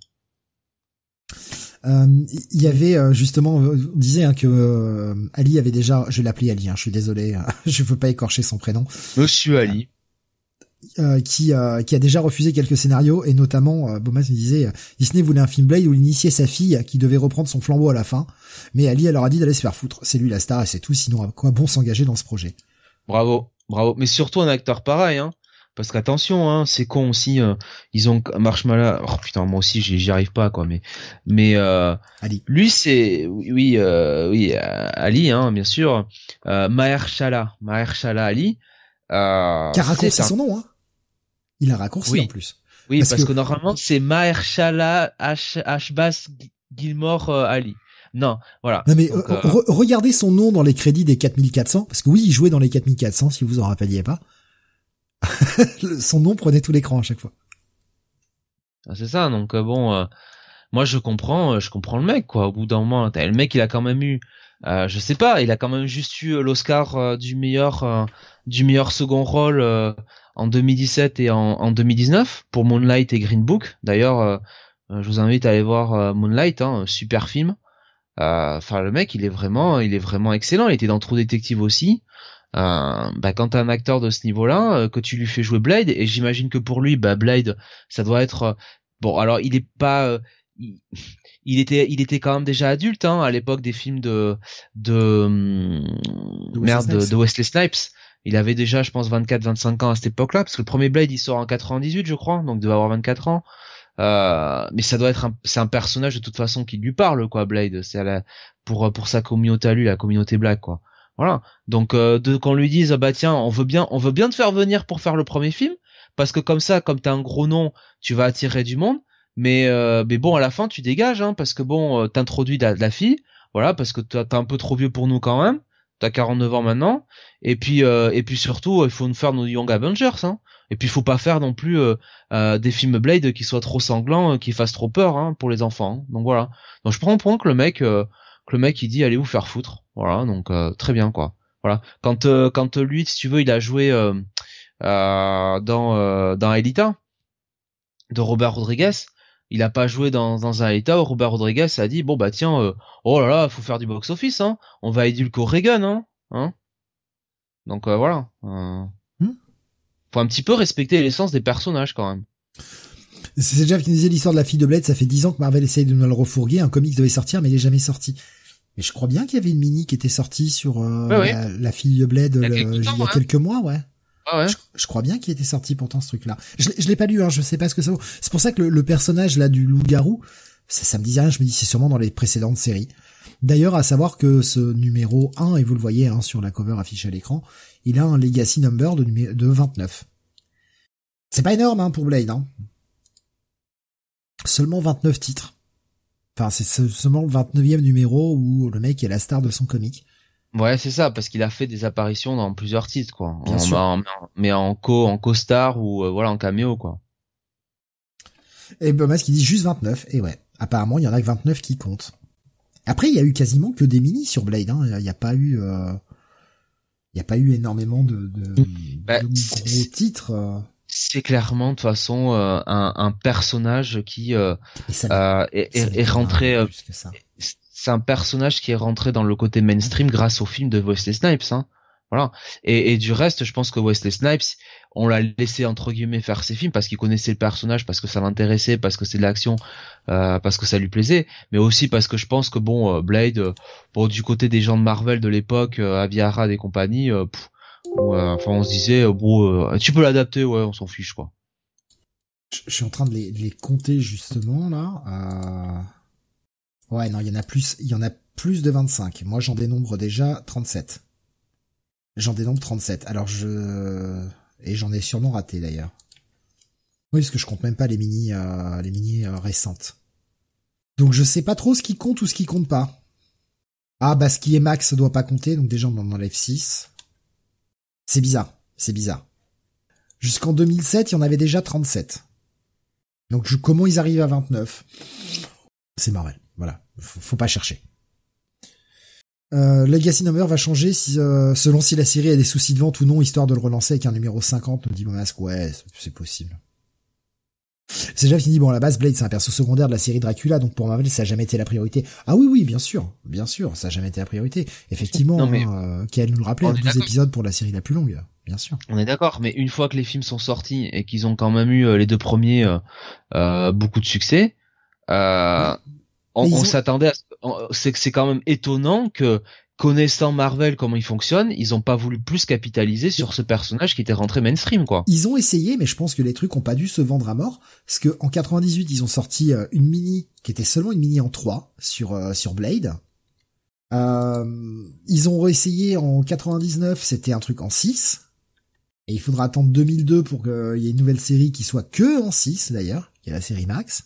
Il euh, y avait euh, justement, on disait hein, que euh, Ali avait déjà, je vais l'appeler Ali, hein, je suis désolé, hein, je veux pas écorcher son prénom. Monsieur Ali. Euh, qui euh, qui a déjà refusé quelques scénarios, et notamment euh, Bomas me disait euh, Disney voulait un film Blade où il initiait sa fille qui devait reprendre son flambeau à la fin, mais Ali elle leur a dit d'aller se faire foutre, c'est lui la star et c'est tout, sinon à quoi bon s'engager dans ce projet. Bravo, bravo, mais surtout un acteur pareil, hein. Parce qu'attention, hein, c'est con aussi. Euh, ils ont Marshmallow. Oh putain, moi aussi, j'y, j'y arrive pas, quoi. Mais, mais euh, Ali. Lui, c'est oui, euh, oui, euh, Ali, hein, bien sûr. Euh, Mahershala, Mahershala Ali. Euh, Qui a raccourci un... son nom, hein. Il a raccourci oui. en plus. Oui, parce, parce que... que normalement c'est Mahershala H. Ashbas Gilmore euh, Ali. Non, voilà. Non mais Donc, euh, euh... Re- regardez son nom dans les crédits des quatre mille quatre cents, parce que oui, il jouait dans les quatre mille quatre cents, si vous en rappeliez pas. Son nom prenait tout l'écran à chaque fois. Ah, c'est ça, donc euh, bon, euh, moi je comprends, euh, je comprends le mec quoi. Au bout d'un moment, le mec il a quand même eu, euh, je sais pas, il a quand même juste eu l'Oscar euh, du meilleur, euh, du meilleur second rôle euh, en deux mille dix-sept et en, en deux mille dix-neuf pour Moonlight et Green Book. D'ailleurs, euh, je vous invite à aller voir euh, Moonlight, hein, super film. Enfin, euh, le mec il est vraiment, il est vraiment excellent. Il était dans True Detective aussi. Euh, bah quand t'as un acteur de ce niveau-là, euh, que tu lui fais jouer Blade, et j'imagine que pour lui, bah Blade, ça doit être euh, bon. Alors il est pas, euh, il, il était, il était quand même déjà adulte hein, à l'époque des films de de, de merde de, de Wesley Snipes. Il avait déjà, je pense, vingt-quatre vingt-cinq ans à cette époque-là, parce que le premier Blade il sort en quatre-vingt-dix-huit, je crois, donc il doit avoir vingt-quatre ans. Euh, mais ça doit être un, c'est un personnage de toute façon qui lui parle quoi, Blade. C'est à la, pour pour sa communauté à lui, la communauté black quoi. Voilà. Donc euh, de qu'on lui dise ah bah tiens, on veut bien on veut bien te faire venir pour faire le premier film, parce que comme ça, comme t'as un gros nom, tu vas attirer du monde, mais euh, mais bon à la fin tu dégages hein, parce que bon euh, t'introduis de la, de la fille, voilà, parce que t'es un peu trop vieux pour nous quand même. T'as quarante-neuf ans maintenant. Et puis, euh, et puis surtout, il faut nous faire nos Young Avengers, hein. Et puis, il faut pas faire non plus euh, euh, des films Blade qui soient trop sanglants, euh, qui fassent trop peur, hein, pour les enfants. Hein. Donc voilà. Donc je prends au point que le mec, euh, que le mec, il dit allez vous faire foutre. Voilà. Donc euh, très bien quoi. Voilà. Quand, euh, quand lui, si tu veux, il a joué euh, euh, dans euh, dans Elita de Robert Rodriguez. Il a pas joué dans, dans un état où Robert Rodriguez a dit bon bah tiens euh, oh là là faut faire du box office hein on va édulcorer Reagan hein hein donc euh, voilà euh, hmm faut un petit peu respecter l'essence des personnages quand même. C'est Jeff qui nous disait l'histoire de la fille de Blade, ça fait dix ans que Marvel essaye de nous le refourguer, un comics devait sortir mais il est jamais sorti. Mais je crois bien qu'il y avait une mini qui était sortie sur euh, ouais, la, ouais. la fille de Blade il y a, le, quelques, temps, il y a hein. quelques mois ouais. Ah ouais. Je, je crois bien qu'il était sorti pourtant ce truc-là. Je, je l'ai pas lu, hein, je sais pas ce que ça vaut. C'est pour ça que le, le personnage là du loup-garou, ça, ça me disait rien. Je me dis c'est sûrement dans les précédentes séries. D'ailleurs, à savoir que ce numéro un, et vous le voyez hein, sur la cover affichée à l'écran, il a un legacy number de, numé- de vingt-neuf. C'est pas énorme hein, pour Blade. Hein. Seulement vingt-neuf titres. Enfin, c'est seulement le vingt-neuvième numéro où le mec est la star de son comic. Ouais, c'est ça, parce qu'il a fait des apparitions dans plusieurs titres, quoi. Bien en, sûr. En, mais en co, en co-star ou euh, voilà, en caméo, quoi. Et ben, moi, ce qui dit juste vingt-neuf. Et ouais, apparemment, il y en a que vingt-neuf qui comptent. Après, il y a eu quasiment que des minis sur Blade. Hein. Il n'y a pas eu, euh... il y a pas eu énormément de, de, bah, de gros titres. Euh... C'est clairement de toute façon euh, un, un personnage qui euh, ça, euh, est, est, est rentré. Euh, c'est un personnage qui est rentré dans le côté mainstream grâce au film de Wesley Snipes. Hein. Voilà. Et, et du reste, je pense que Wesley Snipes, on l'a laissé entre guillemets faire ses films parce qu'il connaissait le personnage, parce que ça l'intéressait, parce que c'est de l'action, euh, parce que ça lui plaisait, mais aussi parce que je pense que bon, euh, Blade, euh, bon du côté des gens de Marvel de l'époque, euh, Avi Arad et compagnie, euh, pff, ouais, enfin on se disait euh, bon, euh, tu peux l'adapter, ouais, on s'en fiche quoi. Je, je suis en train de les, de les compter justement là. Euh... Ouais, non, il y en a plus, il y en a plus de vingt-cinq. Moi, j'en dénombre déjà trente-sept. J'en dénombre trente-sept. Alors je et j'en ai sûrement raté d'ailleurs. Oui, parce que je compte même pas les mini euh, les mini euh, récentes. Donc je sais pas trop ce qui compte ou ce qui compte pas. Ah bah ce qui est max doit pas compter, donc déjà on en enlève six. C'est bizarre, c'est bizarre. Jusqu'en deux mille sept, il y en avait déjà trente-sept. Donc je, comment ils arrivent à vingt-neuf? C'est Marvel, voilà, faut, faut pas chercher. Euh, Legacy Number va changer si, euh, selon si la série a des soucis de vente ou non, histoire de le relancer avec un numéro cinquante, nous dit Momasque. Ouais, c'est possible. C'est Jeff qui dit, bon, à la base, Blade, c'est un perso secondaire de la série Dracula, donc pour Marvel, ça a jamais été la priorité. Ah oui, oui, bien sûr, bien sûr, ça a jamais été la priorité. Effectivement, non, mais hein, euh, qu'elle nous le rappelait, douze épisodes pour la série la plus longue, bien sûr. On est d'accord, mais une fois que les films sont sortis et qu'ils ont quand même eu euh, les deux premiers euh, euh, beaucoup de succès, euh, oui. on, on ont... s'attendait à... C'est que c'est quand même étonnant que, connaissant Marvel, comment ils fonctionnent, ils ont pas voulu plus capitaliser sur ce personnage qui était rentré mainstream, quoi. Ils ont essayé, mais je pense que les trucs ont pas dû se vendre à mort, parce que en quatre-vingt-dix-huit, ils ont sorti euh, une mini, qui était seulement une mini en trois, sur, euh, sur Blade. Euh, ils ont réessayé en quatre-vingt-dix-neuf, c'était un truc en six. Et il faudra attendre deux mille deux pour qu'il y ait une nouvelle série qui soit que en six, d'ailleurs, qui est la série Max.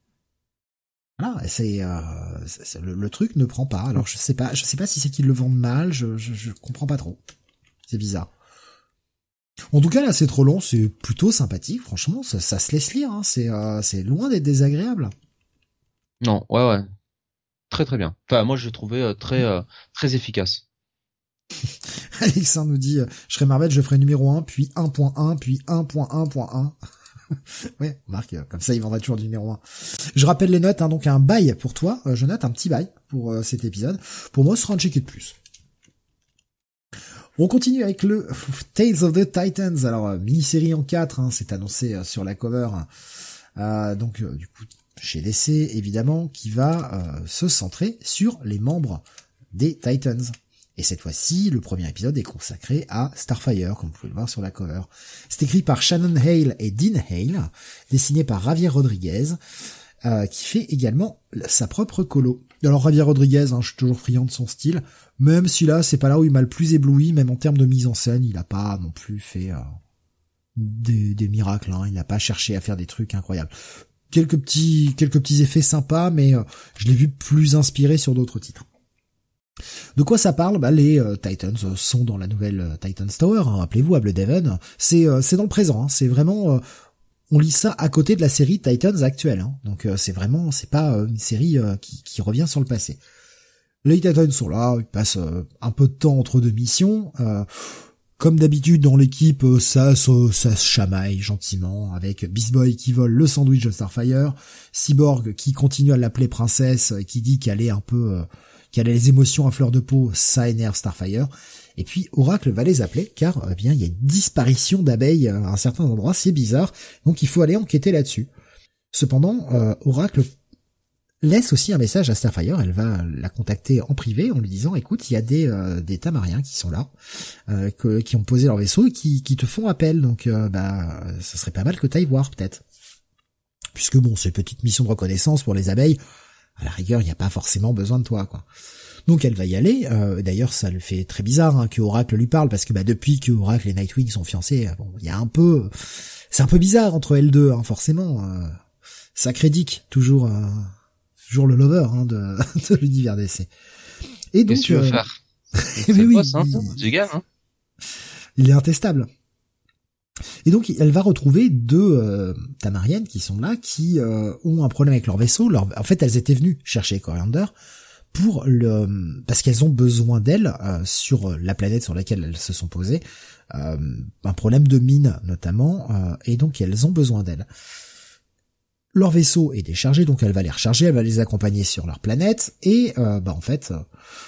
Voilà, c'est, euh, c'est le, le truc ne prend pas. Alors je sais pas, je sais pas si c'est qu'ils le vendent mal, je, je, je comprends pas trop. C'est bizarre. En tout cas là, c'est trop long, c'est plutôt sympathique, franchement, ça, ça se laisse lire. Hein. C'est, euh, c'est loin d'être désagréable. Non, ouais, ouais, très très bien. Enfin, moi je le trouvais euh, très euh, très efficace. Alexandre nous dit, euh, je serais Marvel, je ferai numéro un, puis un point un, puis un point un point un. Ouais, Marc, comme ça il vendra toujours du numéro un. Je rappelle les notes, hein, donc un bail pour toi, euh, je note un petit bail pour euh, cet épisode. Pour moi, ce sera un checké de plus. On continue avec le Tales of the Titans, alors euh, mini-série en quatre, hein, c'est annoncé euh, sur la cover, euh, donc euh, du coup chez D C évidemment, qui va euh, se centrer sur les membres des Titans. Et cette fois-ci, le premier épisode est consacré à Starfire, comme vous pouvez le voir sur la cover. C'est écrit par Shannon Hale et Dean Hale, dessiné par Javier Rodriguez, euh, qui fait également sa propre colo. Alors Javier Rodriguez, hein, je suis toujours friand de son style, même si là, c'est pas là où il m'a le plus ébloui, même en termes de mise en scène, il a pas non plus fait euh, des, des miracles, hein, il n'a pas cherché à faire des trucs incroyables. Quelques petits, quelques petits effets sympas, mais euh, je l'ai vu plus inspiré sur d'autres titres. De quoi ça parle? Bah les euh, Titans sont dans la nouvelle euh, Titans Tower, hein, rappelez-vous, à Bloodhaven. C'est euh, c'est dans le présent, hein, c'est vraiment... Euh, on lit ça à côté de la série Titans actuelle, hein, donc euh, c'est vraiment... C'est pas euh, une série euh, qui, qui revient sur le passé. Les Titans sont là, ils passent euh, un peu de temps entre deux missions. Euh, comme d'habitude dans l'équipe, euh, ça, ça, ça se chamaille gentiment, avec Beast Boy qui vole le sandwich de Starfire, Cyborg qui continue à l'appeler princesse, qui dit qu'elle est un peu... Euh, qu'elle a les émotions à fleur de peau, ça énerve Starfire. Et puis Oracle va les appeler, car eh bien il y a une disparition d'abeilles à un certain endroit, c'est bizarre, donc il faut aller enquêter là-dessus. Cependant, euh, Oracle laisse aussi un message à Starfire, elle va la contacter en privé en lui disant écoute, il y a des euh, des Tamariens qui sont là, euh, que, qui ont posé leur vaisseau et qui, qui te font appel, donc euh, bah ça serait pas mal que t'ailles voir peut-être. Puisque bon, c'est une petite mission de reconnaissance pour les abeilles, à la rigueur, il n'y a pas forcément besoin de toi, quoi. Donc elle va y aller, euh, d'ailleurs ça le fait très bizarre hein, que Oracle lui parle, parce que bah depuis que Oracle et Nightwing sont fiancés, bon, il y a un peu... C'est un peu bizarre entre elles deux, hein, forcément. Euh, sacré Dick, toujours... Euh, toujours le lover hein, de, de l'univers D C. Et donc, qu'est-ce que tu veux euh... faire? Mais oui, boss, hein, il... du gars, hein. Il est intestable. Et donc elle va retrouver deux euh, Tamariennes qui sont là, qui euh, ont un problème avec leur vaisseau. Leur... En fait, elles étaient venues chercher Koriand'r pour le, parce qu'elles ont besoin d'elles euh, sur la planète sur laquelle elles se sont posées. Euh, un problème de mine notamment, euh, et donc elles ont besoin d'elles. Leur vaisseau est déchargé, donc elle va les recharger, elle va les accompagner sur leur planète, et euh, bah en fait, euh,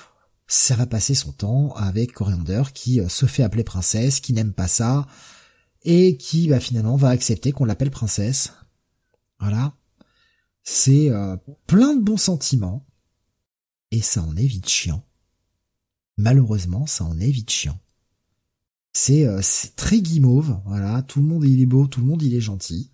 ça va passer son temps avec Koriand'r qui euh, se fait appeler princesse, qui n'aime pas ça, et qui bah finalement va accepter qu'on l'appelle princesse. Voilà. C'est euh, plein de bons sentiments, et ça en est vite chiant. Malheureusement, ça en est vite chiant. C'est euh, c'est très guimauve, voilà, tout le monde il est beau, tout le monde il est gentil.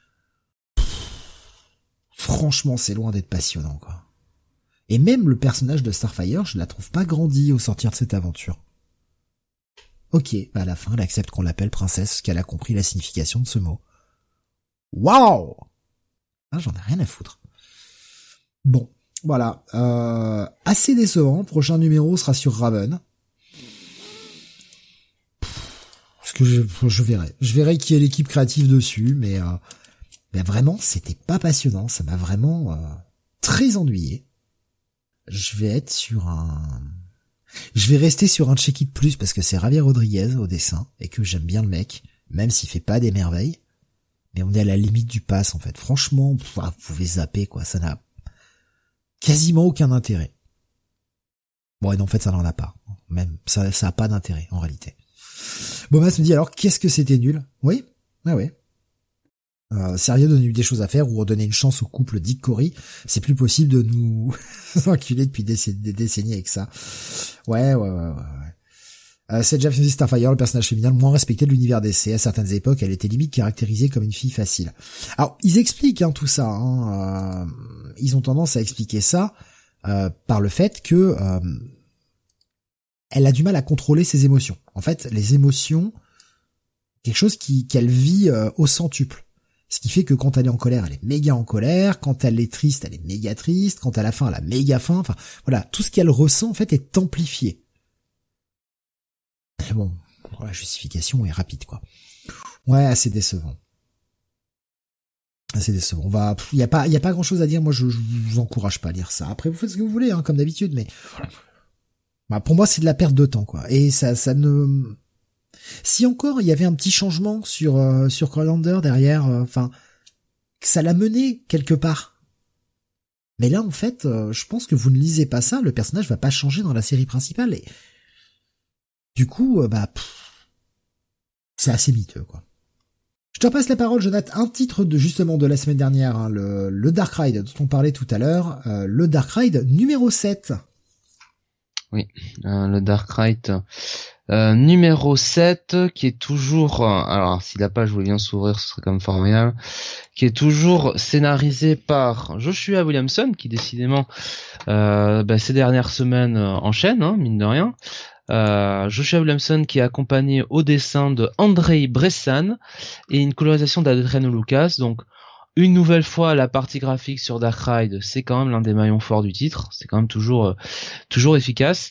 Franchement, c'est loin d'être passionnant, quoi. Et même le personnage de Starfire, je la trouve pas grandie au sortir de cette aventure. Ok, bah à la fin, elle accepte qu'on l'appelle princesse, parce qu'elle a compris la signification de ce mot. Waouh! Ah, j'en ai rien à foutre. Bon, voilà. Euh, assez décevant. Prochain numéro sera sur Raven. Parce que je, je verrai. Je verrai qui est l'équipe créative dessus, mais... Euh, Ben vraiment, c'était pas passionnant, ça m'a vraiment euh, très ennuyé. Je vais être sur un... Je vais rester sur un check-it plus parce que c'est Javier Rodriguez au dessin et que j'aime bien le mec, même s'il fait pas des merveilles. Mais on est à la limite du pass en fait. Franchement, vous pouvez zapper quoi, ça n'a quasiment aucun intérêt. Bon, et non, en fait, ça n'en a pas. Même, ça, ça a pas d'intérêt en réalité. Bomas me dit alors, qu'est-ce que c'était nul? Oui, ah oui. Euh, sérieux, donner des choses à faire ou redonner une chance au couple Dick Cory, c'est plus possible de nous enculer depuis des, des décennies avec ça. Ouais, ouais, ouais, ouais. ouais. Euh, c'est Jeff Starfire, le personnage féminin le moins respecté de l'univers D C. À certaines époques, elle était limite caractérisée comme une fille facile. Alors, ils expliquent hein, tout ça. Hein, euh, ils ont tendance à expliquer ça euh, par le fait que euh, elle a du mal à contrôler ses émotions. En fait, les émotions, quelque chose qui qu'elle vit euh, au centuple. Ce qui fait que quand elle est en colère, elle est méga en colère. Quand elle est triste, elle est méga triste. Quand elle a faim, elle a méga faim. Enfin, voilà, tout ce qu'elle ressent, en fait, est amplifié. Mais bon, la justification est rapide, quoi. Ouais, assez décevant. Assez décevant. On va, il y a pas, il y a pas grand chose à dire. Moi, je, je vous encourage pas à lire ça. Après, vous faites ce que vous voulez, hein, comme d'habitude, mais bah, pour moi, c'est de la perte de temps, quoi. Et ça, ça ne. Si encore il y avait un petit changement sur euh, sur Koriand'r derrière, enfin, euh, que ça l'a mené quelque part. Mais là, en fait, euh, je pense que vous ne lisez pas ça, le personnage va pas changer dans la série principale. Et du coup, euh, bah, pff, c'est assez miteux, quoi. Je te repasse la parole, Jonathan. Un titre de justement de la semaine dernière, hein, le, le Dark Ride dont on parlait tout à l'heure, euh, le Dark Ride numéro sept. Oui, euh, le Dark Ride euh, numéro sept, qui est toujours, euh, alors si la page voulait bien s'ouvrir, ce serait quand même formidable, qui est toujours scénarisé par Joshua Williamson, qui décidément euh, bah, ces dernières semaines euh, enchaîne, hein, mine de rien. Euh, Joshua Williamson qui est accompagné au dessin de Andrei Bressan et une colorisation d'Adriano Lucas, donc une nouvelle fois, la partie graphique sur Darkrai, c'est quand même l'un des maillons forts du titre. C'est quand même toujours, euh, toujours efficace.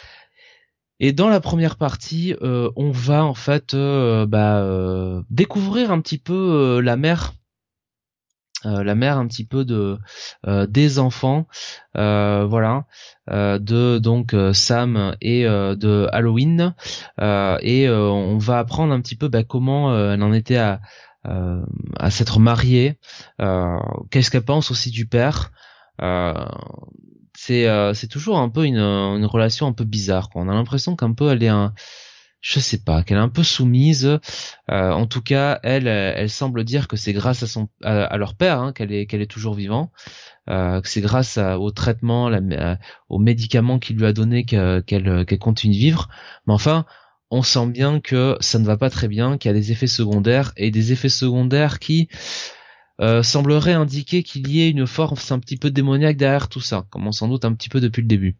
Et dans la première partie, euh, on va en fait euh, bah, euh, découvrir un petit peu euh, la mère, euh, la mère un petit peu de euh, des enfants, euh, voilà, euh, de donc euh, Sam et euh, de Halloween, euh, et euh, on va apprendre un petit peu bah, comment euh, elle en était à euh, à s'être mariée, euh, qu'est-ce qu'elle pense aussi du père. Euh, c'est euh, c'est toujours un peu une une relation un peu bizarre, quoi. On a l'impression qu'un peu elle est un je sais pas, qu'elle est un peu soumise. Euh, en tout cas, elle elle, elle semble dire que c'est grâce à son à, à leur père hein, qu'elle est qu'elle est toujours vivant, euh, que c'est grâce à, au traitement, la, à, aux médicaments qu'il lui a donné qu'elle qu'elle qu'elle continue de vivre. Mais enfin, on sent bien que ça ne va pas très bien, qu'il y a des effets secondaires et des effets secondaires qui Euh, semblerait indiquer qu'il y ait une force un petit peu démoniaque derrière tout ça, comme on s'en doute un petit peu depuis le début.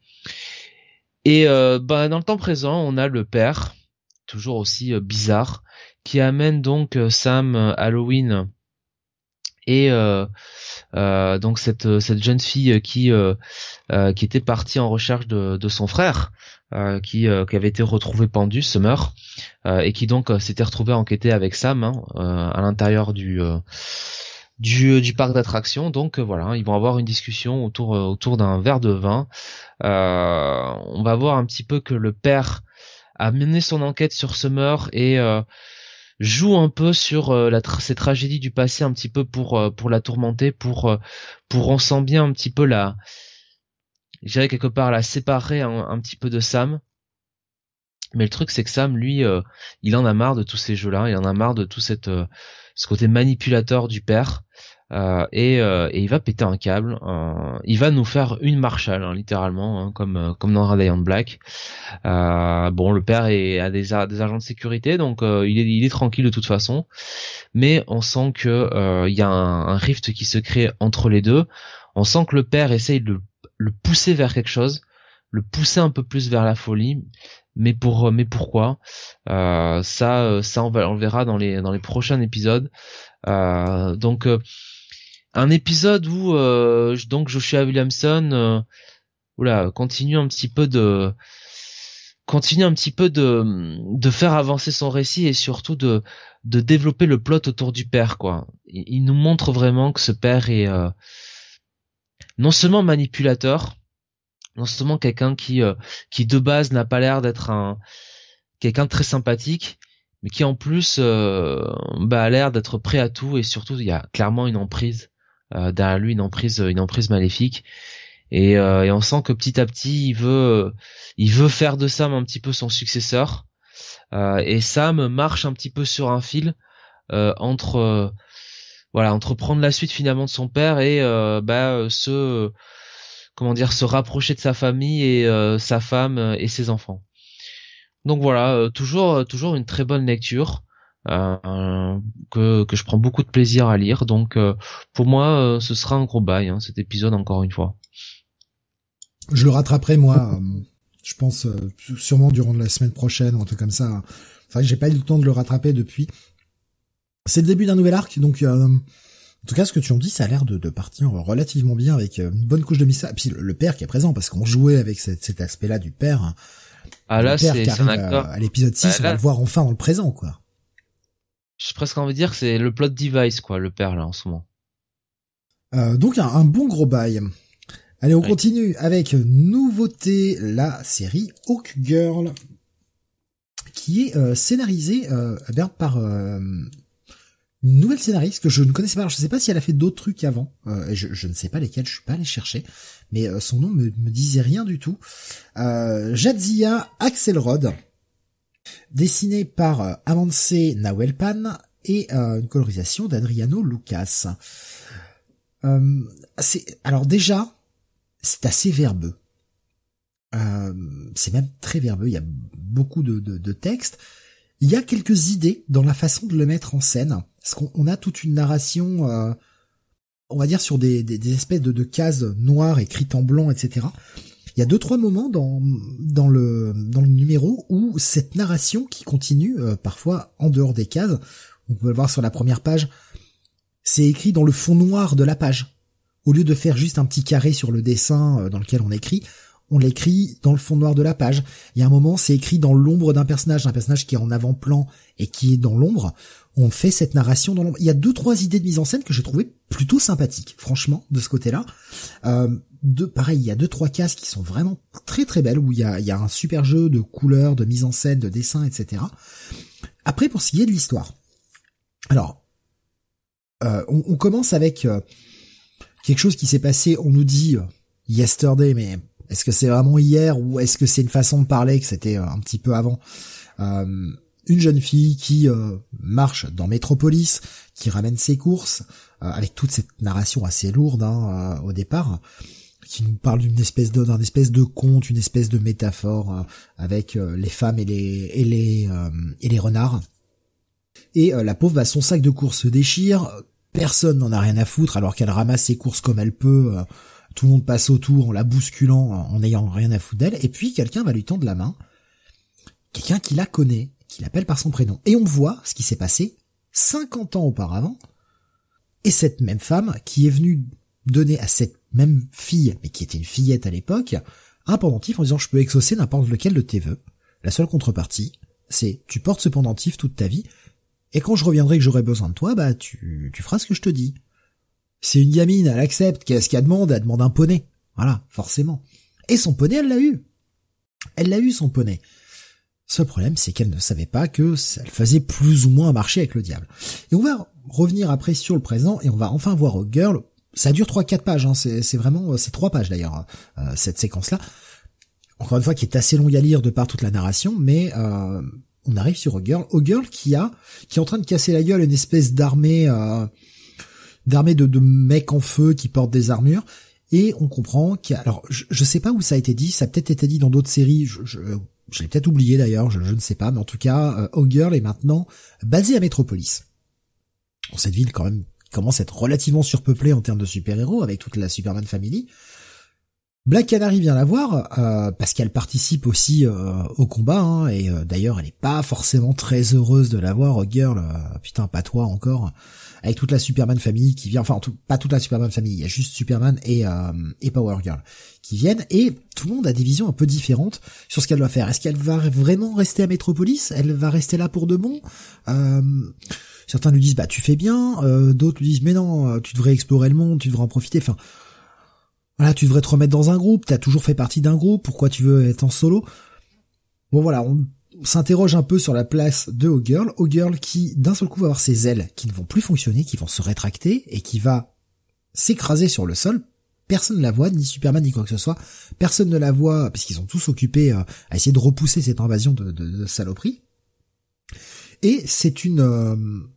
Et euh, bah, dans le temps présent, on a le père, toujours aussi euh, bizarre, qui amène donc euh, Sam, euh, Halloween et euh, euh, donc cette cette jeune fille qui euh, euh, qui était partie en recherche de, de son frère, euh, qui euh, qui avait été retrouvé pendu, Summer, euh, et qui donc euh, s'était retrouvé à enquêter avec Sam hein, euh, à l'intérieur du euh, du du parc d'attractions. Donc euh, voilà, ils vont avoir une discussion autour euh, autour d'un verre de vin. Euh, on va voir un petit peu que le père a mené son enquête sur Summer et euh, joue un peu sur euh, la tra- ces tragédies du passé un petit peu pour euh, pour la tourmenter, pour euh, pour on sent bien un petit peu la, je dirais quelque part la séparer un, un petit peu de Sam. Mais le truc c'est que Sam lui euh, il en a marre de tous ces jeux-là, il en a marre de tout cette euh, ce côté manipulateur du père. Euh, et, euh, et il va péter un câble. Euh, il va nous faire une Marshall, hein, littéralement, hein, comme euh, comme dans Radiant Black. Euh, bon, le père est, a des, des agents de sécurité, donc euh, il est il est tranquille de toute façon. Mais on sent que euh, il y a un, un rift qui se crée entre les deux. On sent que le père essaye de le, le pousser vers quelque chose, le pousser un peu plus vers la folie. Mais pour mais pourquoi euh, Ça ça on, va, on le verra dans les dans les prochains épisodes. Euh, donc euh, un épisode où euh, donc Joshua Williamson euh, oula, continue un petit peu de continue un petit peu de de faire avancer son récit et surtout de de développer le plot autour du père, quoi. Il, il nous montre vraiment que ce père est euh, non seulement manipulateur, non seulement quelqu'un qui euh, qui de base n'a pas l'air d'être un quelqu'un de très sympathique, mais qui en plus euh, bah, a l'air d'être prêt à tout et surtout il y a clairement une emprise euh, derrière lui, une emprise une emprise maléfique. Et, euh, et on sent que petit à petit il veut il veut faire de Sam un petit peu son successeur, euh, et Sam marche un petit peu sur un fil euh, entre euh, voilà entre prendre la suite finalement de son père et euh, bah se comment dire se rapprocher de sa famille et euh, sa femme et ses enfants. Donc voilà, euh, toujours toujours une très bonne lecture euh, que que je prends beaucoup de plaisir à lire. Donc euh, pour moi euh, ce sera un gros bail hein, cet épisode encore une fois. Je le rattraperai moi, euh, je pense euh, sûrement durant la semaine prochaine ou un truc comme ça. Enfin, j'ai pas eu le temps de le rattraper depuis. C'est le début d'un nouvel arc, donc euh, en tout cas ce que tu en dis, ça a l'air de, de partir relativement bien avec une bonne couche de mystère. Et puis le, le père qui est présent, parce qu'on jouait avec cet, cet aspect-là du père. Ah là, le père c'est qui arrive un acteur. À, à l'épisode six, bah, on là, va le voir enfin dans le présent, quoi. J'ai presque envie de dire que c'est le plot device, quoi, le père là en ce moment. Euh, donc un, un bon gros bail. Allez, on oui. continue avec nouveauté, la série Hawk Girl, qui est euh, scénarisée euh, par euh, une nouvelle scénariste que je ne connaissais pas. Alors, je ne sais pas si elle a fait d'autres trucs avant. Euh, je, je ne sais pas lesquels, je suis pas allé chercher, mais euh, son nom me, me disait rien du tout. Euh, Jadzia Axelrod, dessinée par euh, Amance Nawelpan et euh, une colorisation d'Adriano Lucas. Euh, c'est alors déjà. C'est assez verbeux. Euh, c'est même très verbeux. Il y a beaucoup de, de, de textes. Il y a quelques idées dans la façon de le mettre en scène. Parce qu'on on a toute une narration, euh, on va dire sur des, des, des espèces de, de cases noires écrites en blanc, et cetera. Il y a deux trois moments dans dans le dans le numéro où cette narration qui continue euh, parfois en dehors des cases. On peut le voir sur la première page. c'est écrit dans le fond noir de la page. Au lieu de faire juste un petit carré sur le dessin dans lequel on écrit, on l'écrit dans le fond noir de la page. Il y a un moment, c'est écrit dans l'ombre d'un personnage, un personnage qui est en avant-plan et qui est dans l'ombre. On fait cette narration dans l'ombre. Il y a deux, trois idées de mise en scène que j'ai trouvées plutôt sympathiques, franchement, de ce côté-là. Euh, de, pareil, il y a deux, trois cases qui sont vraiment très très belles, où il y a, il y a un super jeu de couleurs, de mise en scène, de dessin, et cetera. Après, pour ce qui est de l'histoire. Alors, euh, on, on commence avec euh, quelque chose qui s'est passé, on nous dit euh, yesterday, mais est-ce que c'est vraiment hier ou est-ce que c'est une façon de parler que c'était euh, un petit peu avant? euh, Une jeune fille qui euh, marche dans Métropolis, qui ramène ses courses, euh, avec toute cette narration assez lourde hein, euh, au départ, qui nous parle d'une espèce de d'un espèce de conte, une espèce de métaphore euh, avec euh, les femmes et les et les euh, et les renards. Et euh, la pauvre, bah, son sac de courses se déchire, personne n'en a rien à foutre alors qu'elle ramasse ses courses comme elle peut. Euh, tout le monde passe autour en la bousculant, en n'ayant rien à foutre d'elle. Et puis quelqu'un va lui tendre la main, quelqu'un qui la connaît, qui l'appelle par son prénom. Et on voit ce qui s'est passé cinquante ans auparavant. Et cette même femme qui est venue donner à cette même fille, mais qui était une fillette à l'époque, un pendentif en disant je peux exaucer n'importe lequel de tes vœux. La seule contrepartie, c'est tu portes ce pendentif toute ta vie, et quand je reviendrai et que j'aurai besoin de toi, bah tu, tu feras ce que je te dis. C'est une gamine, elle accepte, qu'est-ce qu'elle demande? Elle demande un poney. Voilà, forcément. Et son poney, elle l'a eu. Elle l'a eu, son poney. Seul problème, c'est qu'elle ne savait pas que ça le faisait plus ou moins marcher avec le diable. Et on va revenir après sur le présent, et on va enfin voir au Girl. Ça dure trois quatre pages, hein. c'est, c'est vraiment, c'est trois pages d'ailleurs, euh, cette séquence-là. Encore une fois, qui est assez longue à lire de par toute la narration, mais euh, on arrive sur au Girl. Au Girl qui a, qui est en train de casser la gueule à une espèce d'armée, euh, d'armée de, de mecs en feu qui portent des armures. Et on comprend qu'il y a, alors je, je sais pas où ça a été dit, ça a peut-être été dit dans d'autres séries, je, je, je l'ai peut-être oublié d'ailleurs, je, je ne sais pas, mais en tout cas, euh, O'Girl est maintenant basé à Metropolis. Bon, cette ville quand même commence à être relativement surpeuplée en termes de super-héros avec toute la Superman Family. Black Canary vient la voir euh, parce qu'elle participe aussi euh, au combat, hein, et euh, d'ailleurs elle est pas forcément très heureuse de la voir, O'Girl, euh, putain pas toi encore, avec toute la Superman Family qui vient, enfin en tout, pas toute la Superman Family, il y a juste Superman et, euh, et Power Girl qui viennent, et tout le monde a des visions un peu différentes sur ce qu'elle doit faire. Est-ce qu'elle va vraiment rester à Metropolis? Elle va rester là pour de bon? euh, Certains lui disent bah tu fais bien, euh, d'autres lui disent mais non, tu devrais explorer le monde, tu devrais en profiter, enfin voilà, tu devrais te remettre dans un groupe, t'as toujours fait partie d'un groupe, pourquoi tu veux être en solo? Bon voilà, on s'interroge un peu sur la place de O'Girl, O'Girl qui d'un seul coup va avoir ses ailes qui ne vont plus fonctionner, qui vont se rétracter et qui va s'écraser sur le sol. Personne ne la voit, ni Superman ni quoi que ce soit, personne ne la voit parce qu'ils sont tous occupés à essayer de repousser cette invasion de, de, de saloperies. Et c'est une... Euh,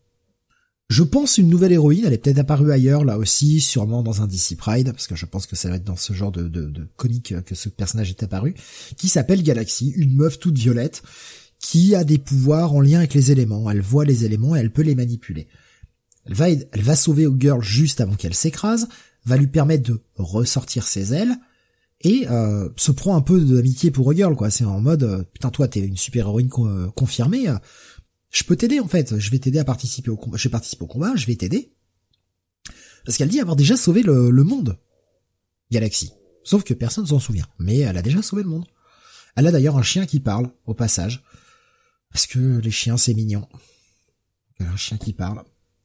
je pense une nouvelle héroïne, elle est peut-être apparue ailleurs, là aussi, sûrement dans un D C Pride, parce que je pense que ça va être dans ce genre de, de, de comique que ce personnage est apparu, qui s'appelle Galaxy, une meuf toute violette, qui a des pouvoirs en lien avec les éléments. Elle voit les éléments et elle peut les manipuler. Elle va, elle va sauver O'Girl juste avant qu'elle s'écrase, va lui permettre de ressortir ses ailes, et euh, se prend un peu d'amitié pour O'Girl, quoi. C'est en mode, euh, putain toi t'es une super héroïne con- confirmée, euh, je peux t'aider en fait, je vais t'aider à participer au combat, je vais participer au combat, je vais t'aider. Parce qu'elle dit avoir déjà sauvé le, le monde, Galaxy. Sauf que personne s'en souvient, mais elle a déjà sauvé le monde. Elle a d'ailleurs un chien qui parle, au passage. Parce que les chiens c'est mignon. Elle a un chien qui parle.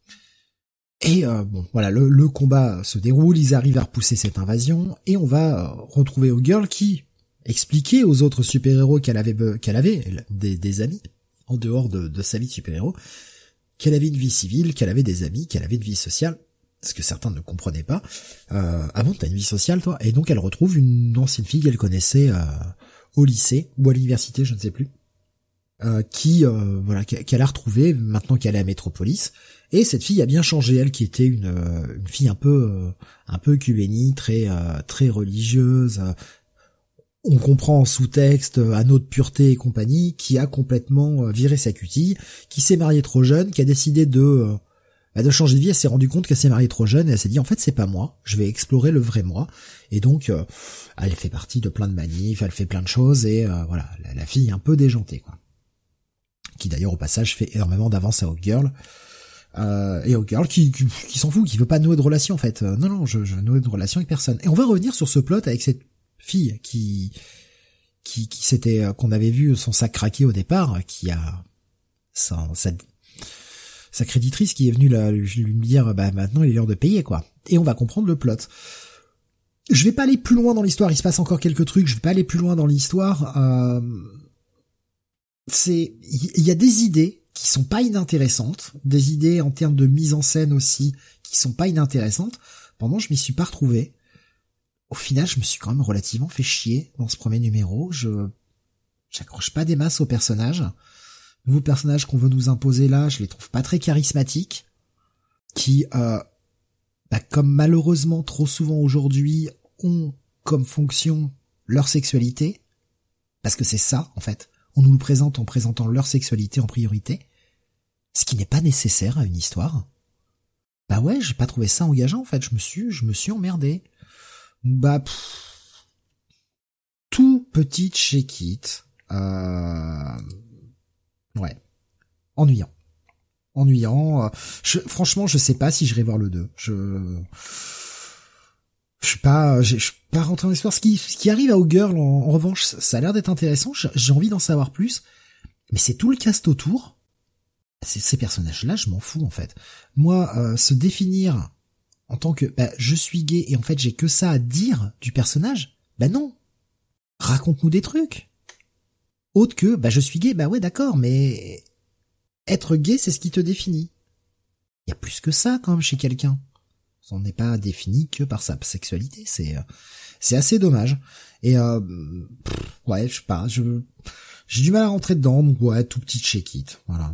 Et euh, bon, voilà, le, le combat se déroule, ils arrivent à repousser cette invasion, et on va euh, retrouver O'Girl qui expliquait aux autres super-héros qu'elle avait, qu'elle avait des, des amis, en dehors de, de sa vie de super-héros, qu'elle avait une vie civile, qu'elle avait des amis, qu'elle avait une vie sociale, ce que certains ne comprenaient pas. Euh, ah bon, t'as une vie sociale, toi? Et donc elle retrouve une ancienne fille qu'elle connaissait euh, au lycée, ou à l'université, je ne sais plus, euh, qui, euh, voilà, qu'elle a retrouvée maintenant qu'elle est à Metropolis. Et cette fille a bien changé, elle qui était une, une fille un peu, euh, un peu cuvénie, très, euh, très religieuse. Euh, On comprend en sous-texte à notre pureté et compagnie, qui a complètement viré sa cutille, qui s'est mariée trop jeune, qui a décidé de bah de changer de vie. Elle s'est rendue compte qu'elle s'est mariée trop jeune et elle s'est dit en fait c'est pas moi, je vais explorer le vrai moi. Et donc euh, elle fait partie de plein de manifs, elle fait plein de choses et euh, voilà, la, la fille un peu déjantée quoi. Qui d'ailleurs au passage fait énormément d'avance à O'Girl. Euh, et Hawkgirl qui, qui, qui s'en fout, qui veut pas nouer de relation en fait. Euh, non, non, je, je nouer de relation avec personne. Et on va revenir sur ce plot avec cette fille qui, qui, qui s'était, qu'on avait vu son sac craquer au départ, qui a sa, sa, sa créditrice qui est venue la, lui dire, bah maintenant il est l'heure de payer quoi. Et on va comprendre le plot. Je vais pas aller plus loin dans l'histoire. Il se passe encore quelques trucs. Je vais pas aller plus loin dans l'histoire. Euh, c'est, il y a des idées qui sont pas inintéressantes, des idées en termes de mise en scène aussi qui sont pas inintéressantes. Pendant je m'y suis pas retrouvé. Au final, je me suis quand même relativement fait chier dans ce premier numéro. Je j'accroche pas des masses aux personnages. Les nouveaux personnages qu'on veut nous imposer là, je les trouve pas très charismatiques. Qui, euh, bah, comme malheureusement trop souvent aujourd'hui, ont comme fonction leur sexualité. Parce que c'est ça, en fait. On nous le présente en présentant leur sexualité en priorité, ce qui n'est pas nécessaire à une histoire. Bah ouais, j'ai pas trouvé ça engageant en fait, je me suis, je me suis emmerdé. Bah, pff, tout petit check-it, euh, ouais, ennuyant, ennuyant. Je, franchement, je sais pas si j'irai voir le deux. Je, je suis pas, je suis pas rentré dans l'histoire. Ce qui, ce qui arrive à Hawkgirl, en, en revanche, ça a l'air d'être intéressant. J'ai envie d'en savoir plus, mais c'est tout le cast autour. C'est, ces personnages-là, je m'en fous en fait. Moi, euh, se définir en tant que, bah, je suis gay et en fait j'ai que ça à dire du personnage. Bah non. Raconte-nous des trucs. Autre que, bah je suis gay, bah ouais d'accord, mais être gay, c'est ce qui te définit. Il y a plus que ça quand même chez quelqu'un. On n'est pas défini que par sa sexualité, c'est c'est assez dommage. Et euh, pff, ouais, je sais pas, je j'ai du mal à rentrer dedans, donc ouais, tout petit check-it, voilà.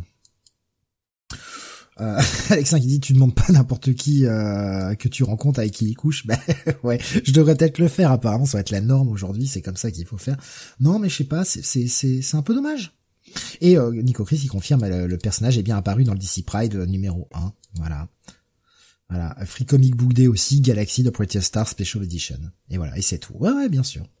Euh, Alexin qui dit tu demandes pas n'importe qui euh, que tu rencontres avec qui il couche, bah ouais, je devrais peut-être le faire apparemment, ça va être la norme aujourd'hui, c'est comme ça qu'il faut faire. Non mais je sais pas, c'est c'est c'est c'est un peu dommage. Et euh, Nico Chris il confirme le, le personnage est bien apparu dans le D C Pride numéro un, voilà. Voilà, Free Comic Book Day aussi, Galaxy The Prettiest Star Special Edition. Et voilà, et c'est tout. Ouais, ouais, bien sûr.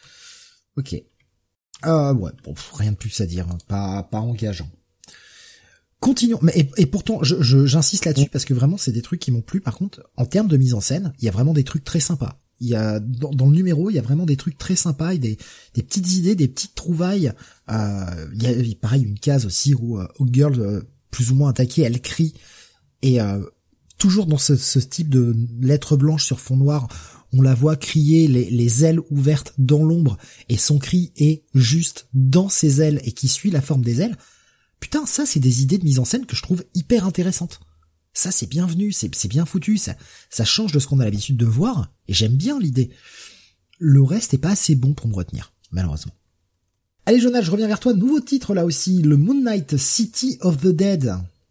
Ok. Euh, ouais, bon, rien de plus à dire, hein. pas, pas engageant. Continuons. Mais et, et pourtant, je, je, j'insiste là-dessus parce que vraiment, c'est des trucs qui m'ont plu. Par contre, en termes de mise en scène, il y a vraiment des trucs très sympas. Il y a dans, dans le numéro, il y a vraiment des trucs très sympas et des, des petites idées, des petites trouvailles. Euh, il y a pareil une case aussi où euh, Hawkgirl, euh, plus ou moins attaquée, elle crie et euh, toujours dans ce, ce type de lettres blanches sur fond noir, on la voit crier les, les ailes ouvertes dans l'ombre et son cri est juste dans ses ailes et qui suit la forme des ailes. Putain, ça c'est des idées de mise en scène que je trouve hyper intéressantes. Ça c'est bienvenu, c'est, c'est bien foutu, ça, ça change de ce qu'on a l'habitude de voir et j'aime bien l'idée. Le reste est pas assez bon pour me retenir, malheureusement. Allez Jonas, je reviens vers toi, nouveau titre là aussi, le Moon Knight City of the Dead.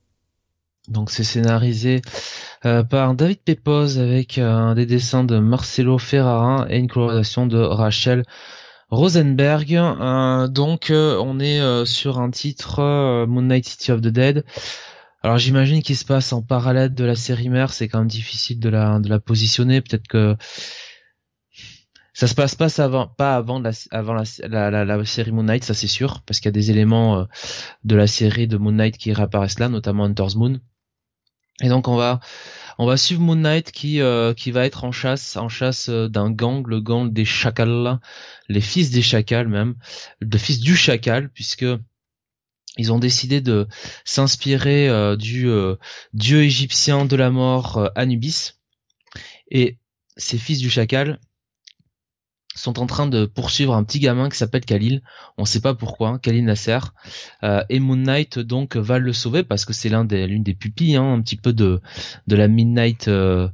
Donc c'est scénarisé euh, par David Pepose avec euh, des dessins de Marcelo Ferrara et une colorisation de Rachel Rosenberg. Euh, donc euh, on est euh, sur un titre euh, Moon Knight City of the Dead. Alors j'imagine qu'il se passe en parallèle de la série mère, c'est quand même difficile de la de la positionner. Peut-être que ça se passe pas avant, pas avant la avant la la, la, la série Moon Knight, ça c'est sûr, parce qu'il y a des éléments euh, de la série de Moon Knight qui réapparaissent là, notamment Hunter's Moon. Et donc on va on va suivre Moon Knight qui euh, qui va être en chasse en chasse d'un gang, le gang des chacals, les fils des chacals même, le fils du chacal, puisque ils ont décidé de s'inspirer euh, du euh, dieu égyptien de la mort euh, Anubis, et ces fils du chacal sont en train de poursuivre un petit gamin qui s'appelle Khalil. On sait pas pourquoi, Khalil Nasser. Euh, et Moon Knight donc va le sauver parce que c'est l'un des l'une des pupilles, hein, un petit peu de de la Midnight euh,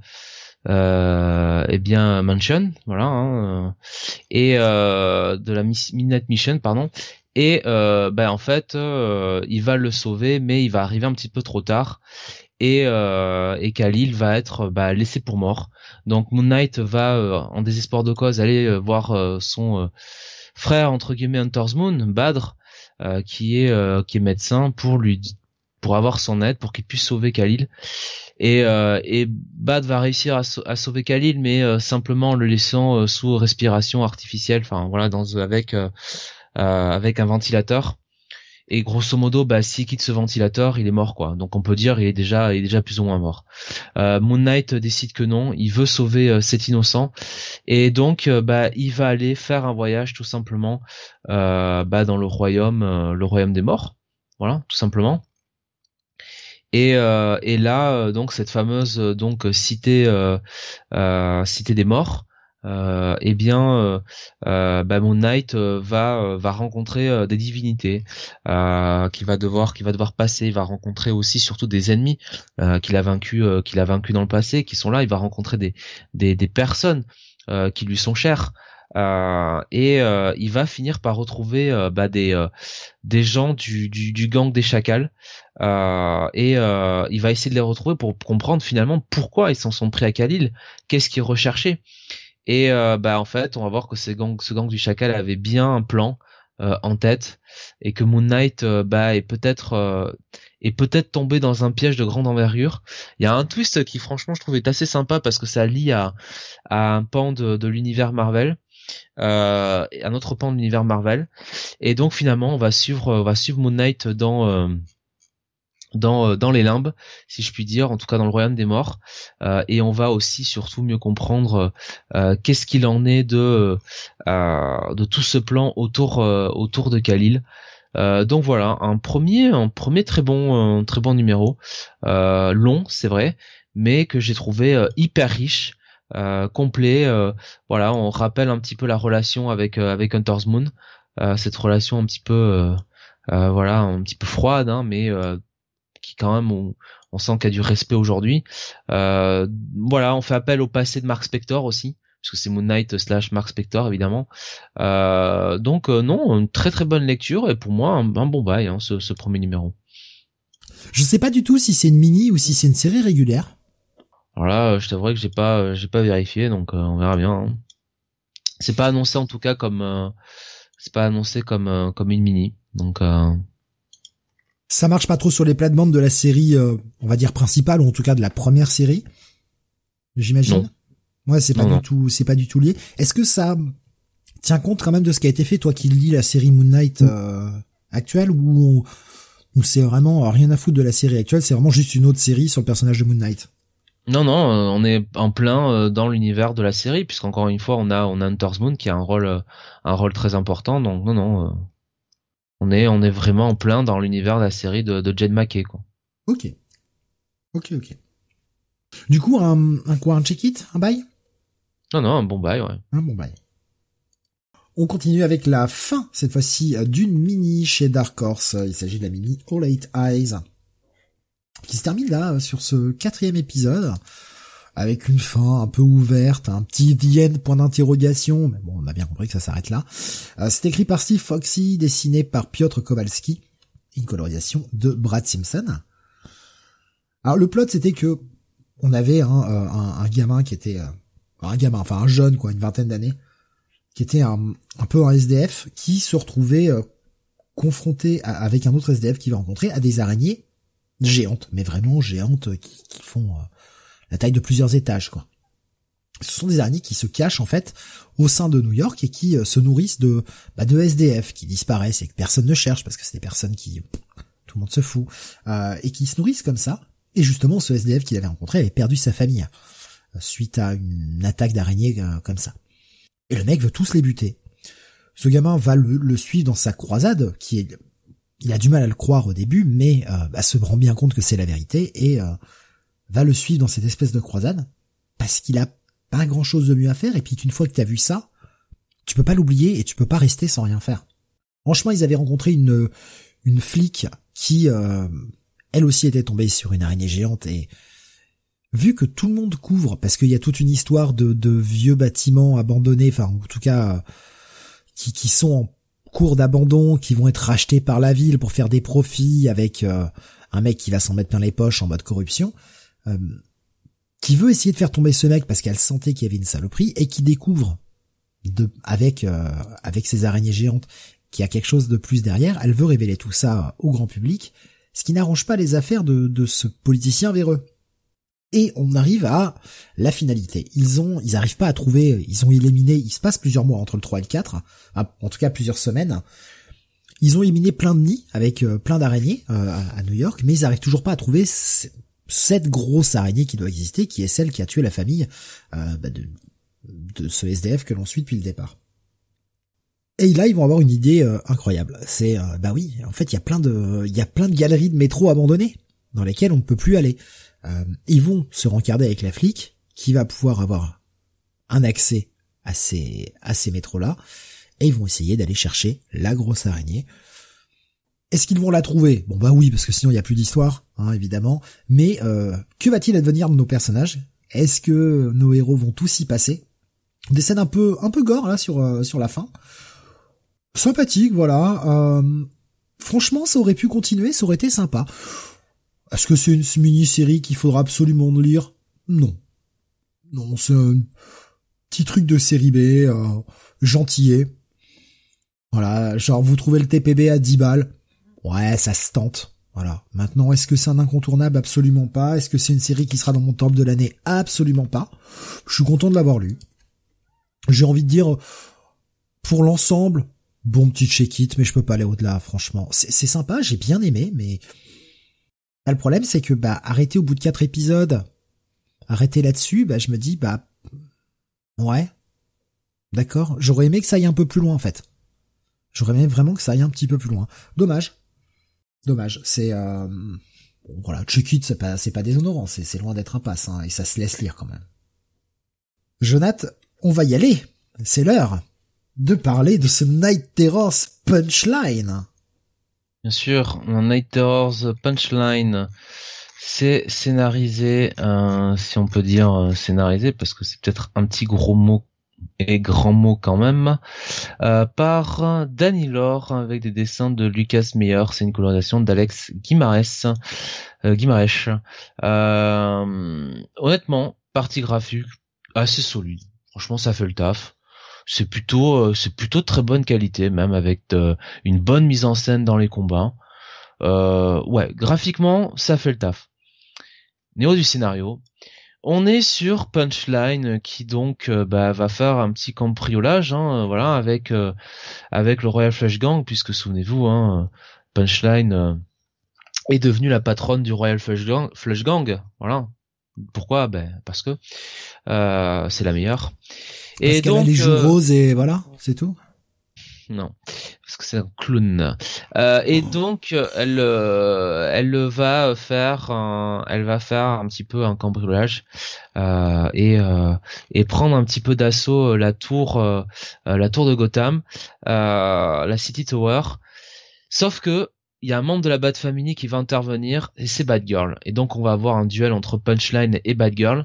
euh, eh bien Mansion, voilà, hein, et euh, de la Midnight Mission, pardon. Et euh, ben en fait, euh, il va le sauver, mais il va arriver un petit peu trop tard. Et, euh, et Khalil va être bah, laissé pour mort. Donc Moon Knight va, euh, en désespoir de cause, aller euh, voir euh, son euh, frère entre guillemets Hunter's Moon, Badr, euh, qui est euh, qui est médecin, pour lui pour avoir son aide, pour qu'il puisse sauver Khalil. Et euh, et Badr va réussir à, à sauver Khalil, mais euh, simplement en le laissant euh, sous respiration artificielle. Enfin voilà, dans avec euh, euh, avec un ventilateur. et grosso modo, bah, s'il quitte ce ventilateur, il est mort, quoi. Donc on peut dire, il est déjà, il est déjà plus ou moins mort. Euh, Moon Knight décide que non, il veut sauver euh, cet innocent, et donc, euh, bah, il va aller faire un voyage tout simplement, euh, bah, dans le royaume, euh, le royaume des morts, voilà, tout simplement. Et, euh, et là, euh, donc cette fameuse euh, donc cité, euh, euh, cité des morts. Euh, eh bien, euh, euh, bah, Moon Knight euh, va euh, va rencontrer euh, des divinités euh, qu'il va devoir qu'il va devoir passer. Il va rencontrer aussi surtout des ennemis euh, qu'il a vaincu euh, qu'il a vaincu dans le passé, qui sont là. Il va rencontrer des des, des personnes euh, qui lui sont chères. Euh, et euh, il va finir par retrouver euh, bah, des euh, des gens du, du du gang des chacals. Euh, et euh, il va essayer de les retrouver pour comprendre finalement pourquoi ils s'en sont pris à Kal-El, qu'est-ce qu'ils recherchaient. Et euh, bah en fait, on va voir que ce gang, ce gang du chacal avait bien un plan euh, en tête, et que Moon Knight euh, bah est peut-être euh, est peut-être tombé dans un piège de grande envergure. Il y a un twist qui franchement je trouve est assez sympa parce que ça lie à à un pan de, de l'univers Marvel, euh, un autre pan de l'univers Marvel. Et donc finalement, on va suivre on va suivre Moon Knight dans euh, dans euh, dans les limbes, si je puis dire, en tout cas dans le royaume des morts, euh, et on va aussi surtout mieux comprendre euh, qu'est-ce qu'il en est de euh, de tout ce plan autour euh, autour de Kal-El. Euh, donc voilà, un premier un premier très bon un très bon numéro, euh, long c'est vrai, mais que j'ai trouvé euh, hyper riche, euh, complet. Euh, voilà, on rappelle un petit peu la relation avec euh, avec Hunter's Moon, euh, cette relation un petit peu euh, euh, voilà un petit peu froide, hein, mais euh, qui quand même on, on sent qu'il y a du respect aujourd'hui. Euh, voilà, on fait appel au passé de Mark Spector aussi, parce que c'est Moon Knight slash Mark Spector évidemment. Euh, donc euh, non, une très très bonne lecture, et pour moi un, un bon bail, hein, ce, ce premier numéro. Je sais pas du tout si c'est une mini ou si c'est une série régulière. Alors là, je t'avouerai que j'ai pas j'ai pas vérifié, donc euh, on verra bien. Hein. C'est pas annoncé en tout cas comme euh, c'est pas annoncé comme euh, comme une mini, donc. Euh, Ça marche pas trop sur les plates-bandes de la série, euh, on va dire principale, ou en tout cas de la première série, j'imagine. Ouais, c'est pas non, du non. tout, c'est pas du tout lié. Est-ce que ça tient compte quand même de ce qui a été fait, toi qui lis la série Moon Knight euh, actuelle, ou ou c'est vraiment rien à foutre de la série actuelle, c'est vraiment juste une autre série sur le personnage de Moon Knight? Non, non, euh, on est en plein euh, dans l'univers de la série, puisqu'encore une fois, on a on a Hunter's Moon qui a un rôle euh, un rôle très important. Donc non, non, euh, on est on est vraiment en plein dans l'univers de la série de, de Jed MacKay, quoi. Ok, ok, ok. Du coup, un un quoi, un check-it, un bail? Non, non, un bon bail, ouais. Un bon bail. On continue avec la fin, cette fois-ci, d'une mini chez Dark Horse. Il s'agit de la mini All Eight Eyes, qui se termine là, sur ce quatrième épisode, avec une fin un peu ouverte, un petit The End, point d'interrogation, mais bon, on a bien compris que ça s'arrête là. Euh, c'est écrit par Steve Foxy, dessiné par Piotr Kowalski, une colorisation de Brad Simpson. Alors le plot, c'était que on avait un, euh, un, un gamin qui était... Euh, un gamin, enfin un jeune, quoi, une vingtaine d'années, qui était un, un peu un S D F, qui se retrouvait euh, confronté à, avec un autre S D F qu'il va rencontrer à des araignées géantes, mais vraiment géantes, qui, qui font euh, la taille de plusieurs étages, quoi. Ce sont des araignées qui se cachent en fait au sein de New York et qui euh, se nourrissent de bah, de S D F qui disparaissent et que personne ne cherche parce que c'est des personnes qui tout le monde se fout euh, et qui se nourrissent comme ça. Et justement, ce S D F qu'il avait rencontré avait perdu sa famille euh, suite à une attaque d'araignées euh, comme ça. Et le mec veut tous les buter. Ce gamin va le, le suivre dans sa croisade, qui est, il a du mal à le croire au début, mais euh, bah, se rend bien compte que c'est la vérité et euh, va le suivre dans cette espèce de croisade parce qu'il a pas grand chose de mieux à faire, et puis qu'une fois que t'as vu ça, tu peux pas l'oublier et tu peux pas rester sans rien faire. Franchement, ils avaient rencontré une une flic qui euh, elle aussi était tombée sur une araignée géante, et vu que tout le monde couvre, parce qu'il y a toute une histoire de, de vieux bâtiments abandonnés, enfin en tout cas euh, qui, qui sont en cours d'abandon, qui vont être rachetés par la ville pour faire des profits avec euh, un mec qui va s'en mettre plein les poches en mode corruption, euh, qui veut essayer de faire tomber ce mec parce qu'elle sentait qu'il y avait une saloperie, et qui découvre de, avec euh, avec ces araignées géantes qu'il y a quelque chose de plus derrière. Elle veut révéler tout ça au grand public, ce qui n'arrange pas les affaires de, de ce politicien véreux. Et on arrive à la finalité. Ils ont, ils arrivent pas à trouver, ils ont éliminé, il se passe plusieurs mois entre le trois et le quatre, en tout cas plusieurs semaines. Ils ont éliminé plein de nids avec euh, plein d'araignées euh, à, à New York, mais ils arrivent toujours pas à trouver c- cette grosse araignée qui doit exister, qui est celle qui a tué la famille euh, bah de, de ce S D F que l'on suit depuis le départ. Et là, ils vont avoir une idée euh, incroyable. C'est, euh, bah oui, en fait, il y a plein de, il y a plein de galeries de métro abandonnées dans lesquelles on ne peut plus aller. Euh, ils vont se rencarder avec la flic, qui va pouvoir avoir un accès à ces, à ces métros-là, et ils vont essayer d'aller chercher la grosse araignée. Est-ce qu'ils vont la trouver? Bon bah oui, parce que sinon il n'y a plus d'histoire, hein, évidemment. Mais euh, que va-t-il advenir de nos personnages? Est-ce que nos héros vont tous y passer? Des scènes un peu, un peu gore là sur euh, sur la fin. Sympathique, voilà. Euh, franchement, ça aurait pu continuer, ça aurait été sympa. Est-ce que c'est une mini-série qu'il faudra absolument lire? Non. Non, c'est un petit truc de série B, euh, gentillet. Voilà, genre vous trouvez le T P B à dix balles. Ouais, ça se tente. Voilà. Maintenant, est-ce que c'est un incontournable? Absolument pas. Est-ce que c'est une série qui sera dans mon top de l'année? Absolument pas. Je suis content de l'avoir lu. J'ai envie de dire, pour l'ensemble, bon petit check-it, mais je peux pas aller au-delà, franchement. C'est, c'est sympa, j'ai bien aimé, mais le problème, c'est que bah arrêter au bout de quatre épisodes, arrêter là-dessus, bah je me dis bah ouais, d'accord. J'aurais aimé que ça aille un peu plus loin en fait. J'aurais aimé vraiment que ça aille un petit peu plus loin. Dommage, dommage. C'est euh... bon, voilà, check-it, c'est pas c'est pas déshonorant, c'est c'est loin d'être un passe, hein, et ça se laisse lire quand même. Jonath, on va y aller. C'est l'heure de parler de ce Night Terrors Punchline. Bien sûr, un Night Terrors Punchline, c'est scénarisé, euh, si on peut dire euh, scénarisé, parce que c'est peut-être un petit gros mot et grand mot quand même, euh, par Danny Lore avec des dessins de Lucas Meyer. C'est une colorisation d'Alex Guimarães. Euh, Guimarães. Euh, honnêtement, partie graphique assez solide. Franchement, ça fait le taf. C'est plutôt, euh, c'est plutôt de très bonne qualité, même avec de, une bonne mise en scène dans les combats. Euh, ouais, graphiquement, ça fait le taf. Niveau du scénario, on est sur Punchline qui donc euh, bah, va faire un petit cambriolage, hein, voilà, avec euh, avec le Royal Flush Gang, puisque souvenez-vous, hein, Punchline euh, est devenue la patronne du Royal Flush Gang, Flush Gang, voilà. Pourquoi? Ben parce que euh, c'est la meilleure. Parce Et qu'elle donc, a les joues euh, roses et voilà, c'est tout. Non, parce que c'est un clown. Euh, et donc elle, euh, elle va faire, un, elle va faire un petit peu un cambriolage euh, et euh, et prendre un petit peu d'assaut la tour, euh, la tour de Gotham, euh, la City Tower. Sauf que il y a un membre de la Bat Family qui va intervenir et c'est Batgirl. Et donc on va avoir un duel entre Punchline et Batgirl.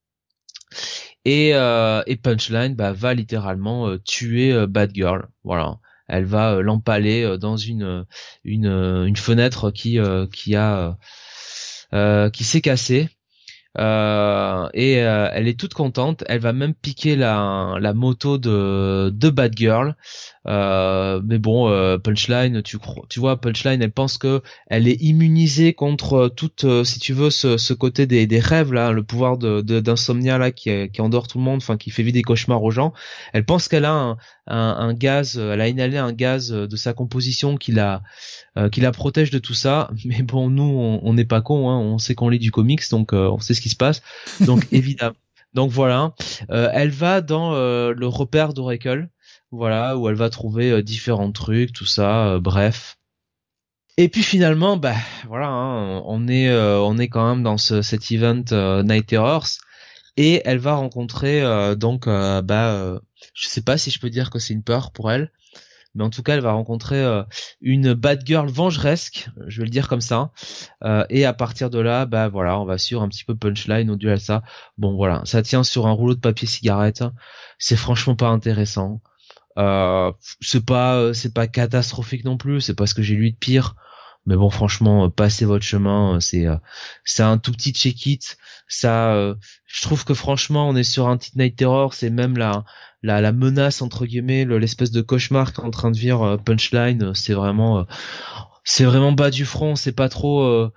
Et, euh, et Punchline bah, va littéralement euh, tuer euh, Batgirl. Voilà, elle va euh, l'empaler euh, dans une une une fenêtre qui euh, qui a euh, qui s'est cassée. Euh, et euh, elle est toute contente. Elle va même piquer la la moto de de Batgirl. Euh, mais bon, euh, Punchline, tu crois, tu vois, Punchline, elle pense que elle est immunisée contre toute, euh, si tu veux, ce, ce côté des, des rêves là, le pouvoir de, de d'insomnia là qui, qui endort tout le monde, enfin qui fait vivre des cauchemars aux gens. Elle pense qu'elle a un, un, un gaz, elle a inhalé un gaz de sa composition qui la euh, qui la protège de tout ça. Mais bon, nous, on n'est pas cons, hein, on sait qu'on lit du comics, donc euh, on sait ce qui se passe. Donc évidemment, donc voilà, euh, elle va dans euh, le repère d'Oracle. Voilà, où elle va trouver euh, différents trucs, tout ça, euh, bref. Et puis finalement, bah voilà, hein, on est euh, on est quand même dans ce, cet event euh, Night Terrors et elle va rencontrer euh, donc euh, bah euh, je sais pas si je peux dire que c'est une peur pour elle, mais en tout cas elle va rencontrer euh, une Batgirl vengeresque, je vais le dire comme ça. Euh, et à partir de là, bah voilà, on va sur un petit peu Punchline au duel à ça. Bon voilà, ça tient sur un rouleau de papier cigarette. C'est franchement pas intéressant. Euh, c'est pas c'est pas catastrophique non plus, c'est pas ce que j'ai lu de pire, mais bon franchement passez votre chemin, c'est c'est un tout petit check-it. Ça euh, je trouve que franchement on est sur un petit Night Terror, c'est même la la la menace entre guillemets, le, l'espèce de cauchemar qu'est en train de vivre euh, Punchline, c'est vraiment euh, c'est vraiment bas du front, c'est pas trop euh,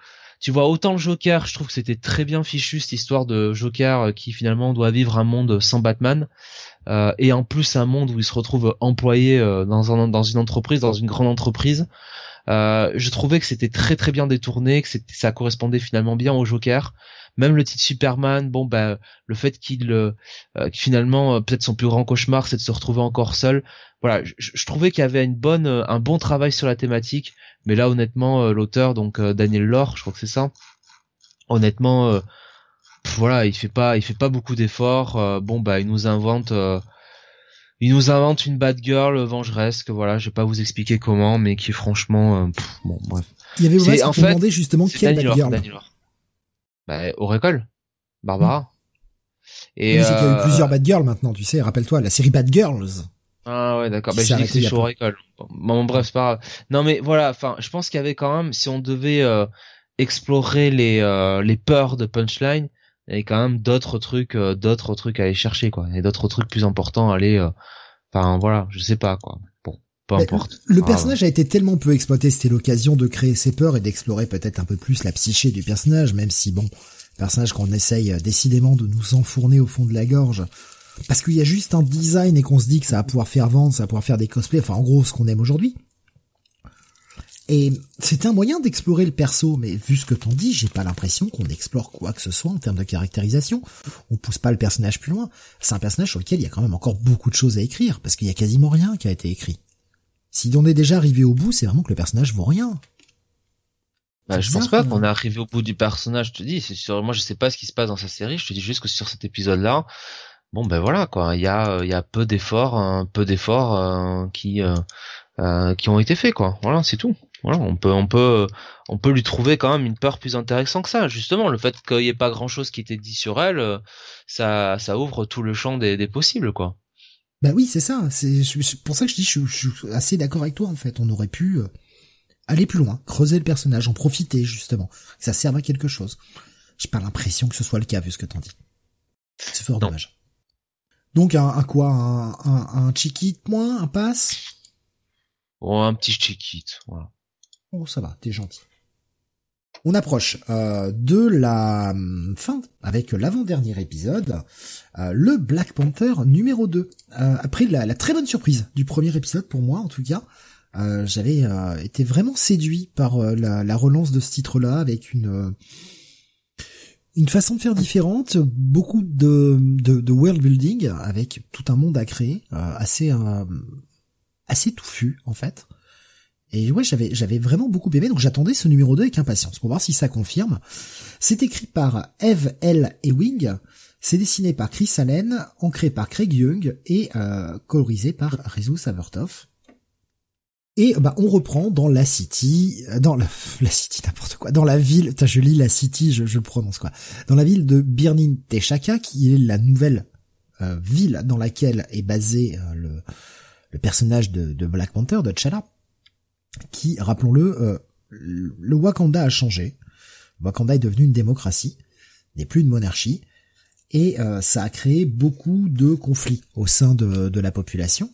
tu vois, autant le Joker, je trouve que c'était très bien fichu cette histoire de Joker qui finalement doit vivre un monde sans Batman. Euh, et en plus un monde où il se retrouve employé euh, dans un dans une entreprise, dans une grande entreprise. Euh, je trouvais que c'était très très bien détourné, que c'était, ça correspondait finalement bien au Joker. Même le titre Superman, bon bah le fait qu'il euh, euh, finalement euh, peut-être son plus grand cauchemar c'est de se retrouver encore seul. Voilà, je, je trouvais qu'il y avait une bonne euh, un bon travail sur la thématique, mais là honnêtement euh, l'auteur donc euh, Daniel Lore, je crois que c'est ça. Honnêtement euh, pff, voilà, il fait pas il fait pas beaucoup d'efforts. Euh, bon bah il nous invente euh, Il nous invente une Batgirl vengeresque, voilà, je vais pas vous expliquer comment, mais qui est franchement, euh, pff, bon, bref. Il y avait C'est, Omas en qui fait, demandait justement c'est quelle Daniel Lore, Batgirl. Daniel Lore. Bah, Oracle, Barbara. Hmm. Et Oui, c'est qu'il y a eu euh... plusieurs Batgirls maintenant, tu sais, rappelle-toi, la série Batgirls. Ah ouais, d'accord. Qui Bah, s'est je dis que arrêtée c'est il y a sur peu. Oracle. Bon, bon, bref, c'est pas grave. Non, mais voilà, enfin, je pense qu'il y avait quand même, si on devait euh, explorer les euh, les peurs de Punchline, il y avait quand même d'autres trucs, euh, d'autres trucs à aller chercher, quoi. Et d'autres trucs plus importants à aller. Euh... Enfin, voilà, je sais pas, quoi. Bon. Peu importe. Le ah, personnage a été tellement peu exploité, c'était l'occasion de créer ses peurs et d'explorer peut-être un peu plus la psyché du personnage, même si bon, personnage qu'on essaye décidément de nous enfourner au fond de la gorge, parce qu'il y a juste un design et qu'on se dit que ça va pouvoir faire vendre, ça va pouvoir faire des cosplays, enfin en gros ce qu'on aime aujourd'hui. Et c'était un moyen d'explorer le perso, mais vu ce que t'en dis, j'ai pas l'impression qu'on explore quoi que ce soit en termes de caractérisation. On pousse pas le personnage plus loin. C'est un personnage sur lequel il y a quand même encore beaucoup de choses à écrire, parce qu'il y a quasiment rien qui a été écrit. Si on est déjà arrivé au bout, c'est vraiment que le personnage vaut rien. Bah, je pense pas qu'on est arrivé au bout du personnage, je te dis, c'est sûr, moi je sais pas ce qui se passe dans sa série, je te dis juste que sur cet épisode-là, bon ben voilà quoi, il y a il y a peu d'efforts, un peu d'efforts euh, qui euh, euh, qui ont été faits quoi. Voilà, c'est tout. Voilà, on peut on peut on peut lui trouver quand même une peur plus intéressante que ça. Justement, le fait qu'il y ait pas grand-chose qui était dit sur elle, euh, ça ça ouvre tout le champ des, des possibles quoi. Bah oui, c'est ça. C'est pour ça que je dis, je, je suis assez d'accord avec toi en fait. On aurait pu euh, aller plus loin, creuser le personnage, en profiter justement, que ça serve à quelque chose. J'ai pas l'impression que ce soit le cas vu ce que t'en dis. C'est fort Non. dommage. Donc un, un quoi, un, un, un check-it moins, un pass. Oh, un petit check-it, voilà. Oh ça va, t'es gentil. On approche euh, de la fin avec l'avant-dernier épisode, euh, le Black Panther numéro deux. Euh, après la, la très bonne surprise du premier épisode pour moi en tout cas, euh, j'avais euh, été vraiment séduit par euh, la, la relance de ce titre-là avec une euh, une façon de faire différente, beaucoup de, de, de world building avec tout un monde à créer, euh, assez euh, assez touffu en fait. Et ouais, j'avais j'avais vraiment beaucoup aimé, donc j'attendais ce numéro deux avec impatience pour voir si ça confirme. C'est écrit par Eve L. Ewing, c'est dessiné par Chris Allen, ancré par Craig Young et euh, colorisé par Rezu Savertov. Et bah on reprend dans la city, dans la, la city n'importe quoi, dans la ville, putain je lis la city, je, je le prononce quoi, dans la ville de Birnin Techaka, qui est la nouvelle euh, ville dans laquelle est basé euh, le, le personnage de, de Black Panther, de T'Challa. Qui, rappelons-le, euh, le Wakanda a changé. Wakanda est devenu une démocratie, n'est plus une monarchie, et euh, ça a créé beaucoup de conflits au sein de, de la population,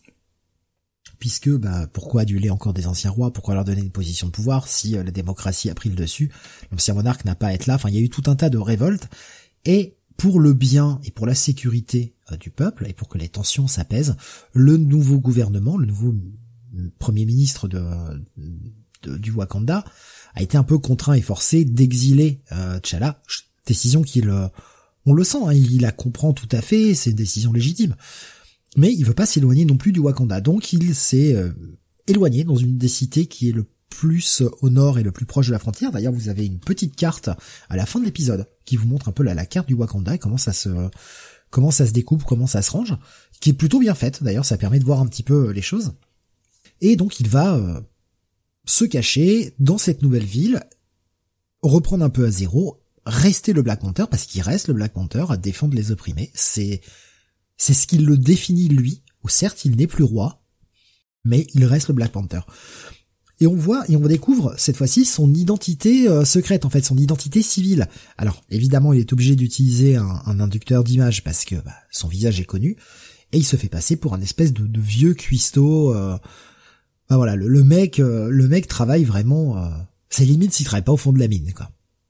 puisque bah, pourquoi aduler encore des anciens rois, pourquoi leur donner une position de pouvoir si euh, la démocratie a pris le dessus, l'ancien monarque n'a pas à être là, enfin il y a eu tout un tas de révoltes, et pour le bien et pour la sécurité euh, du peuple, et pour que les tensions s'apaisent, le nouveau gouvernement, le nouveau premier ministre de, de du Wakanda a été un peu contraint et forcé d'exiler euh, T'Challa, décision qu'il euh, on le sent, hein, il la comprend tout à fait, c'est une décision légitime, mais il veut pas s'éloigner non plus du Wakanda, donc il s'est euh, éloigné dans une des cités qui est le plus au nord et le plus proche de la frontière. D'ailleurs vous avez une petite carte à la fin de l'épisode qui vous montre un peu la, la carte du Wakanda et comment ça se comment ça se découpe, comment ça se range, qui est plutôt bien faite d'ailleurs, ça permet de voir un petit peu les choses. Et donc il va euh, se cacher dans cette nouvelle ville, reprendre un peu à zéro, rester le Black Panther, parce qu'il reste le Black Panther à défendre les opprimés. C'est c'est ce qui le définit lui, où certes il n'est plus roi, mais il reste le Black Panther. Et on voit, et on découvre cette fois-ci son identité euh, secrète, en fait, son identité civile. Alors évidemment il est obligé d'utiliser un, un inducteur d'image, parce que bah, son visage est connu, et il se fait passer pour un espèce de, de vieux cuistot... Euh, Ah voilà, le, le mec, euh, le mec travaille vraiment. Euh, c'est limite s'il travaille pas au fond de la mine, quoi.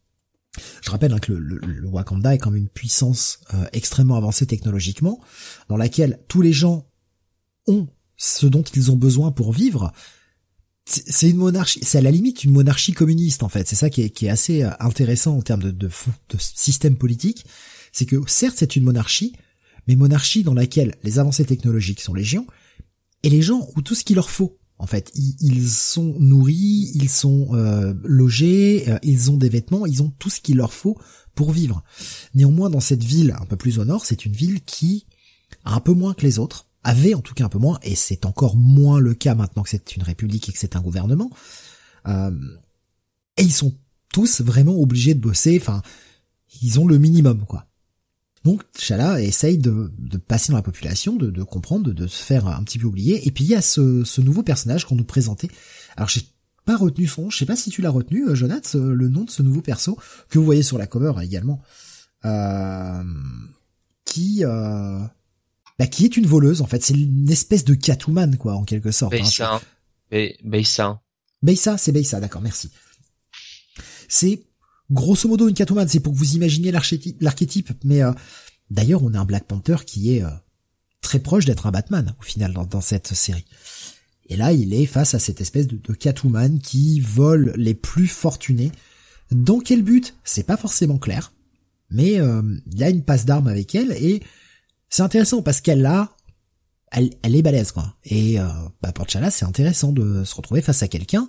Je rappelle hein, que le, le, le Wakanda est quand même une puissance euh, extrêmement avancée technologiquement, dans laquelle tous les gens ont ce dont ils ont besoin pour vivre. C'est une monarchie, c'est à la limite une monarchie communiste en fait. C'est ça qui est, qui est assez intéressant en termes de, de, de système politique. C'est que certes c'est une monarchie, mais monarchie dans laquelle les avancées technologiques sont légion, et les gens ont tout ce qu'il leur faut. En fait, ils, ils sont nourris, ils sont euh, logés, euh, ils ont des vêtements, ils ont tout ce qu'il leur faut pour vivre. Néanmoins, dans cette ville un peu plus au nord, c'est une ville qui a un peu moins que les autres, avait en tout cas un peu moins, et c'est encore moins le cas maintenant que c'est une république et que c'est un gouvernement. Euh, et ils sont tous vraiment obligés de bosser, enfin, ils ont le minimum, quoi. Donc T'Challa essaye de, de passer dans la population, de, de comprendre, de, de se faire un petit peu oublier. Et puis il y a ce, ce nouveau personnage qu'on nous présentait. Alors j'ai pas retenu son nom, je sais pas si tu l'as retenu, euh, Jonathan, le nom de ce nouveau perso que vous voyez sur la cover également, euh, qui euh, bah, qui est une voleuse en fait. C'est une espèce de Catwoman quoi en quelque sorte. Baysa, hein. Bay- Baysa. Baysa, c'est Baysa, d'accord, merci. C'est grosso modo une Catwoman, c'est pour que vous imaginiez l'archétype, l'archétype, mais euh, d'ailleurs on a un Black Panther qui est euh, très proche d'être un Batman au final dans, dans cette série. Et là il est face à cette espèce de, de Catwoman qui vole les plus fortunés. Dans quel but ? C'est pas forcément clair, mais euh, il y a une passe d'armes avec elle et c'est intéressant parce qu'elle a, elle, elle est balèze quoi. Et euh, bah, pour T'Challa c'est intéressant de se retrouver face à quelqu'un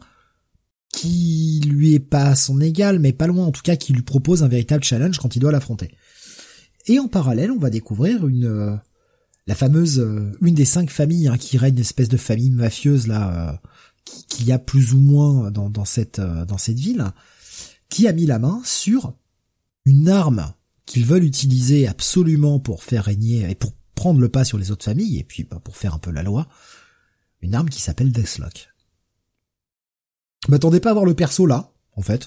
qui lui est pas son égal, mais pas loin, en tout cas, qui lui propose un véritable challenge quand il doit l'affronter. Et en parallèle, on va découvrir une, euh, la fameuse, euh, une des cinq familles, hein, qui règne, une espèce de famille mafieuse, là, euh, qui, qui y a plus ou moins dans, dans cette, euh, dans cette ville, qui a mis la main sur une arme qu'ils veulent utiliser absolument pour faire régner, et pour prendre le pas sur les autres familles, et puis, bah, pour faire un peu la loi, une arme qui s'appelle Deathlock. Je m'attendais pas à voir le perso là, en fait.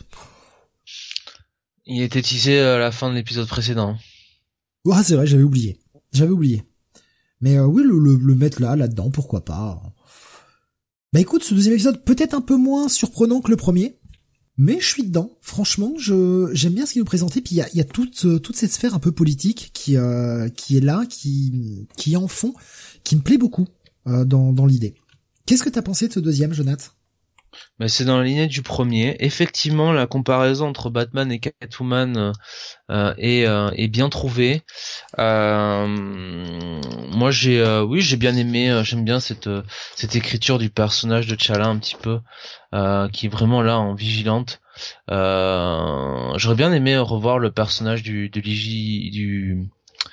Il était teasé à la fin de l'épisode précédent. Ah, c'est vrai, j'avais oublié. J'avais oublié. Mais euh, oui, le, le, le mettre là, là-dedans, pourquoi pas. Bah écoute, ce deuxième épisode, peut-être un peu moins surprenant que le premier, mais je suis dedans. Franchement, je j'aime bien ce qu'il nous présentait. Puis il y a, y a toute euh, toute cette sphère un peu politique qui euh, qui est là, qui qui est en fond, qui me plaît beaucoup euh, dans dans l'idée. Qu'est-ce que t'as pensé de ce deuxième, Jonathan ? Mais c'est dans la lignée du premier. Effectivement, la comparaison entre Batman et Catwoman euh, est, euh, est bien trouvée. Euh, moi, j'ai, euh, oui, j'ai bien aimé. Euh, j'aime bien cette cette écriture du personnage de T'Challa un petit peu, euh, qui est vraiment là en vigilante. Euh, j'aurais bien aimé revoir le personnage du de l'I J du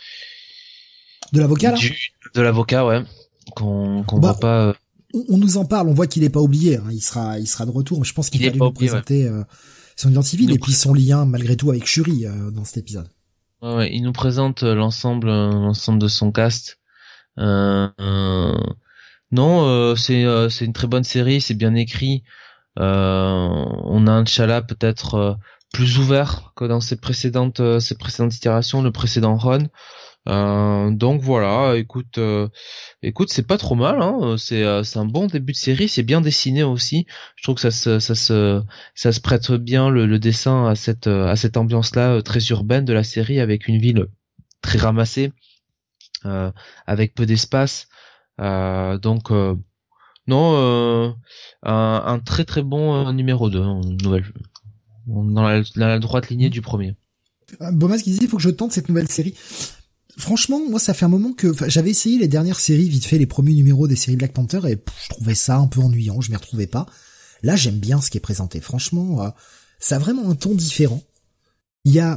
de l'avocat là. Du, de l'avocat, ouais, qu'on qu'on bah, voit pas. Euh, On nous en parle, on voit qu'il est pas oublié, hein. il sera, il sera de retour. Je pense qu'il fallait nous oublié, présenter ouais. euh, son identité civil et puis son lien malgré tout avec Shuri euh, dans cet épisode. Ouais, ouais, il nous présente l'ensemble, l'ensemble de son cast. Euh, euh, non, euh, c'est, euh, c'est une très bonne série, c'est bien écrit. Euh, on a un T'Challa peut-être euh, plus ouvert que dans ses précédentes, euh, ses précédentes itérations, le précédent run. Euh, donc voilà, écoute, euh, écoute, c'est pas trop mal, hein. C'est, euh, c'est un bon début de série, c'est bien dessiné aussi. Je trouve que ça se, ça se, ça se prête bien le, le dessin à cette, à cette ambiance-là très urbaine de la série, avec une ville très ramassée, euh, avec peu d'espace. Euh, donc euh, non, euh, un, un très très bon euh, numéro deux, une nouvelle, dans la, dans la droite lignée du premier. Euh, Bomas qui dit il faut que je tente cette nouvelle série. Franchement, moi, ça fait un moment que j'avais essayé les dernières séries, vite fait, les premiers numéros des séries Black Panther, et pff, je trouvais ça un peu ennuyant, je m'y retrouvais pas. Là, j'aime bien ce qui est présenté. Franchement, euh, ça a vraiment un ton différent. Il y a,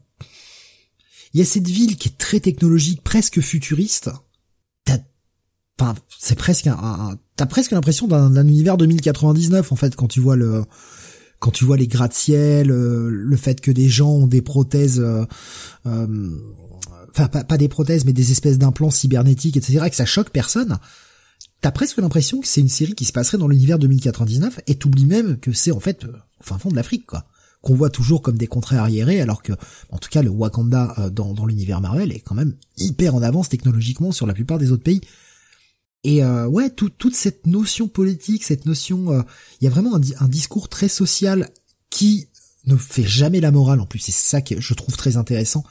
il y a cette ville qui est très technologique, presque futuriste. T'as, enfin, c'est presque un, un t'as presque l'impression d'un, d'un univers deux mille quatre-vingt-dix-neuf, en fait, quand tu vois le, quand tu vois les gratte-ciel, euh, le fait que des gens ont des prothèses, euh, euh, enfin pas, pas des prothèses mais des espèces d'implants cybernétiques, et cetera, que ça choque personne. T'as presque l'impression que c'est une série qui se passerait dans l'univers deux mille quatre-vingt-dix-neuf, et t'oublies même que c'est en fait euh, au fin fond de l'Afrique, quoi, qu'on voit toujours comme des contrées arriérées, alors que en tout cas le Wakanda euh, dans, dans l'univers Marvel est quand même hyper en avance technologiquement sur la plupart des autres pays. Et euh, ouais, tout, toute cette notion politique, cette notion, il euh, y a vraiment un, un discours très social qui ne fait jamais la morale en plus, c'est ça que je trouve très intéressant.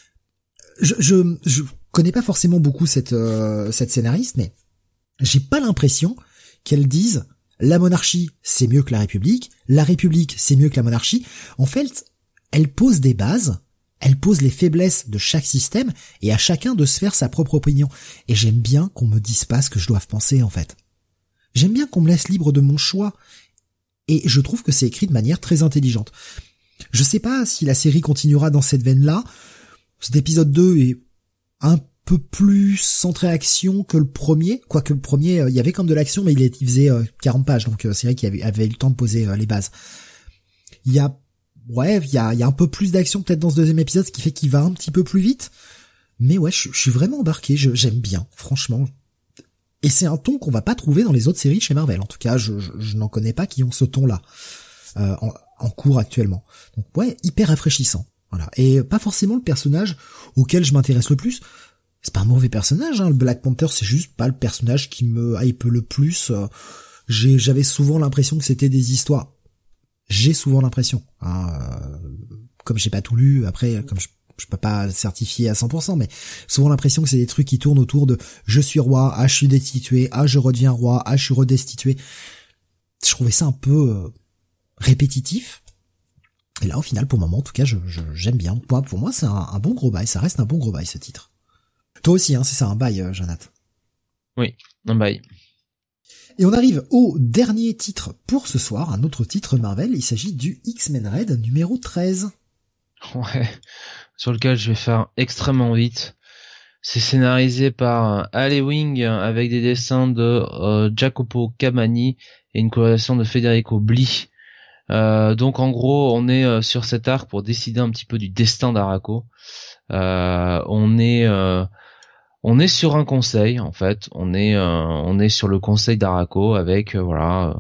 Je je, je connais pas forcément beaucoup cette euh, cette scénariste, mais j'ai pas l'impression qu'elle dise la monarchie c'est mieux que la République, la République c'est mieux que la monarchie. En fait, elle pose des bases, elle pose les faiblesses de chaque système et à chacun de se faire sa propre opinion. Et j'aime bien qu'on me dise pas ce que je dois penser en fait. J'aime bien qu'on me laisse libre de mon choix. Et je trouve que c'est écrit de manière très intelligente. Je sais pas si la série continuera dans cette veine-là. Cet épisode deux est un peu plus centré action que le premier. Quoique le premier, il y avait comme de l'action, mais il, est, il faisait quarante pages. Donc c'est vrai qu'il avait, avait eu le temps de poser les bases. Il y a, ouais, il y a, il y a un peu plus d'action peut-être dans ce deuxième épisode, ce qui fait qu'il va un petit peu plus vite. Mais ouais, je, je suis vraiment embarqué. Je, j'aime bien, franchement. Et c'est un ton qu'on va pas trouver dans les autres séries chez Marvel. En tout cas, je, je, je n'en connais pas qui ont ce ton-là euh, en, en cours actuellement. Donc ouais, hyper rafraîchissant. Voilà. Et pas forcément le personnage auquel je m'intéresse le plus. C'est pas un mauvais personnage, hein. Le Black Panther, c'est juste pas le personnage qui me hype le plus. Euh, j'ai, j'avais souvent l'impression que c'était des histoires. J'ai souvent l'impression. Hein, euh, comme j'ai pas tout lu, après, comme je je peux pas certifier à cent pour cent, mais souvent l'impression que c'est des trucs qui tournent autour de je suis roi, ah je suis destitué, ah je redeviens roi, ah je suis redestitué. Je trouvais ça un peu euh, répétitif. Et là, au final, pour le moment, en tout cas, je, je j'aime bien. Pour, pour moi, c'est un, un bon gros bail. Ça reste un bon gros bail, ce titre. Toi aussi, hein, c'est ça, un bail, euh, Jonathan. Oui, un bail. Et on arrive au dernier titre pour ce soir, un autre titre Marvel. Il s'agit du X-Men Red numéro treize. Ouais, sur lequel je vais faire extrêmement vite. C'est scénarisé par Ali Wing avec des dessins de euh, Jacopo Camani et une colorisation de Federico Bli. Euh, donc en gros, on est euh, sur cet arc pour décider un petit peu du destin d'Araco. Euh, on est euh, on est sur un conseil en fait. On est euh, on est sur le conseil d'Araco avec euh, voilà.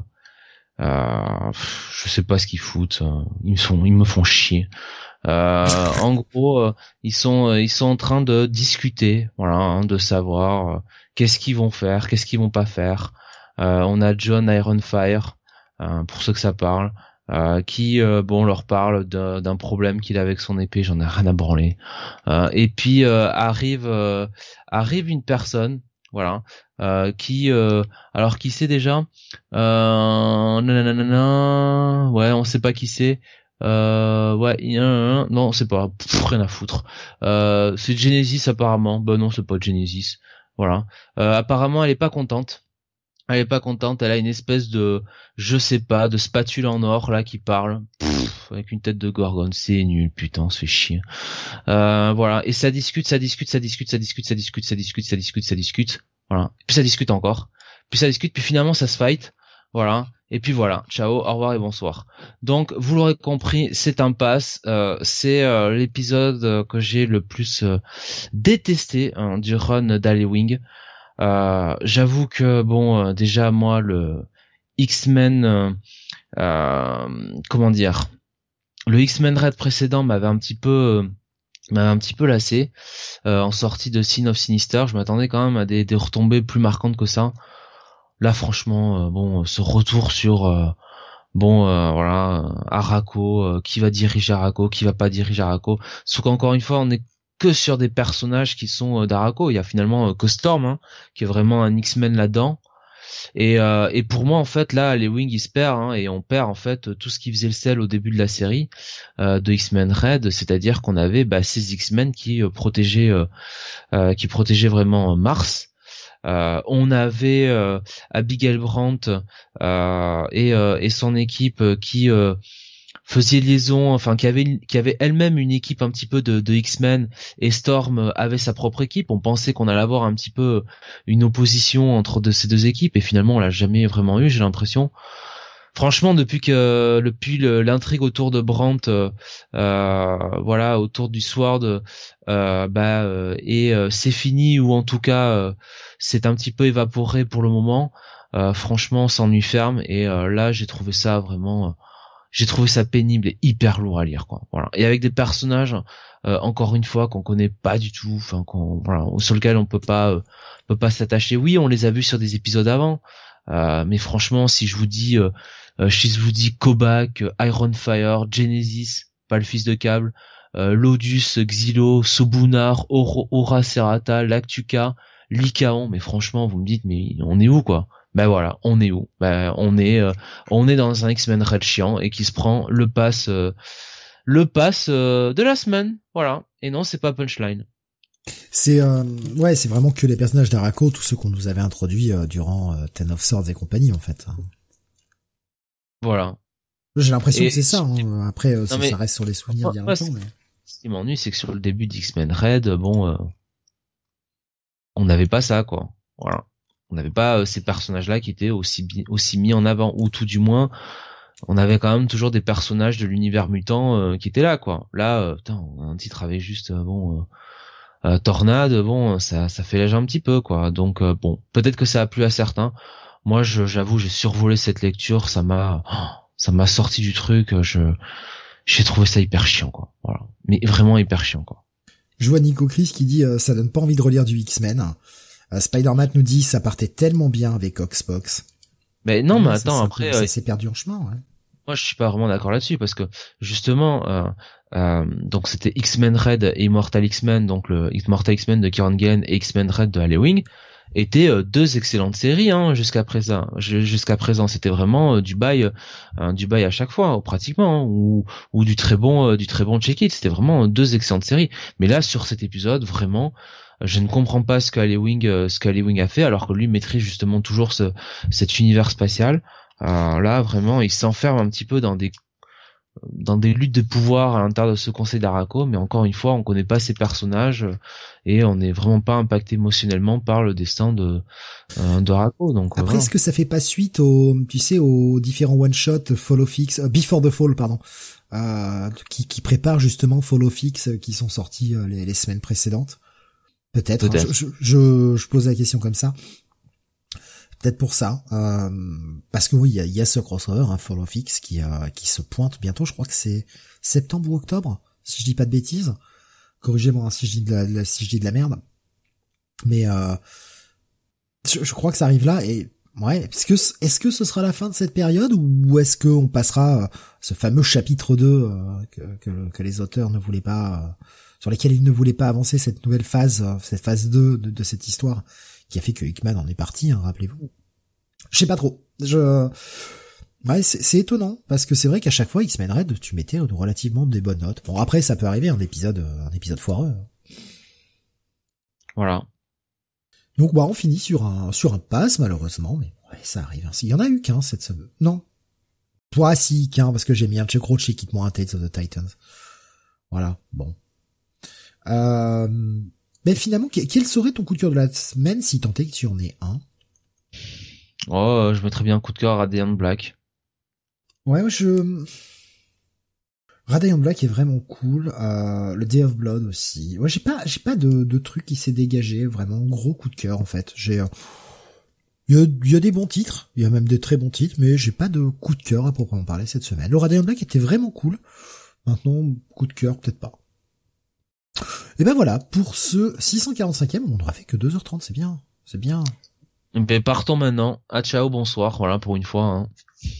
Euh, je sais pas ce qu'ils foutent. Ils me font ils me font chier. Euh, en gros, euh, ils sont euh, ils sont en train de discuter, voilà, hein, de savoir euh, qu'est-ce qu'ils vont faire, qu'est-ce qu'ils vont pas faire. Euh, on a John Ironfire, euh, pour ceux que ça parle, euh, qui euh, bon leur parle d'un, d'un problème qu'il a avec son épée. J'en ai rien à branler. Euh, et puis euh, arrive euh, arrive une personne, voilà, euh, qui euh, alors qui c'est déjà, euh, nanana, ouais, on sait pas qui c'est. Euh, ouais, euh, non, c'est pas, pff, rien à foutre. Euh, c'est Genesis apparemment. Bah non, c'est pas Genesis. Voilà. Euh, apparemment, elle est pas contente. Elle est pas contente. Elle a une espèce de, je sais pas, de spatule en or là qui parle, pff, avec une tête de gorgone. C'est nul, putain, on se fait chier. Euh, voilà. Et ça discute, ça discute, ça discute, ça discute, ça discute, ça discute, ça discute, ça discute. Voilà. Puis ça discute encore. Puis ça discute. Puis finalement, ça se fight. Voilà. Et puis voilà, ciao, au revoir et bonsoir. Donc, vous l'aurez compris, c'est un pass. Euh, c'est euh, l'épisode que j'ai le plus euh, détesté hein, du run d'Ali Wing. Euh, j'avoue que, bon, euh, déjà, moi, le X-Men... Euh, euh, comment dire, le X-Men Red précédent m'avait un petit peu... Euh, m'avait un petit peu lassé. Euh, en sortie de Sin of Sinister, je m'attendais quand même à des, des retombées plus marquantes que ça. Là, franchement, euh, bon, ce retour sur, euh, bon, euh, voilà, euh, Araco, euh, qui va diriger Araco, qui va pas diriger Araco. Sauf qu'encore une fois, on est que sur des personnages qui sont euh, d'Araco. Il y a finalement euh, que Storm, hein, qui est vraiment un X-Men là-dedans. Et, euh, et pour moi, en fait, là, les Wings, ils se perdent, hein, et on perd, en fait, tout ce qui faisait le sel au début de la série euh, de X-Men Red, c'est-à-dire qu'on avait bah, ces X-Men qui euh, protégeaient, euh, euh, qui protégeaient vraiment Mars. Euh, on avait euh, Abigail Brandt euh, et, euh, et son équipe qui euh, faisait liaison, enfin qui avait qui avait elle-même une équipe un petit peu de, de X-Men, et Storm avait sa propre équipe. On pensait qu'on allait avoir un petit peu une opposition entre de ces deux équipes, et finalement on l'a jamais vraiment eu, j'ai l'impression. Franchement, depuis que depuis le, l'intrigue autour de Brandt, euh, euh, voilà, autour du Sword, euh, bah euh, et euh, c'est fini, ou en tout cas euh, c'est un petit peu évaporé pour le moment. Euh, franchement, s'ennuie ferme, et euh, là j'ai trouvé ça vraiment, euh, j'ai trouvé ça pénible et hyper lourd à lire, quoi. Voilà, et avec des personnages euh, encore une fois qu'on connaît pas du tout, enfin qu'on voilà, sur lequel on peut pas euh, peut pas s'attacher. Oui, on les a vus sur des épisodes avant. Euh, mais franchement, si je vous dis euh, euh, Shizwoody, Kobak, euh, Iron Fire, Genesis, pas le fils de Cable, euh, Lodus, Xylo, Sobunar, Oro, Aura Serrata, Lactuca, Lycaon. Mais franchement, vous me dites, mais on est où quoi? Ben voilà, on est où? Ben on est, euh, on est dans un X-Men Red chiant et qui se prend le pass, euh, le pass euh, de la semaine, voilà. Et non, c'est pas Punchline. C'est euh, ouais, c'est vraiment que les personnages d'Araco, tous ceux qu'on nous avait introduits euh, durant euh, Ten of Swords et compagnie en fait. Voilà. J'ai l'impression Et que c'est ça. Hein. Après, euh, ça, mais, ça reste sur les souvenirs d'il y a longtemps. Mais... Ce qui m'ennuie, c'est que sur le début d'X-Men Red, bon, euh, on n'avait pas ça, quoi. Voilà. On n'avait pas euh, ces personnages-là qui étaient aussi bi- aussi mis en avant, ou tout du moins, on avait quand même toujours des personnages de l'univers mutant euh, qui étaient là, quoi. Là, euh, putain, un titre avait juste, euh, bon, euh, euh, Tornade, bon, ça, ça fait léger un petit peu, quoi. Donc, euh, bon, peut-être que ça a plu à certains. Moi, je, j'avoue, j'ai survolé cette lecture, ça m'a, oh, ça m'a sorti du truc. Je, j'ai trouvé ça hyper chiant, quoi. Voilà, mais vraiment hyper chiant, quoi. Je vois Nico Chris qui dit euh, ça donne pas envie de relire du X-Men. Euh, Spider-Man nous dit ça partait tellement bien avec Oxbox. Mais non, ouais, mais ça, attends, ça, après, ça euh, s'est perdu en chemin. Ouais. moi, je suis pas vraiment d'accord là-dessus parce que justement, euh, euh, donc c'était X-Men Red et Immortal X-Men, donc le Immortal X-Men de Kieran Gillen et X-Men Red de Halloween, étaient euh, deux excellentes séries hein, jusqu'à présent. Jusqu'à présent, c'était vraiment euh, du bail, euh, du bail à chaque fois, ou pratiquement, hein, ou ou du très bon, euh, du très bon check-it. C'était vraiment euh, deux excellentes séries. Mais là, sur cet épisode, vraiment, je ne comprends pas ce qu'Halloween, euh, ce qu'Halloween a fait, alors que lui maîtrise justement toujours ce, cet univers spatial. Euh, là, vraiment, il s'enferme un petit peu dans des dans des luttes de pouvoir à l'intérieur de ce conseil d'Araco, mais encore une fois, on connaît pas ces personnages et on n'est vraiment pas impacté émotionnellement par le destin de euh, d'Araco. Donc après, voilà. Est-ce que ça fait pas suite aux, tu sais, aux différents one shot Fall of X, uh, Before the Fall, pardon, euh, qui, qui préparent justement Fall of X qui sont sortis euh, les, les semaines précédentes? Peut-être. Peut-être. Hein, je, je, je pose la question comme ça. Peut-être pour ça, euh, parce que oui, il y a, y a ce crossover, hein, Fall of X, qui, euh, qui se pointe bientôt. Je crois que c'est septembre ou octobre, si je dis pas de bêtises. Corrigez-moi hein, si je dis de la, la, si je dis de la merde. Mais euh, je, je crois que ça arrive là. Et ouais, est-ce que est-ce que ce sera la fin de cette période ou est-ce que on passera euh, ce fameux chapitre deux euh, que, que, que les auteurs ne voulaient pas, euh, sur lesquels ils ne voulaient pas avancer cette nouvelle phase, euh, cette phase deux de, de cette histoire, qui a fait que Hickman en est parti, hein, rappelez-vous. Je sais pas trop. Je, ouais, c'est, c'est étonnant parce que c'est vrai qu'à chaque fois X-Men Red, tu mettais relativement des bonnes notes. Bon, après, ça peut arriver un épisode, un épisode foireux. Voilà. Donc, bah, on finit sur un, sur un pass malheureusement, mais ouais, ça arrive. Il y en a eu qu'un cette semaine. Non. Toi, si, qu'un parce que j'ai mis un check roach et quitte-moi un Tales of the Titans. Voilà. Bon. Euh. Mais finalement, quel serait ton coup de cœur de la semaine si tant est que tu en aies un? Oh, je mettrais bien un coup de cœur à Radiant Black. Ouais, je... Radiant Black est vraiment cool. Euh, le Day of Blood aussi. Ouais, j'ai pas, j'ai pas de, de truc qui s'est dégagé. Vraiment, gros coup de cœur en fait. J'ai, il y a, il y a des bons titres. Il y a même des très bons titres, mais j'ai pas de coup de cœur à proprement parler cette semaine. Le Radiant Black était vraiment cool. Maintenant, coup de cœur, peut-être pas. Et ben voilà, pour ce six cent quarante-cinquième, on n'aura fait que deux heures trente, c'est bien, c'est bien. Ben partons maintenant. Ah ciao, bonsoir, voilà pour une fois. Hein.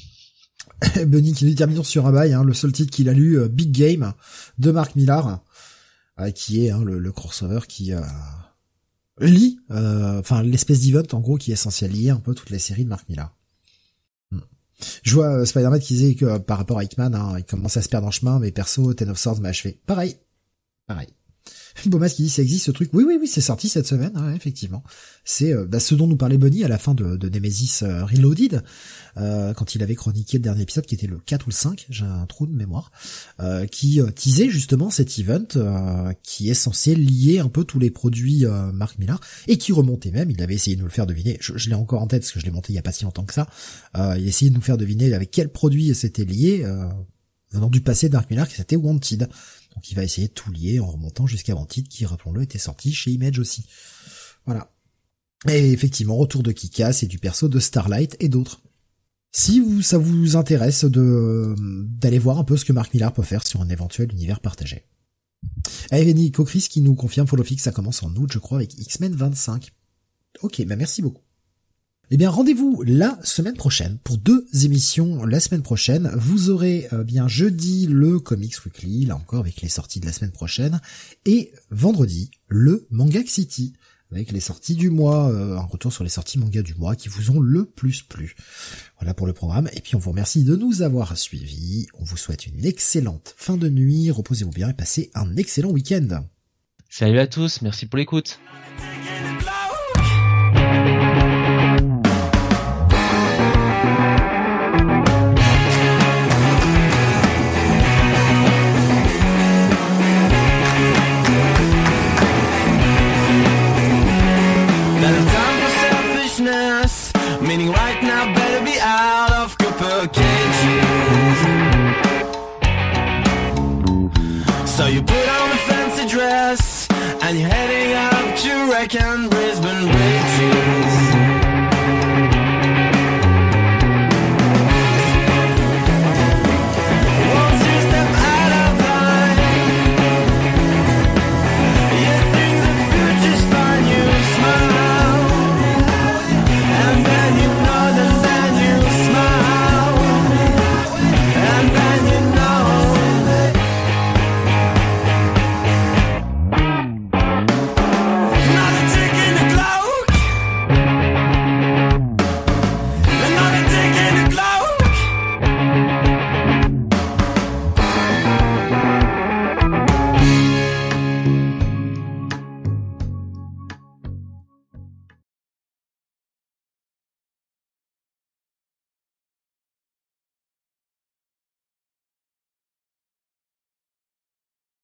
Benny qui nous termine sur un bail, hein, le seul titre qu'il a lu, euh, Big Game, de Mark Millar, euh, qui est hein, le, le crossover qui euh, lie, enfin euh, l'espèce d'event en gros qui est censé lier un peu toutes les séries de Mark Millar. Hmm. Je vois euh, Spider-Man qui disait que euh, par rapport à Hickman, hein, il commence à se perdre en chemin, mais perso, Ten of Swords m'a achevé. Pareil, pareil. Bomas qui dit ça existe ce truc. Oui, oui, oui, c'est sorti cette semaine, ouais, effectivement. C'est euh, bah, ce dont nous parlait Bonnie à la fin de, de Nemesis euh, Reloaded, euh, quand il avait chroniqué le dernier épisode qui était le quatre ou le cinq, j'ai un trou de mémoire, euh, qui euh, teasait justement cet event euh, qui est censé lier un peu tous les produits euh, Mark Millar et qui remontait même, il avait essayé de nous le faire deviner, je, je l'ai encore en tête parce que je l'ai monté il y a pas si longtemps que ça, euh, il essayait de nous faire deviner avec quel produit c'était lié, euh, venant du passé de Mark Millar, qui c'était Wanted. Donc il va essayer de tout lier en remontant jusqu'à Wanted, qui, rappelons-le, était sorti chez Image aussi. Voilà. Et effectivement, retour de Kick-Ass et du perso de Starlight et d'autres. Si vous, ça vous intéresse de d'aller voir un peu ce que Mark Millar peut faire sur un éventuel univers partagé. Et Nico Chris qui nous confirme Fall of X, ça commence en août, je crois, avec X-Men vingt-cinq. Ok, bah merci beaucoup. Eh bien, rendez-vous la semaine prochaine pour deux émissions. La semaine prochaine, vous aurez euh, bien jeudi le Comics Weekly, là encore avec les sorties de la semaine prochaine, et vendredi le Manga City avec les sorties du mois, euh, un retour sur les sorties manga du mois qui vous ont le plus plu. Voilà pour le programme. Et puis on vous remercie de nous avoir suivis. On vous souhaite une excellente fin de nuit. Reposez-vous bien et passez un excellent week-end. Salut à tous, merci pour l'écoute. Meaning right now better be out of copper cages. So you put on a fancy dress and you're heading up to Breckenridge.